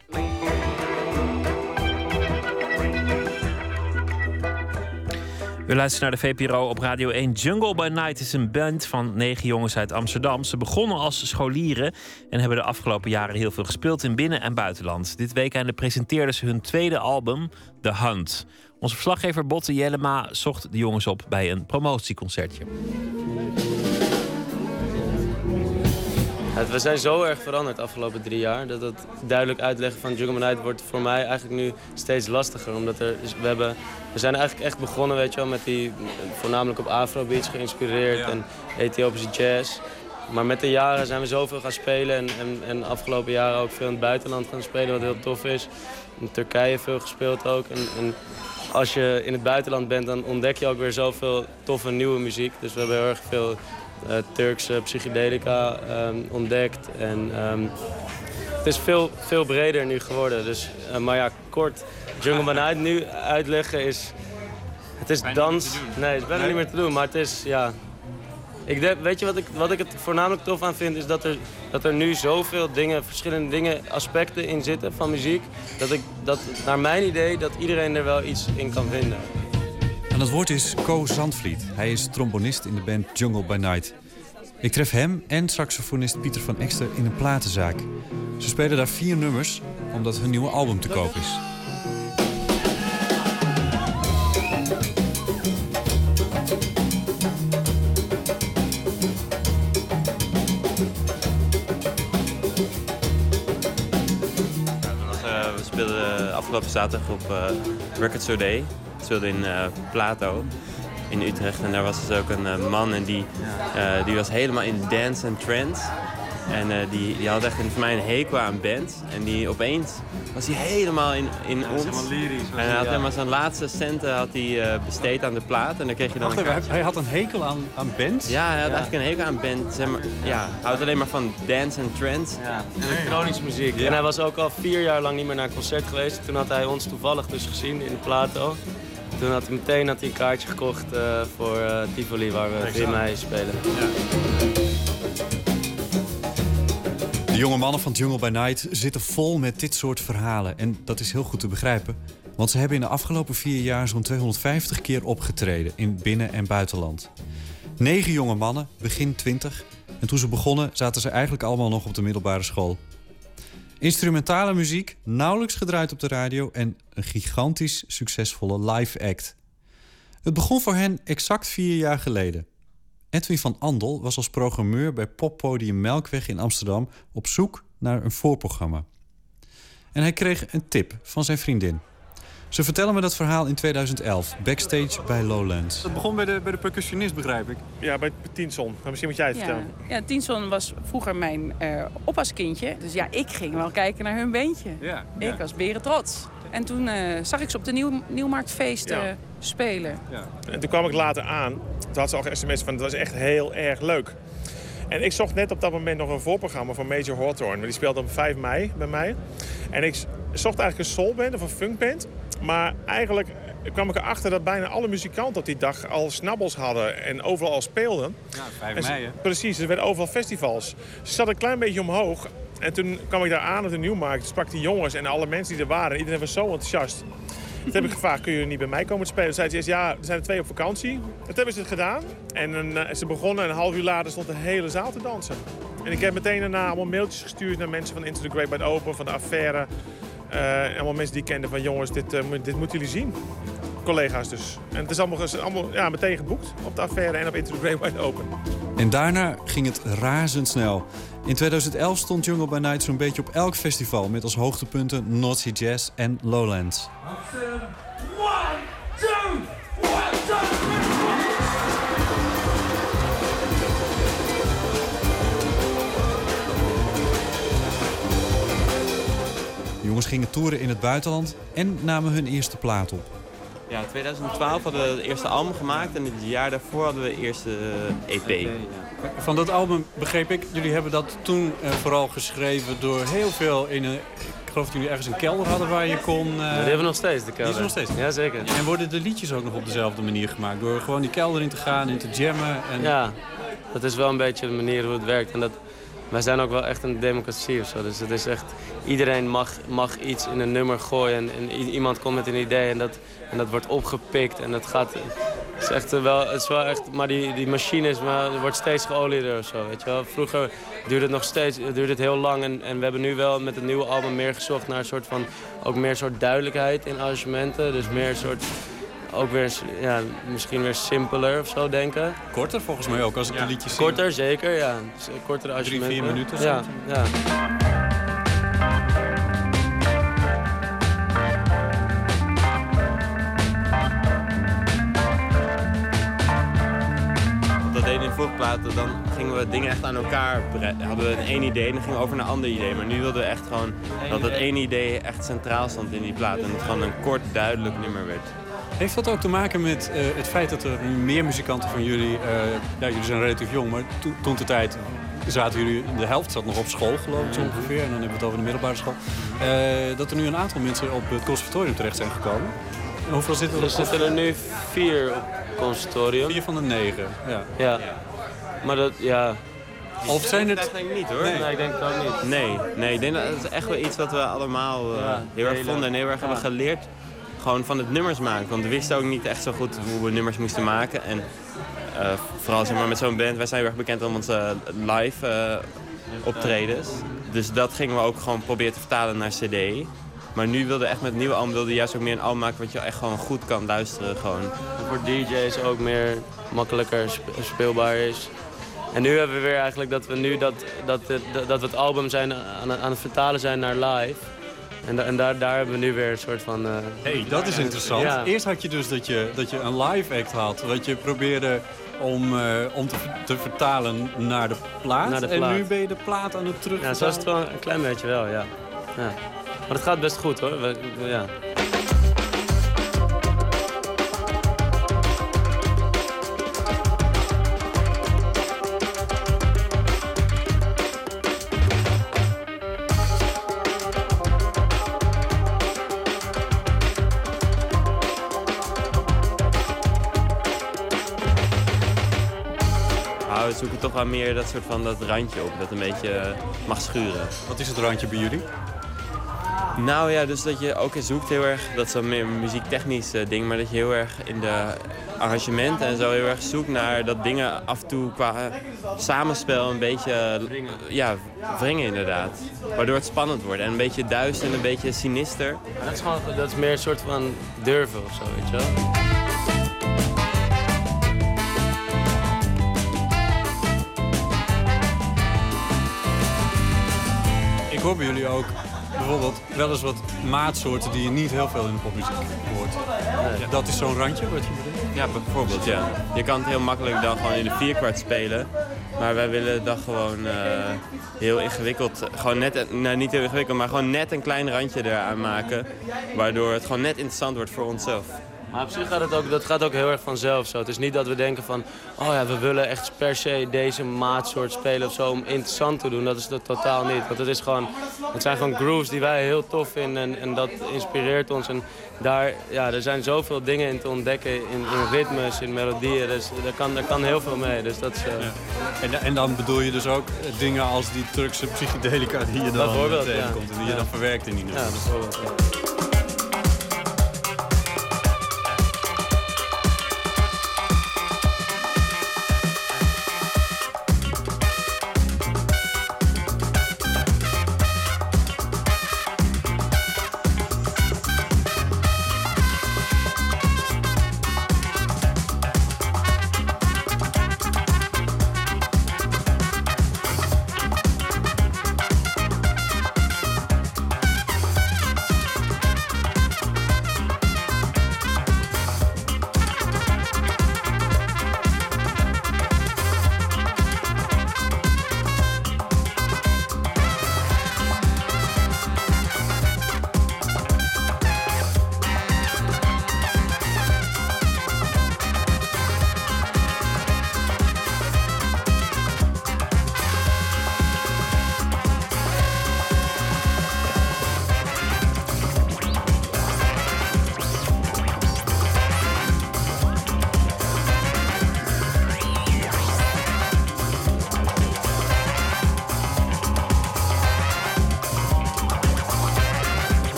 We luisteren naar de V P R O op Radio één. Jungle by Night is een band van negen jongens uit Amsterdam. Ze begonnen als scholieren en hebben de afgelopen jaren heel veel gespeeld in binnen- en buitenland. Dit weekend presenteerden ze hun tweede album, The Hunt. Onze verslaggever Botte Jellema zocht de jongens op bij een promotieconcertje. We zijn zo erg veranderd de afgelopen drie jaar dat het duidelijk uitleggen van Jungle by Night wordt voor mij eigenlijk nu steeds lastiger. Omdat er, we, hebben, we zijn eigenlijk echt begonnen, weet je wel, met die voornamelijk op Afrobeats geïnspireerd ja. en Ethiopische jazz. Maar met de jaren zijn we zoveel gaan spelen en, en, en afgelopen jaren ook veel in het buitenland gaan spelen, wat heel tof is. In Turkije veel gespeeld ook. En, en als je in het buitenland bent, dan ontdek je ook weer zoveel toffe nieuwe muziek. Dus we hebben heel erg veel Uh, Turkse psychedelica um, ontdekt. En um, het is veel, veel breder nu geworden. Dus, uh, maar ja, kort Jungle by Night nu uitleggen is... Het is bijna dans... Nee, het is bijna nee. niet meer te doen. Maar het is, ja... Ik denk, weet je wat ik, wat ik het voornamelijk tof aan vind? Is dat er, dat er nu zoveel dingen, verschillende dingen, aspecten in zitten van muziek. Dat ik, dat, naar mijn idee, dat iedereen er wel iets in kan vinden. Aan het woord is Co Zandvliet. Hij is trombonist in de band Jungle by Night. Ik tref hem en saxofonist Pieter van Ekster in een platenzaak. Ze spelen daar vier nummers, omdat hun nieuwe album te koop is. We speelden afgelopen zaterdag op uh, Record Store Day. We speelden in uh, Plato in Utrecht. En daar was dus ook een uh, man en die, uh, die was helemaal in dance en trance. En uh, die, die had echt voor mij een hekel aan band. En die opeens was hij helemaal in, in ja, ons. Helemaal lyrisch. En hij had ja. helemaal zijn laatste centen had hij, uh, besteed aan de plaat. En dan kreeg je dan Wacht, een hij, hij had een hekel aan, aan band? Ja, hij had ja. eigenlijk een hekel aan band. Zeg maar, ja, hij houdt alleen maar van dance en trance. Ja, elektronische muziek. Ja. En hij was ook al vier jaar lang niet meer naar een concert geweest. Toen had hij ons toevallig dus gezien in de Plato. Toen had hij meteen had hij een kaartje gekocht uh, voor uh, Tivoli, waar we weer mee spelen. Ja. De jonge mannen van Jungle by Night zitten vol met dit soort verhalen. En dat is heel goed te begrijpen. Want ze hebben in de afgelopen vier jaar zo'n tweehonderdvijftig keer opgetreden in binnen- en buitenland. Negen jonge mannen, begin twintig. En toen ze begonnen zaten ze eigenlijk allemaal nog op de middelbare school. Instrumentale muziek, nauwelijks gedraaid op de radio en een gigantisch succesvolle live act. Het begon voor hen exact vier jaar geleden. Edwin van Andel was als programmeur bij poppodium Melkweg in Amsterdam op zoek naar een voorprogramma. En hij kreeg een tip van zijn vriendin. Ze vertellen me dat verhaal in tweeduizend elf, backstage bij Lowlands. Dat begon bij de, bij de percussionist, begrijp ik. Ja, bij Tienson. Misschien moet jij het ja. vertellen. Ja, Tienson was vroeger mijn uh, oppaaskindje. Dus ja, ik ging wel kijken naar hun beentje. Ja, ik ja. was beren trots. En toen uh, zag ik ze op de Nieuw, Nieuwmarktfeesten ja. spelen. Ja. En toen kwam ik later aan. Toen had ze al ge-sms'd van, het was echt heel erg leuk. En ik zocht net op dat moment nog een voorprogramma van Major Hawthorne. Die speelde op vijf mei bij mij. En ik zocht eigenlijk een soulband of een funkband. Maar eigenlijk kwam ik erachter dat bijna alle muzikanten op die dag al snabbels hadden en overal al speelden. Ja, vijf mei hè? Precies, er werden overal festivals. Ze zat een klein beetje omhoog. En toen kwam ik daar aan op de Nieuwmarkt. Toen sprak die jongens en alle mensen die er waren. Iedereen was zo enthousiast. Toen heb ik gevraagd, kun je niet bij mij komen te spelen? Toen zei ze eerst, ja, er zijn er twee op vakantie. Toen hebben ze het gedaan. En uh, ze begonnen en een half uur later stond de hele zaal te dansen. En ik heb meteen daarna allemaal mailtjes gestuurd naar mensen van Into the Great Wide Open, van de Affaire. Uh, allemaal mensen die kenden van, jongens, dit, uh, dit moeten jullie zien. Collega's dus. En het is allemaal, allemaal ja, meteen geboekt op de Affaire en op Into the Great Wide Open. En daarna ging het razendsnel. In tweeduizend elf stond Jungle by Night zo'n beetje op elk festival, met als hoogtepunten North Sea Jazz en Lowlands. One, two, one, two. De jongens gingen toeren in het buitenland en namen hun eerste plaat op. Ja, in tweeduizend twaalf hadden we het eerste album gemaakt en het jaar daarvoor hadden we de eerste E P. Ja. Van dat album begreep ik, jullie hebben dat toen uh, vooral geschreven door heel veel in een... Ik geloof dat jullie ergens een kelder hadden waar je kon... Uh... Ja, die hebben we nog steeds, de kelder. Die is nog steeds? Ja, zeker. En worden de liedjes ook nog op dezelfde manier gemaakt? Door gewoon die kelder in te gaan en te jammen? En... Ja, dat is wel een beetje de manier hoe het werkt. En dat, wij zijn ook wel echt een democratie of zo. Dus het is echt, iedereen mag, mag iets in een nummer gooien. En, en i- iemand komt met een idee en dat, en dat wordt opgepikt. En dat gaat... Het is echt wel, het is wel echt, maar die, die machine is, maar, het wordt steeds geolieder of zo, weet je wel. Vroeger duurde het nog steeds, duurde het heel lang en, en we hebben nu wel met het nieuwe album meer gezocht naar een soort van, ook meer soort duidelijkheid in arrangementen. Dus meer een soort, ook weer, ja, misschien weer simpeler of zo denken. Korter volgens mij ook, als ik ja. dus de liedjes zie. Korter, zeker, ja. Kortere arrangementen. Drie, vier minuten. Ja, ja. In de vorige platen, dan gingen we dingen echt aan elkaar bre- hadden we een één idee en dan gingen we over naar een ander idee. Maar nu wilden we echt gewoon dat het één idee echt centraal stond in die plaat. En dat het gewoon een kort, duidelijk nummer werd. Heeft dat ook te maken met uh, het feit dat er nu meer muzikanten van jullie... Uh, ja, jullie zijn relatief jong, maar to- toen de tijd zaten jullie... De helft zat nog op school, geloof ik, zo ongeveer. En dan hebben we het over de middelbare school. Uh, dat er nu een aantal mensen op het conservatorium terecht zijn gekomen. En hoeveel zitten er? Er zitten er nu vier op conservatorium. Vier van de negen, ja. Ja. Maar dat, ja... Of zijn het... Dat denk ik niet hoor. Nee, nee ik denk het ook niet. Nee, nee, ik denk dat het is echt wel iets wat we allemaal uh, ja, heel erg heel vonden en heel erg ja. hebben geleerd. Gewoon van het nummers maken. Want we wisten ook niet echt zo goed hoe we nummers moesten maken. En uh, vooral zeg maar, met zo'n band, wij zijn heel erg bekend om onze live uh, optredens. Dus dat gingen we ook gewoon proberen te vertalen naar cd. Maar nu wilde echt met het nieuwe album wilde juist ook meer een album maken wat je echt gewoon goed kan luisteren. Gewoon. Voor D J's ook meer makkelijker spe- speelbaar is. En nu hebben we weer eigenlijk dat we nu dat, dat, dat, dat we het album zijn aan, aan het vertalen zijn naar live. En, da, en daar, daar hebben we nu weer een soort van... Uh, hey, dat is interessant. Ja. Eerst had je dus dat je, dat je een live act had. Wat je probeerde om, uh, om te, te vertalen naar de plaat. Naar de plaat. En nu ben je de plaat aan het terug. Ja, zo is het wel een klein beetje wel, ja. ja. Maar het gaat best goed hoor. We, we, ja. Nou, we zoeken toch wel meer dat soort van dat randje op, dat een beetje uh, mag schuren. Wat is het randje bij jullie? Nou ja, dus dat je ook zoekt heel erg, dat is dan meer een muziektechnisch uh, ding, maar dat je heel erg in de arrangementen en zo heel erg zoekt naar dat dingen af en toe qua uh, samenspel een beetje uh, ja, wringen inderdaad. Waardoor het spannend wordt en een beetje duister en een beetje sinister. Ja, dat, is gewoon, dat is meer een soort van durven of zo, weet je wel. Ik hoor bij jullie ook bijvoorbeeld wel eens wat maatsoorten die je niet heel veel in de popmuziek hoort. Nee. Dat is zo'n randje wat je bedoelt? Ja, bijvoorbeeld, ja. Je kan het heel makkelijk dan gewoon in de vierkwart spelen. Maar wij willen dan gewoon uh, heel ingewikkeld, gewoon net, nou niet heel ingewikkeld, maar gewoon net een klein randje eraan maken. Waardoor het gewoon net interessant wordt voor onszelf. Maar op zich gaat het ook, dat gaat ook heel erg vanzelf zo. Het is niet dat we denken van, oh ja, we willen echt per se deze maatsoort spelen of zo om interessant te doen. Dat is dat totaal niet. Want het is gewoon, het zijn gewoon grooves die wij heel tof vinden en, en dat inspireert ons. En daar, ja, er zijn zoveel dingen in te ontdekken, in, in ritmes, in melodieën. Dus daar kan, daar kan heel veel mee. Dus dat is, uh... ja. en, en dan bedoel je dus ook dingen als die Turkse psychedelica die je dan tegenkomt ja. en die ja. je dan verwerkt in die nummers. Ja, bijvoorbeeld. Ja.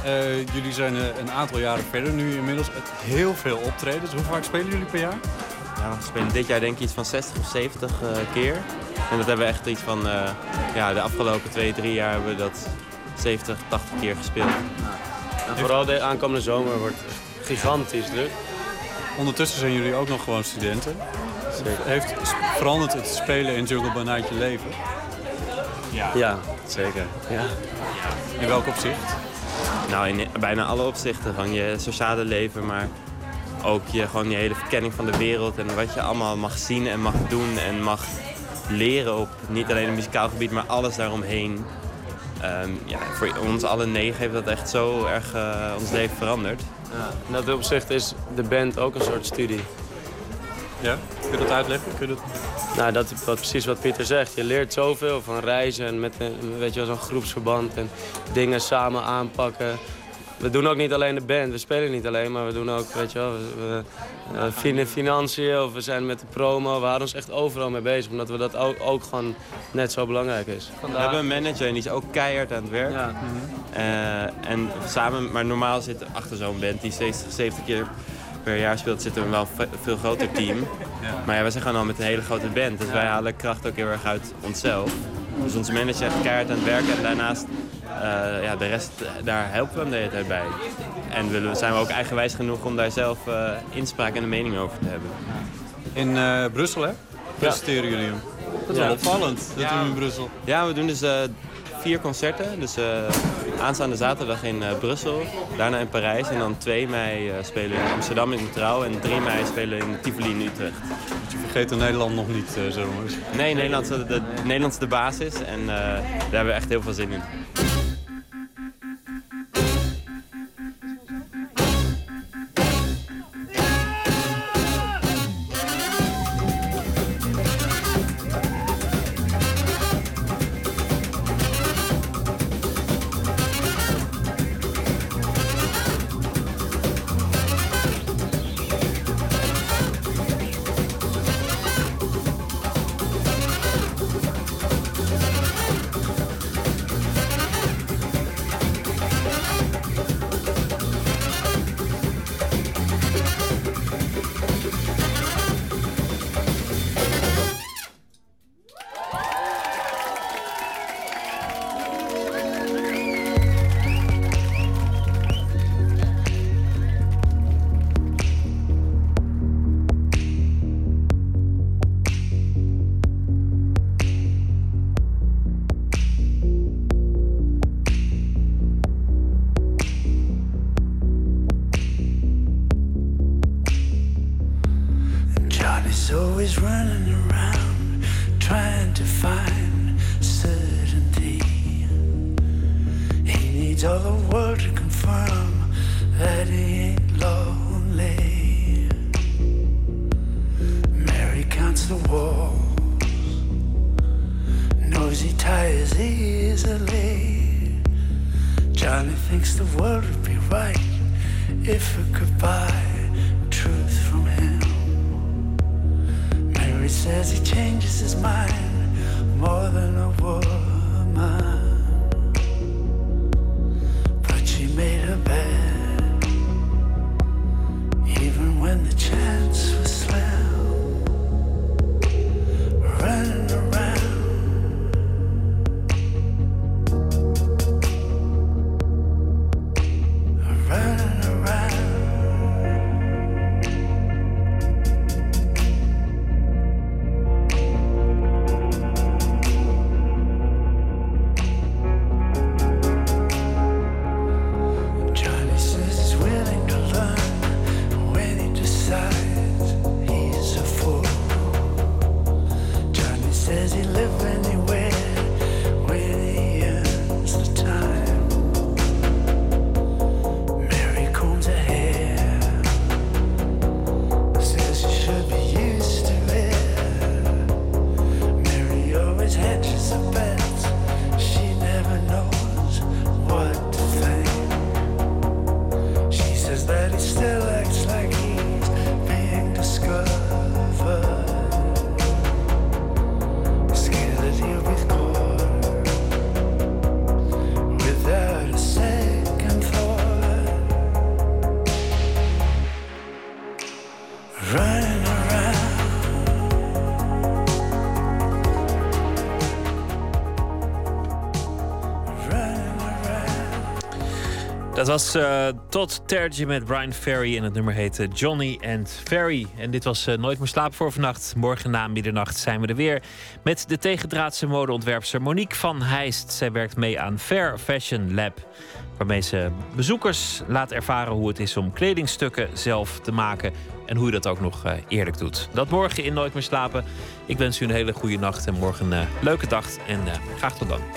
Uh, jullie zijn uh, een aantal jaren verder nu inmiddels. Heel veel optredens. Hoe vaak spelen jullie per jaar? Ja, we spelen dit jaar denk ik iets van zestig of zeventig uh, keer. En dat hebben we echt iets van... Uh, ja, de afgelopen twee, drie jaar hebben we dat zeventig, tachtig keer gespeeld. Ja. En vooral de aankomende zomer wordt gigantisch druk. Ondertussen zijn jullie ook nog gewoon studenten. Zeker. Heeft veranderd het spelen in Jungle by Night je leven? Ja, ja zeker. Ja. In welk opzicht? Nou, in bijna alle opzichten. Van je sociale leven, maar ook je, gewoon je hele verkenning van de wereld. En wat je allemaal mag zien en mag doen en mag leren op niet alleen het muzikaal gebied, maar alles daaromheen. Um, ja, voor ons alle negen heeft dat echt zo erg uh, ons leven veranderd. Ja, in dat opzicht is de band ook een soort studie. Ja? Kun je dat uitleggen? Kun je dat... Nou, dat is precies wat Pieter zegt. Je leert zoveel van reizen en met weet je wel, zo'n groepsverband en dingen samen aanpakken. We doen ook niet alleen de band, we spelen niet alleen, maar we doen ook, weet je wel, we, we, uh, financiën of we zijn met de promo. We houden ons echt overal mee bezig, omdat we dat ook, ook gewoon net zo belangrijk is. Vandaag... We hebben een manager en die is ook keihard aan het werk. Ja. Mm-hmm. uh, en samen, maar normaal zit achter zo'n band die zestig, zeventig keer per jaar speelt, zitten we wel een veel groter team. Ja. Maar ja, wij zijn gewoon al met een hele grote band, dus wij halen kracht ook heel erg uit onszelf. Dus onze manager is keihard aan het werken en daarnaast, uh, ja, de rest, daar helpen we hem de hele tijd bij. En willen, zijn we ook eigenwijs genoeg om daar zelf uh, inspraak en een mening over te hebben. In uh, Brussel, hè? Presenteren ja. jullie hem? Dat is ja. wel opvallend, dat ja. doen we in Brussel. Ja, we doen dus uh, vier concerten. Dus uh, aanstaande zaterdag in uh, Brussel, daarna in Parijs. En dan twee mei uh, spelen we in Amsterdam in de Trouw en drie mei spelen we in Tivoli in Utrecht. Dus je vergeet Nederland nog niet, uh, zo jongens. Nee, Nederland, de, de, Nederland is de basis en uh, daar hebben we echt heel veel zin in. Always running around trying to find certainty. He needs all the world to confirm that he ain't lonely. Mary counts the walls, knows he tires easily. Johnny thinks the world would be right if it could buy truth from him. He says he changes his mind more than a woman, but she made her bed even when the chance was slim. Running around, running around. Dat was uh, Todd Terje met Brian Ferry en het nummer heette Johnny and Ferry. En dit was uh, Nooit meer slapen voor vannacht. Morgen na middernacht zijn we er weer met de tegendraadse modeontwerpster Monique van Heijst. Zij werkt mee aan Fair Fashion Lab, waarmee ze bezoekers laat ervaren hoe het is om kledingstukken zelf te maken en hoe je dat ook nog uh, eerlijk doet. Dat morgen in Nooit meer slapen. Ik wens u een hele goede nacht en morgen een uh, leuke dag en uh, graag tot dan.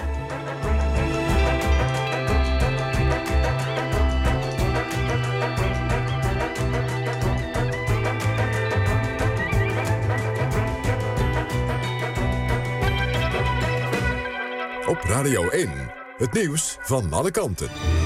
Op Radio één, het nieuws van alle kanten.